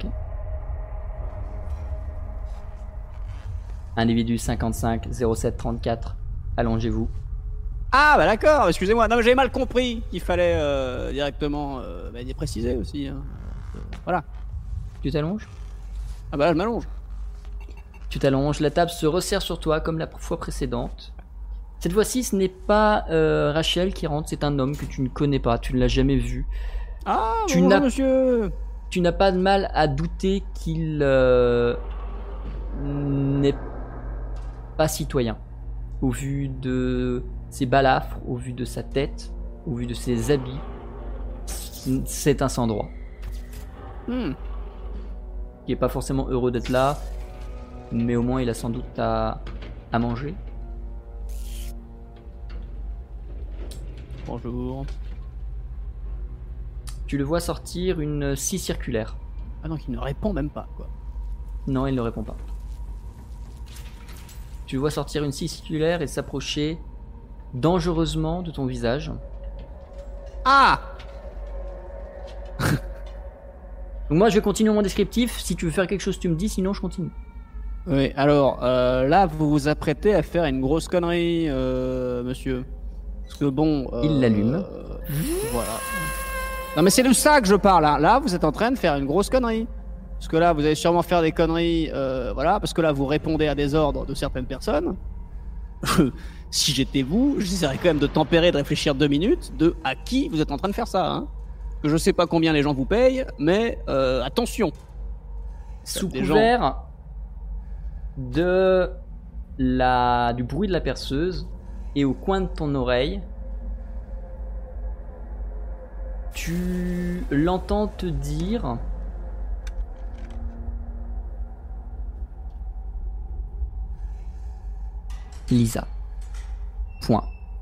Individu cinquante-cinq zéro sept trente-quatre. Allongez-vous. Ah bah d'accord, excusez-moi. Non mais j'avais mal compris qu'il fallait euh, directement euh, bah, préciser aussi. Hein. Euh, voilà. Tu t'allonges? Ah bah là je m'allonge. Tu t'allonges, la table se resserre sur toi comme la fois précédente. Cette fois-ci, ce n'est pas euh, Rachel qui rentre, c'est un homme que tu ne connais pas, tu ne l'as jamais vu. Ah Tu bonjour n'as- monsieur. Tu n'as pas de mal à douter qu'il euh, n'est pas citoyen. Au vu de ses balafres, au vu de sa tête, au vu de ses habits, c'est un sans droit. Hmm. Qui est pas forcément heureux d'être là, mais au moins il a sans doute à, à manger. Bonjour. Tu le vois sortir une scie circulaire. Ah donc il ne répond même pas quoi. Non, il ne répond pas. Tu le vois sortir une scie circulaire et s'approcher dangereusement de ton visage. Ah. Donc moi je vais continuer mon descriptif, si tu veux faire quelque chose tu me dis, sinon je continue. Oui, alors euh, là vous vous apprêtez à faire une grosse connerie, euh, monsieur. Parce que bon. euh, Il l'allume. euh, voilà. Non mais c'est de ça que je parle. Hein. Là vous êtes en train de faire une grosse connerie. Parce que là vous allez sûrement faire des conneries, euh, voilà. Parce que là vous répondez à des ordres de certaines personnes. Si j'étais vous, j'essaierais quand même de tempérer, de réfléchir deux minutes de à qui vous êtes en train de faire ça. Hein. Que je sais pas combien les gens vous payent, mais euh, attention. Sous des couvert de la du bruit de la perceuse et au coin de ton oreille, tu l'entends te dire Lisa. Point.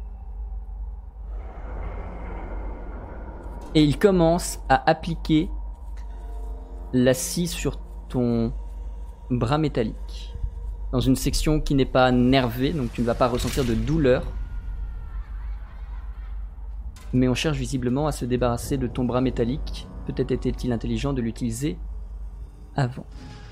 Et il commence à appliquer la scie sur ton bras métallique. Dans une section qui n'est pas nervée, donc tu ne vas pas ressentir de douleur. Mais on cherche visiblement à se débarrasser de ton bras métallique. Peut-être était-il intelligent de l'utiliser avant.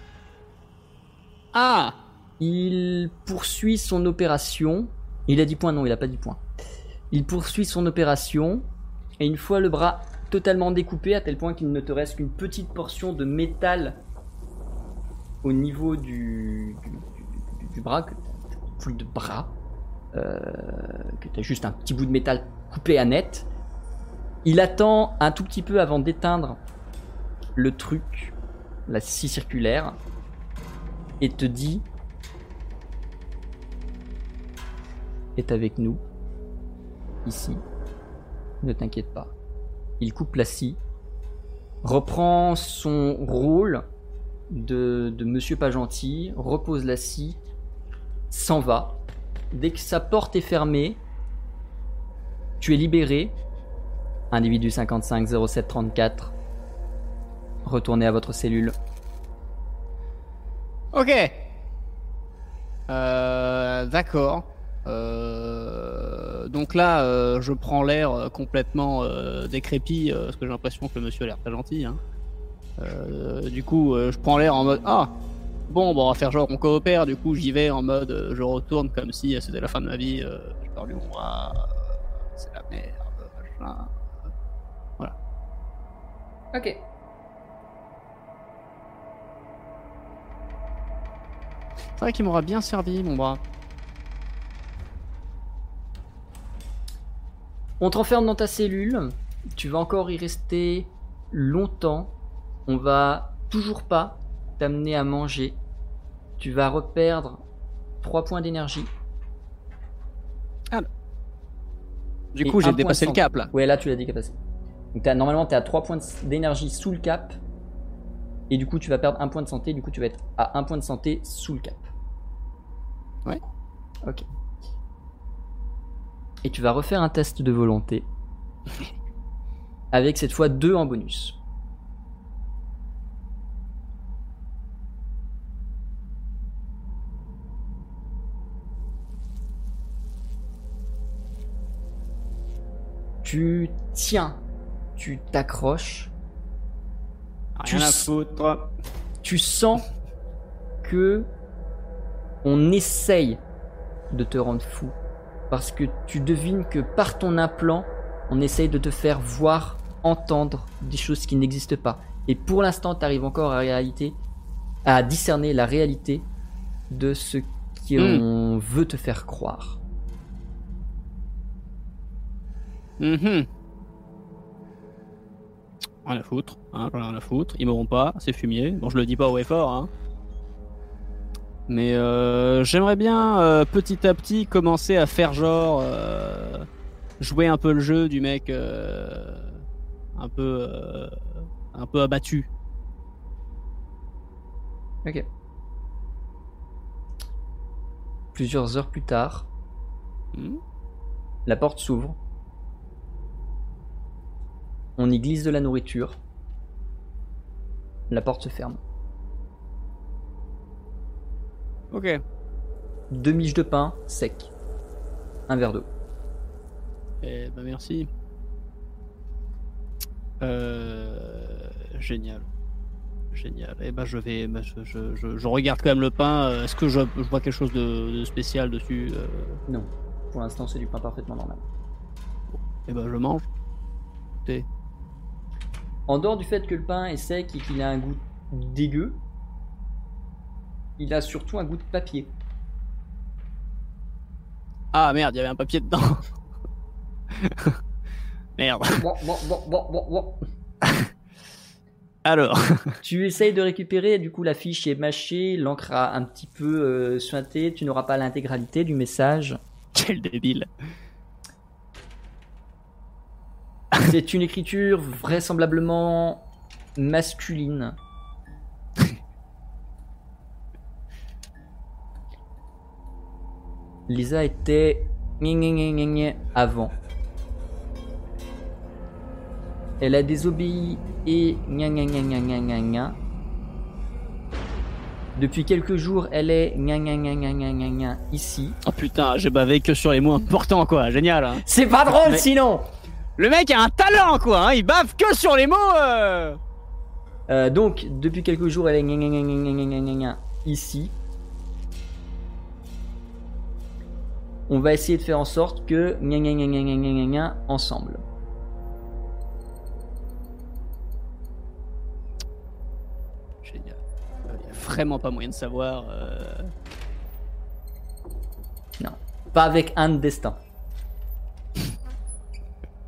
Ah. Il poursuit son opération. Il a dix points, non, il a pas dix points. Il poursuit son opération. Et une fois le bras totalement découpé, à tel point qu'il ne te reste qu'une petite portion de métal au niveau du, du, du, du, du bras, que, plus de bras, euh, que tu as juste un petit bout de métal coupé à net. Il attend un tout petit peu avant d'éteindre le truc, la scie circulaire, et te dit: est avec nous, ici, ne t'inquiète pas. Il coupe la scie, reprend son rôle de, de monsieur pas gentil, repose la scie, s'en va. Dès que sa porte est fermée, tu es libéré. Individu cinquante-cinq zéro sept trente-quatre, retournez à votre cellule. Ok. Euh, D'accord. Euh, donc là, euh, je prends l'air complètement euh, décrépit, euh, parce que j'ai l'impression que le monsieur a l'air très gentil. Hein. Euh, du coup, euh, je prends l'air en mode ah bon, bon, on va faire genre on coopère. Du coup, j'y vais en mode euh, je retourne comme si euh, c'était la fin de ma vie. Euh, je pars du moi, euh, c'est la merde, machin. Voilà. Ok. C'est vrai qu'il m'aura bien servi, mon bras. On te renferme dans ta cellule. Tu vas encore y rester longtemps. On va toujours pas t'amener à manger. Tu vas reperdre trois points d'énergie. Ah. Du Et coup, un j'ai point dépassé de le santé. cap là. Ouais, là tu l'as dépassé. Donc t'as- normalement tu es à trois points de- d'énergie sous le cap. Et du coup tu vas perdre un point de santé. Du coup tu vas être à un point de santé sous le cap. Ouais. Ok. Et tu vas refaire un test de volonté. Avec cette fois deux en bonus. Tu tiens, tu t'accroches, Tu Rien à s- foutre. tu sens que on essaye de te rendre fou. Parce que tu devines que par ton implant, on essaye de te faire voir, entendre des choses qui n'existent pas. Et pour l'instant, tu arrives encore à, réalité, à discerner la réalité de ce qu'on veut te faire croire. Mhm. Rien à foutre, hein, j'en ai rien à foutre. Ils m'auront pas, c'est fumier. Bon, je le dis pas haut et fort, hein. Mais euh, j'aimerais bien euh, petit à petit commencer à faire genre euh, jouer un peu le jeu du mec euh, un peu euh, un peu abattu. Ok. Plusieurs heures plus tard, Hmm. la porte s'ouvre. On y glisse de la nourriture. La porte se ferme. Ok. Deux miches de pain sec. Un verre d'eau. Eh ben merci. Euh, génial. Génial. Et ben je vais, ben, je, je, je, je regarde quand même le pain. Euh, Est-ce que je, je vois quelque chose de, de spécial dessus? euh... Non. Pour l'instant, c'est du pain parfaitement normal. Et ben je mange. T'es- En dehors du fait que le pain est sec et qu'il a un goût dégueu, il a surtout un goût de papier. Ah merde, il y avait un papier dedans. Merde. Bon, bon, bon, bon, bon, bon. Alors. Tu essayes de récupérer, du coup la fiche est mâchée, l'encre a un petit peu euh, suinté, tu n'auras pas l'intégralité du message. Quel débile. C'est une écriture vraisemblablement masculine. Lisa était gna gna gna gna gna avant. Elle a désobéi et gna gna gna gna gna gna gna. Depuis quelques jours, elle est gna gna gna gna gna gna gna ici. Oh putain, j'ai bavé que sur les mots importants quoi. Génial. Hein. C'est pas drôle Mais- sinon. Le mec a un talent quoi. Hein. Il bave que sur les mots. Euh... Euh, donc, depuis quelques jours, elle est gna gna gna gna gna gna gna gna ici. On va essayer de faire en sorte que gna gna gna gna gna gna gna gna ensemble. Génial. Il y a vraiment pas moyen de savoir. Euh... Pas avec un destin.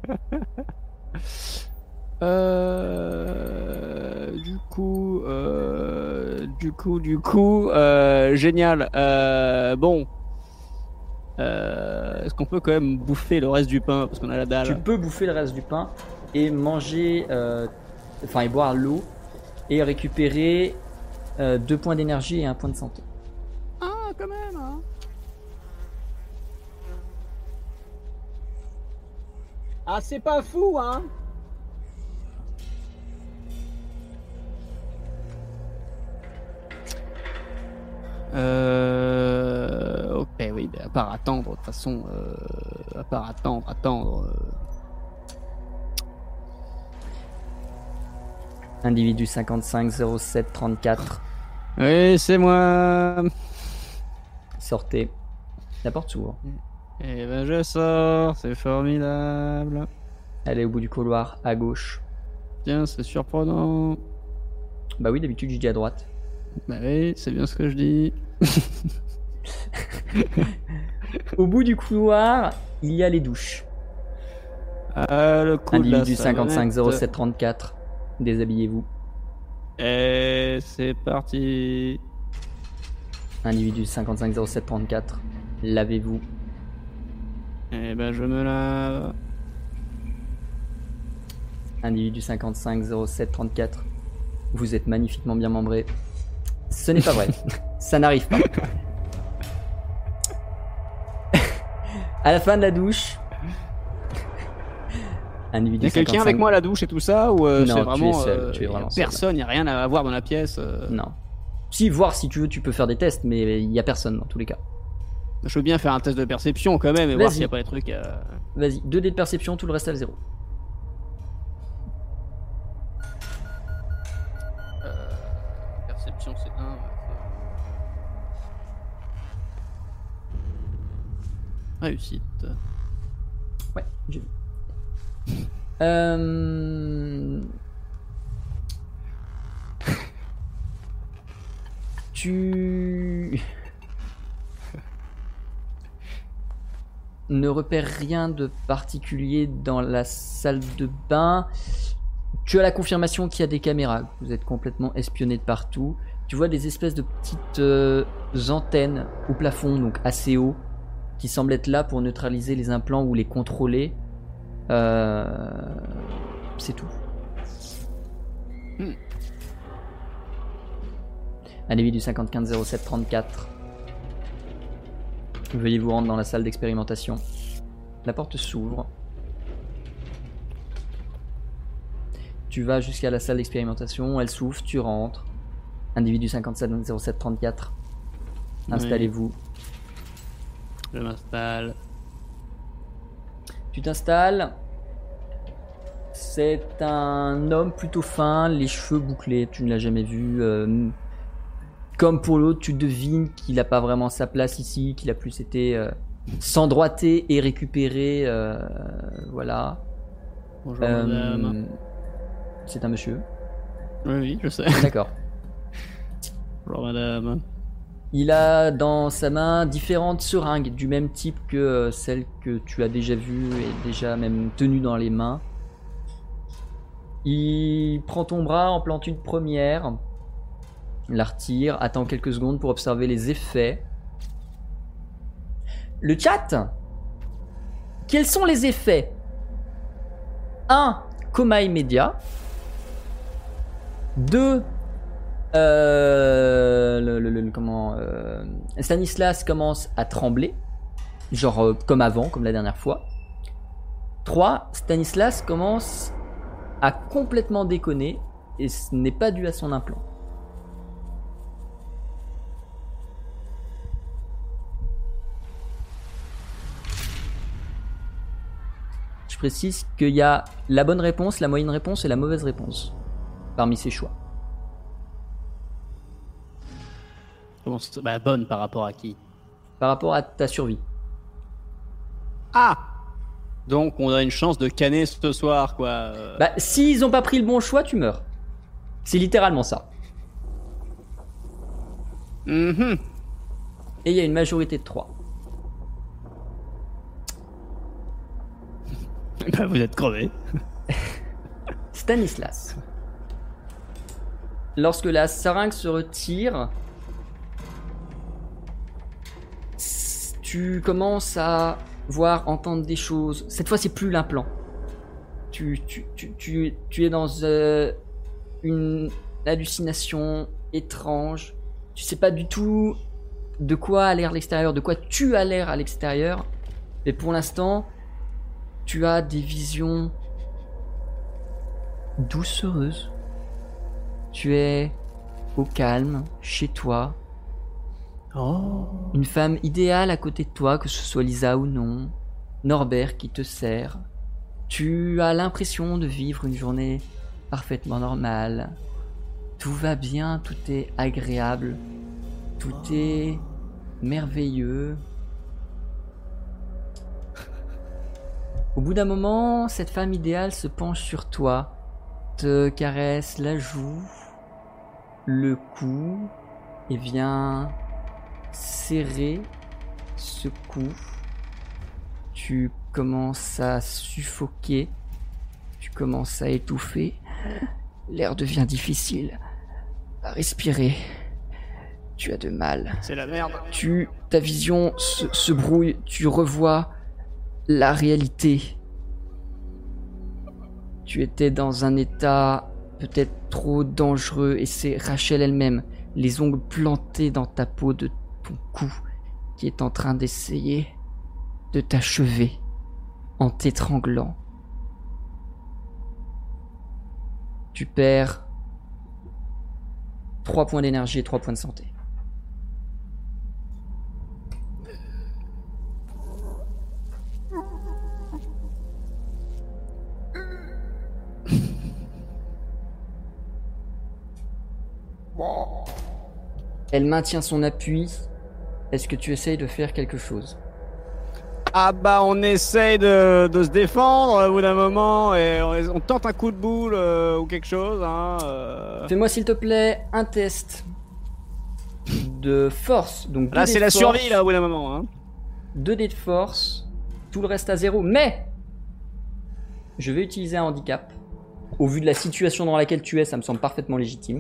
Euh, du coup, euh, du coup, du coup, euh, génial. Euh, bon, Euh, est-ce qu'on peut quand même bouffer le reste du pain parce qu'on a la dalle? Tu peux bouffer le reste du pain et manger, euh, enfin et boire l'eau et récupérer euh, deux points d'énergie et un point de santé. Ah, quand même. Hein. Ah, c'est pas fou, hein. Euh... Ok, oui, mais à part attendre, de toute façon, euh... à part attendre, attendre... Euh... Individu cinquante-cinq zéro sept trente-quatre. Oui, c'est moi. Sortez. La porte s'ouvre. Eh ben, je sors, c'est formidable. Elle est au bout du couloir, à gauche. Tiens, c'est surprenant. Bah oui, d'habitude je dis à droite. Bah oui, c'est bien ce que je dis. Au bout du couloir, il y a les douches. Ah, le coup de la Individu cinquante-cinq zéro savonnette. sept trente-quatre. Déshabillez-vous. Et c'est parti. Individu cinquante-cinq zéro sept trente-quatre. Lavez-vous. Eh ben, je me lave. Individu cinquante-cinq zéro sept trente-quatre. Vous êtes magnifiquement bien membré. Ce n'est pas vrai. Ça n'arrive pas. À la fin de la douche. Individu Il y a quelqu'un cinquante-cinq avec moi à la douche et tout ça ou euh, Non, c'est tu es vraiment seul, euh, tu es y a vraiment seul. personne, il n'y a rien à voir dans la pièce. euh. Non. Si, voir si tu veux, tu peux faire des tests, mais il n'y a personne dans tous les cas. Je veux bien faire un test de perception quand même et voir Vas-y. s'il n'y a pas des trucs. euh. Vas-y, deux dés de perception, tout le reste à zéro. Perception, c'est un. Réussite. Ouais, j'ai vu. Euh... tu ne repères rien de particulier dans la salle de bain. Tu as la confirmation qu'il y a des caméras. Vous êtes complètement espionné de partout. Tu vois des espèces de petites euh, antennes au plafond, donc assez haut, qui semblent être là pour neutraliser les implants ou les contrôler. Euh... C'est tout. Hmm. Individu cinquante-quinze zéro sept trente-quatre. Veuillez vous rendre dans la salle d'expérimentation. La porte s'ouvre. Tu vas jusqu'à la salle d'expérimentation, elle s'ouvre, tu rentres. Individu cinquante-sept zéro sept trente-quatre. Installez-vous. Je m'installe. Tu t'installes. C'est un homme plutôt fin, les cheveux bouclés, tu ne l'as jamais vu. euh, Comme pour l'autre, tu devines qu'il n'a pas vraiment sa place ici, qu'il a plus été euh, s'endroiter et récupérer. euh, voilà. Bonjour Euh, madame. C'est un monsieur. Oui, oui, je sais. D'accord. Bonjour madame. Il a dans sa main différentes seringues du même type que euh, celles que tu as déjà vues et déjà même tenues dans les mains. Il prend ton bras, en plante une première, la retire, attend quelques secondes pour observer les effets. Le chat. Quels sont les effets? un. Coma immédiat. deux. Euh, le, le- le- comment, euh, Stanislas commence à trembler, genre euh, comme avant, comme la dernière fois. trois. Stanislas commence à complètement déconner et ce n'est pas dû à son implant. Je précise qu'il y a la bonne réponse, la moyenne réponse et la mauvaise réponse parmi ces choix. Comment c'est- bah, bonne par rapport à qui? Par rapport à ta survie. Ah! Donc on a une chance de canner ce soir, quoi. euh. Bah, s'ils ont pas pris le bon choix, tu meurs. C'est littéralement ça. Mhm. Et il y a une majorité de trois. Bah, vous êtes crevé. Stanislas. Lorsque la seringue se retire, tu commences à voir, entendre des choses. Cette fois, c'est plus l'implant. Tu, tu, tu, tu, tu es dans euh, une hallucination étrange. Tu sais pas du tout de quoi a l'air l'extérieur, de quoi tu as l'air à l'extérieur. Mais pour l'instant, tu as des visions doucereuses. Tu es au calme, chez toi. Oh. Une femme idéale à côté de toi, que ce soit Lisa ou non. Norbert qui te sert. Tu as l'impression de vivre une journée parfaitement normale. Tout va bien, tout est agréable. Tout est merveilleux. Au bout d'un moment, cette femme idéale se penche sur toi, te caresse la joue, le cou, et vient serrer ce cou. Tu commences à suffoquer, tu commences à étouffer, l'air devient difficile à respirer. Tu as de mal. C'est la merde. Tu, ta vision se, se brouille, tu revois la réalité. Tu étais dans un état peut-être trop dangereux et c'est Rachel elle-même, les ongles plantés dans ta peau de ton cou, qui est en train d'essayer de t'achever en t'étranglant. Tu perds trois points d'énergie et trois points de santé. Elle maintient son appui. Est-ce que tu essayes de faire quelque chose? Ah bah on essaye de, de se défendre au bout d'un moment et on, on tente un coup de boule euh, ou quelque chose. Hein, euh... Fais-moi s'il te plaît un test de force. Donc là c'est la force, survie là au bout d'un moment. Hein. deux dés de force, tout le reste à zéro. Mais je vais utiliser un handicap. Au vu de la situation dans laquelle tu es, ça me semble parfaitement légitime.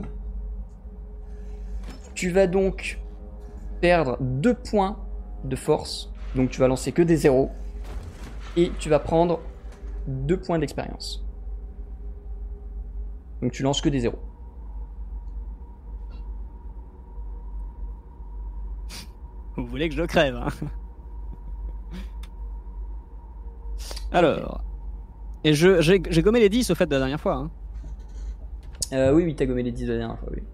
Tu vas donc perdre deux points de force. Donc tu vas lancer que des zéros. Et tu vas prendre deux points d'expérience. Donc tu lances que des zéros. Vous voulez que je le crève, hein. Alors... Et je, j'ai, j'ai gommé les dix au fait de la dernière fois. Hein. Euh, oui, oui, t'as gommé les dix de la dernière fois, oui.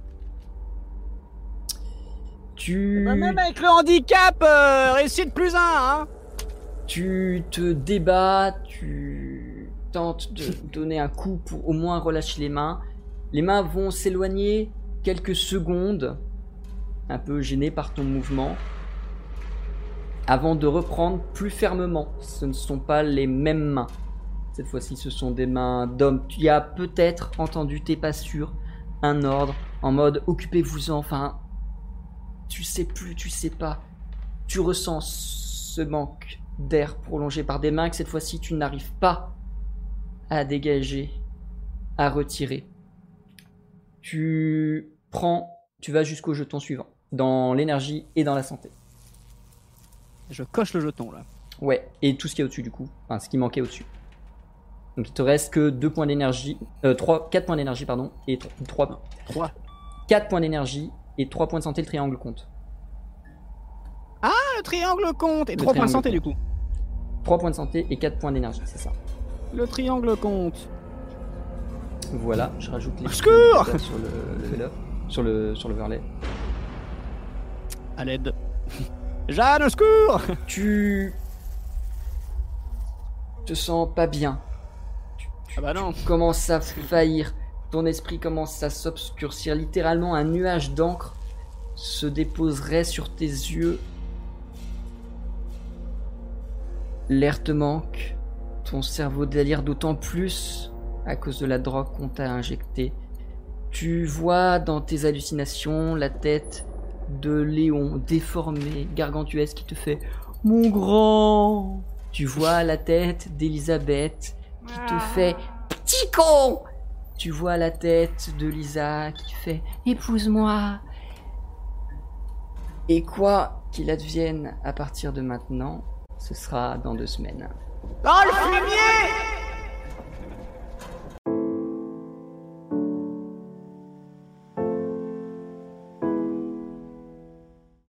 Tu... Bah même avec le handicap, euh, réussite plus un, hein. Tu te débats, tu tentes de donner un coup pour au moins relâcher les mains. Les mains vont s'éloigner quelques secondes, un peu gêné par ton mouvement, avant de reprendre plus fermement. Ce ne sont pas les mêmes mains. Cette fois-ci, ce sont des mains d'homme. Tu as peut-être entendu, t'es pas sûr, un ordre en mode occupez-vous-en. Enfin, tu sais plus, tu sais pas. Tu ressens ce manque d'air prolongé par des mains que cette fois-ci, tu n'arrives pas à dégager, à retirer. Tu prends, tu vas jusqu'au jeton suivant, dans l'énergie et dans la santé. Je coche le jeton là. Ouais, et tout ce qu'il y a au-dessus du coup, enfin ce qui manquait au-dessus. Donc il te reste que deux points d'énergie, euh, trois, quatre points d'énergie pardon, et trois, trois. quatre points d'énergie et trois points de santé, le triangle compte. Ah, le triangle compte. Et Le trois points de triangle santé compte. du coup. trois points de santé et quatre points d'énergie, c'est ça. Le triangle compte. Voilà, je rajoute les Au secours points sur le level up, sur le sur l'overlay. À l'aide. Jeanne, au secours. Tu te sens pas bien. Ah bah non. Tu commences à faillir. Ton esprit commence à s'obscurcir. Littéralement, un nuage d'encre se déposerait sur tes yeux. L'air te manque. Ton cerveau délire d'autant plus à cause de la drogue qu'on t'a injectée. Tu vois dans tes hallucinations la tête de Léon déformé, gargantuesque, qui te fait « Mon grand !» Tu vois la tête d'Elisabeth qui te fait petit con. Tu vois la tête de Lisa qui fait épouse-moi. Et quoi qu'il advienne à partir de maintenant, ce sera dans deux semaines. Oh, le fumier!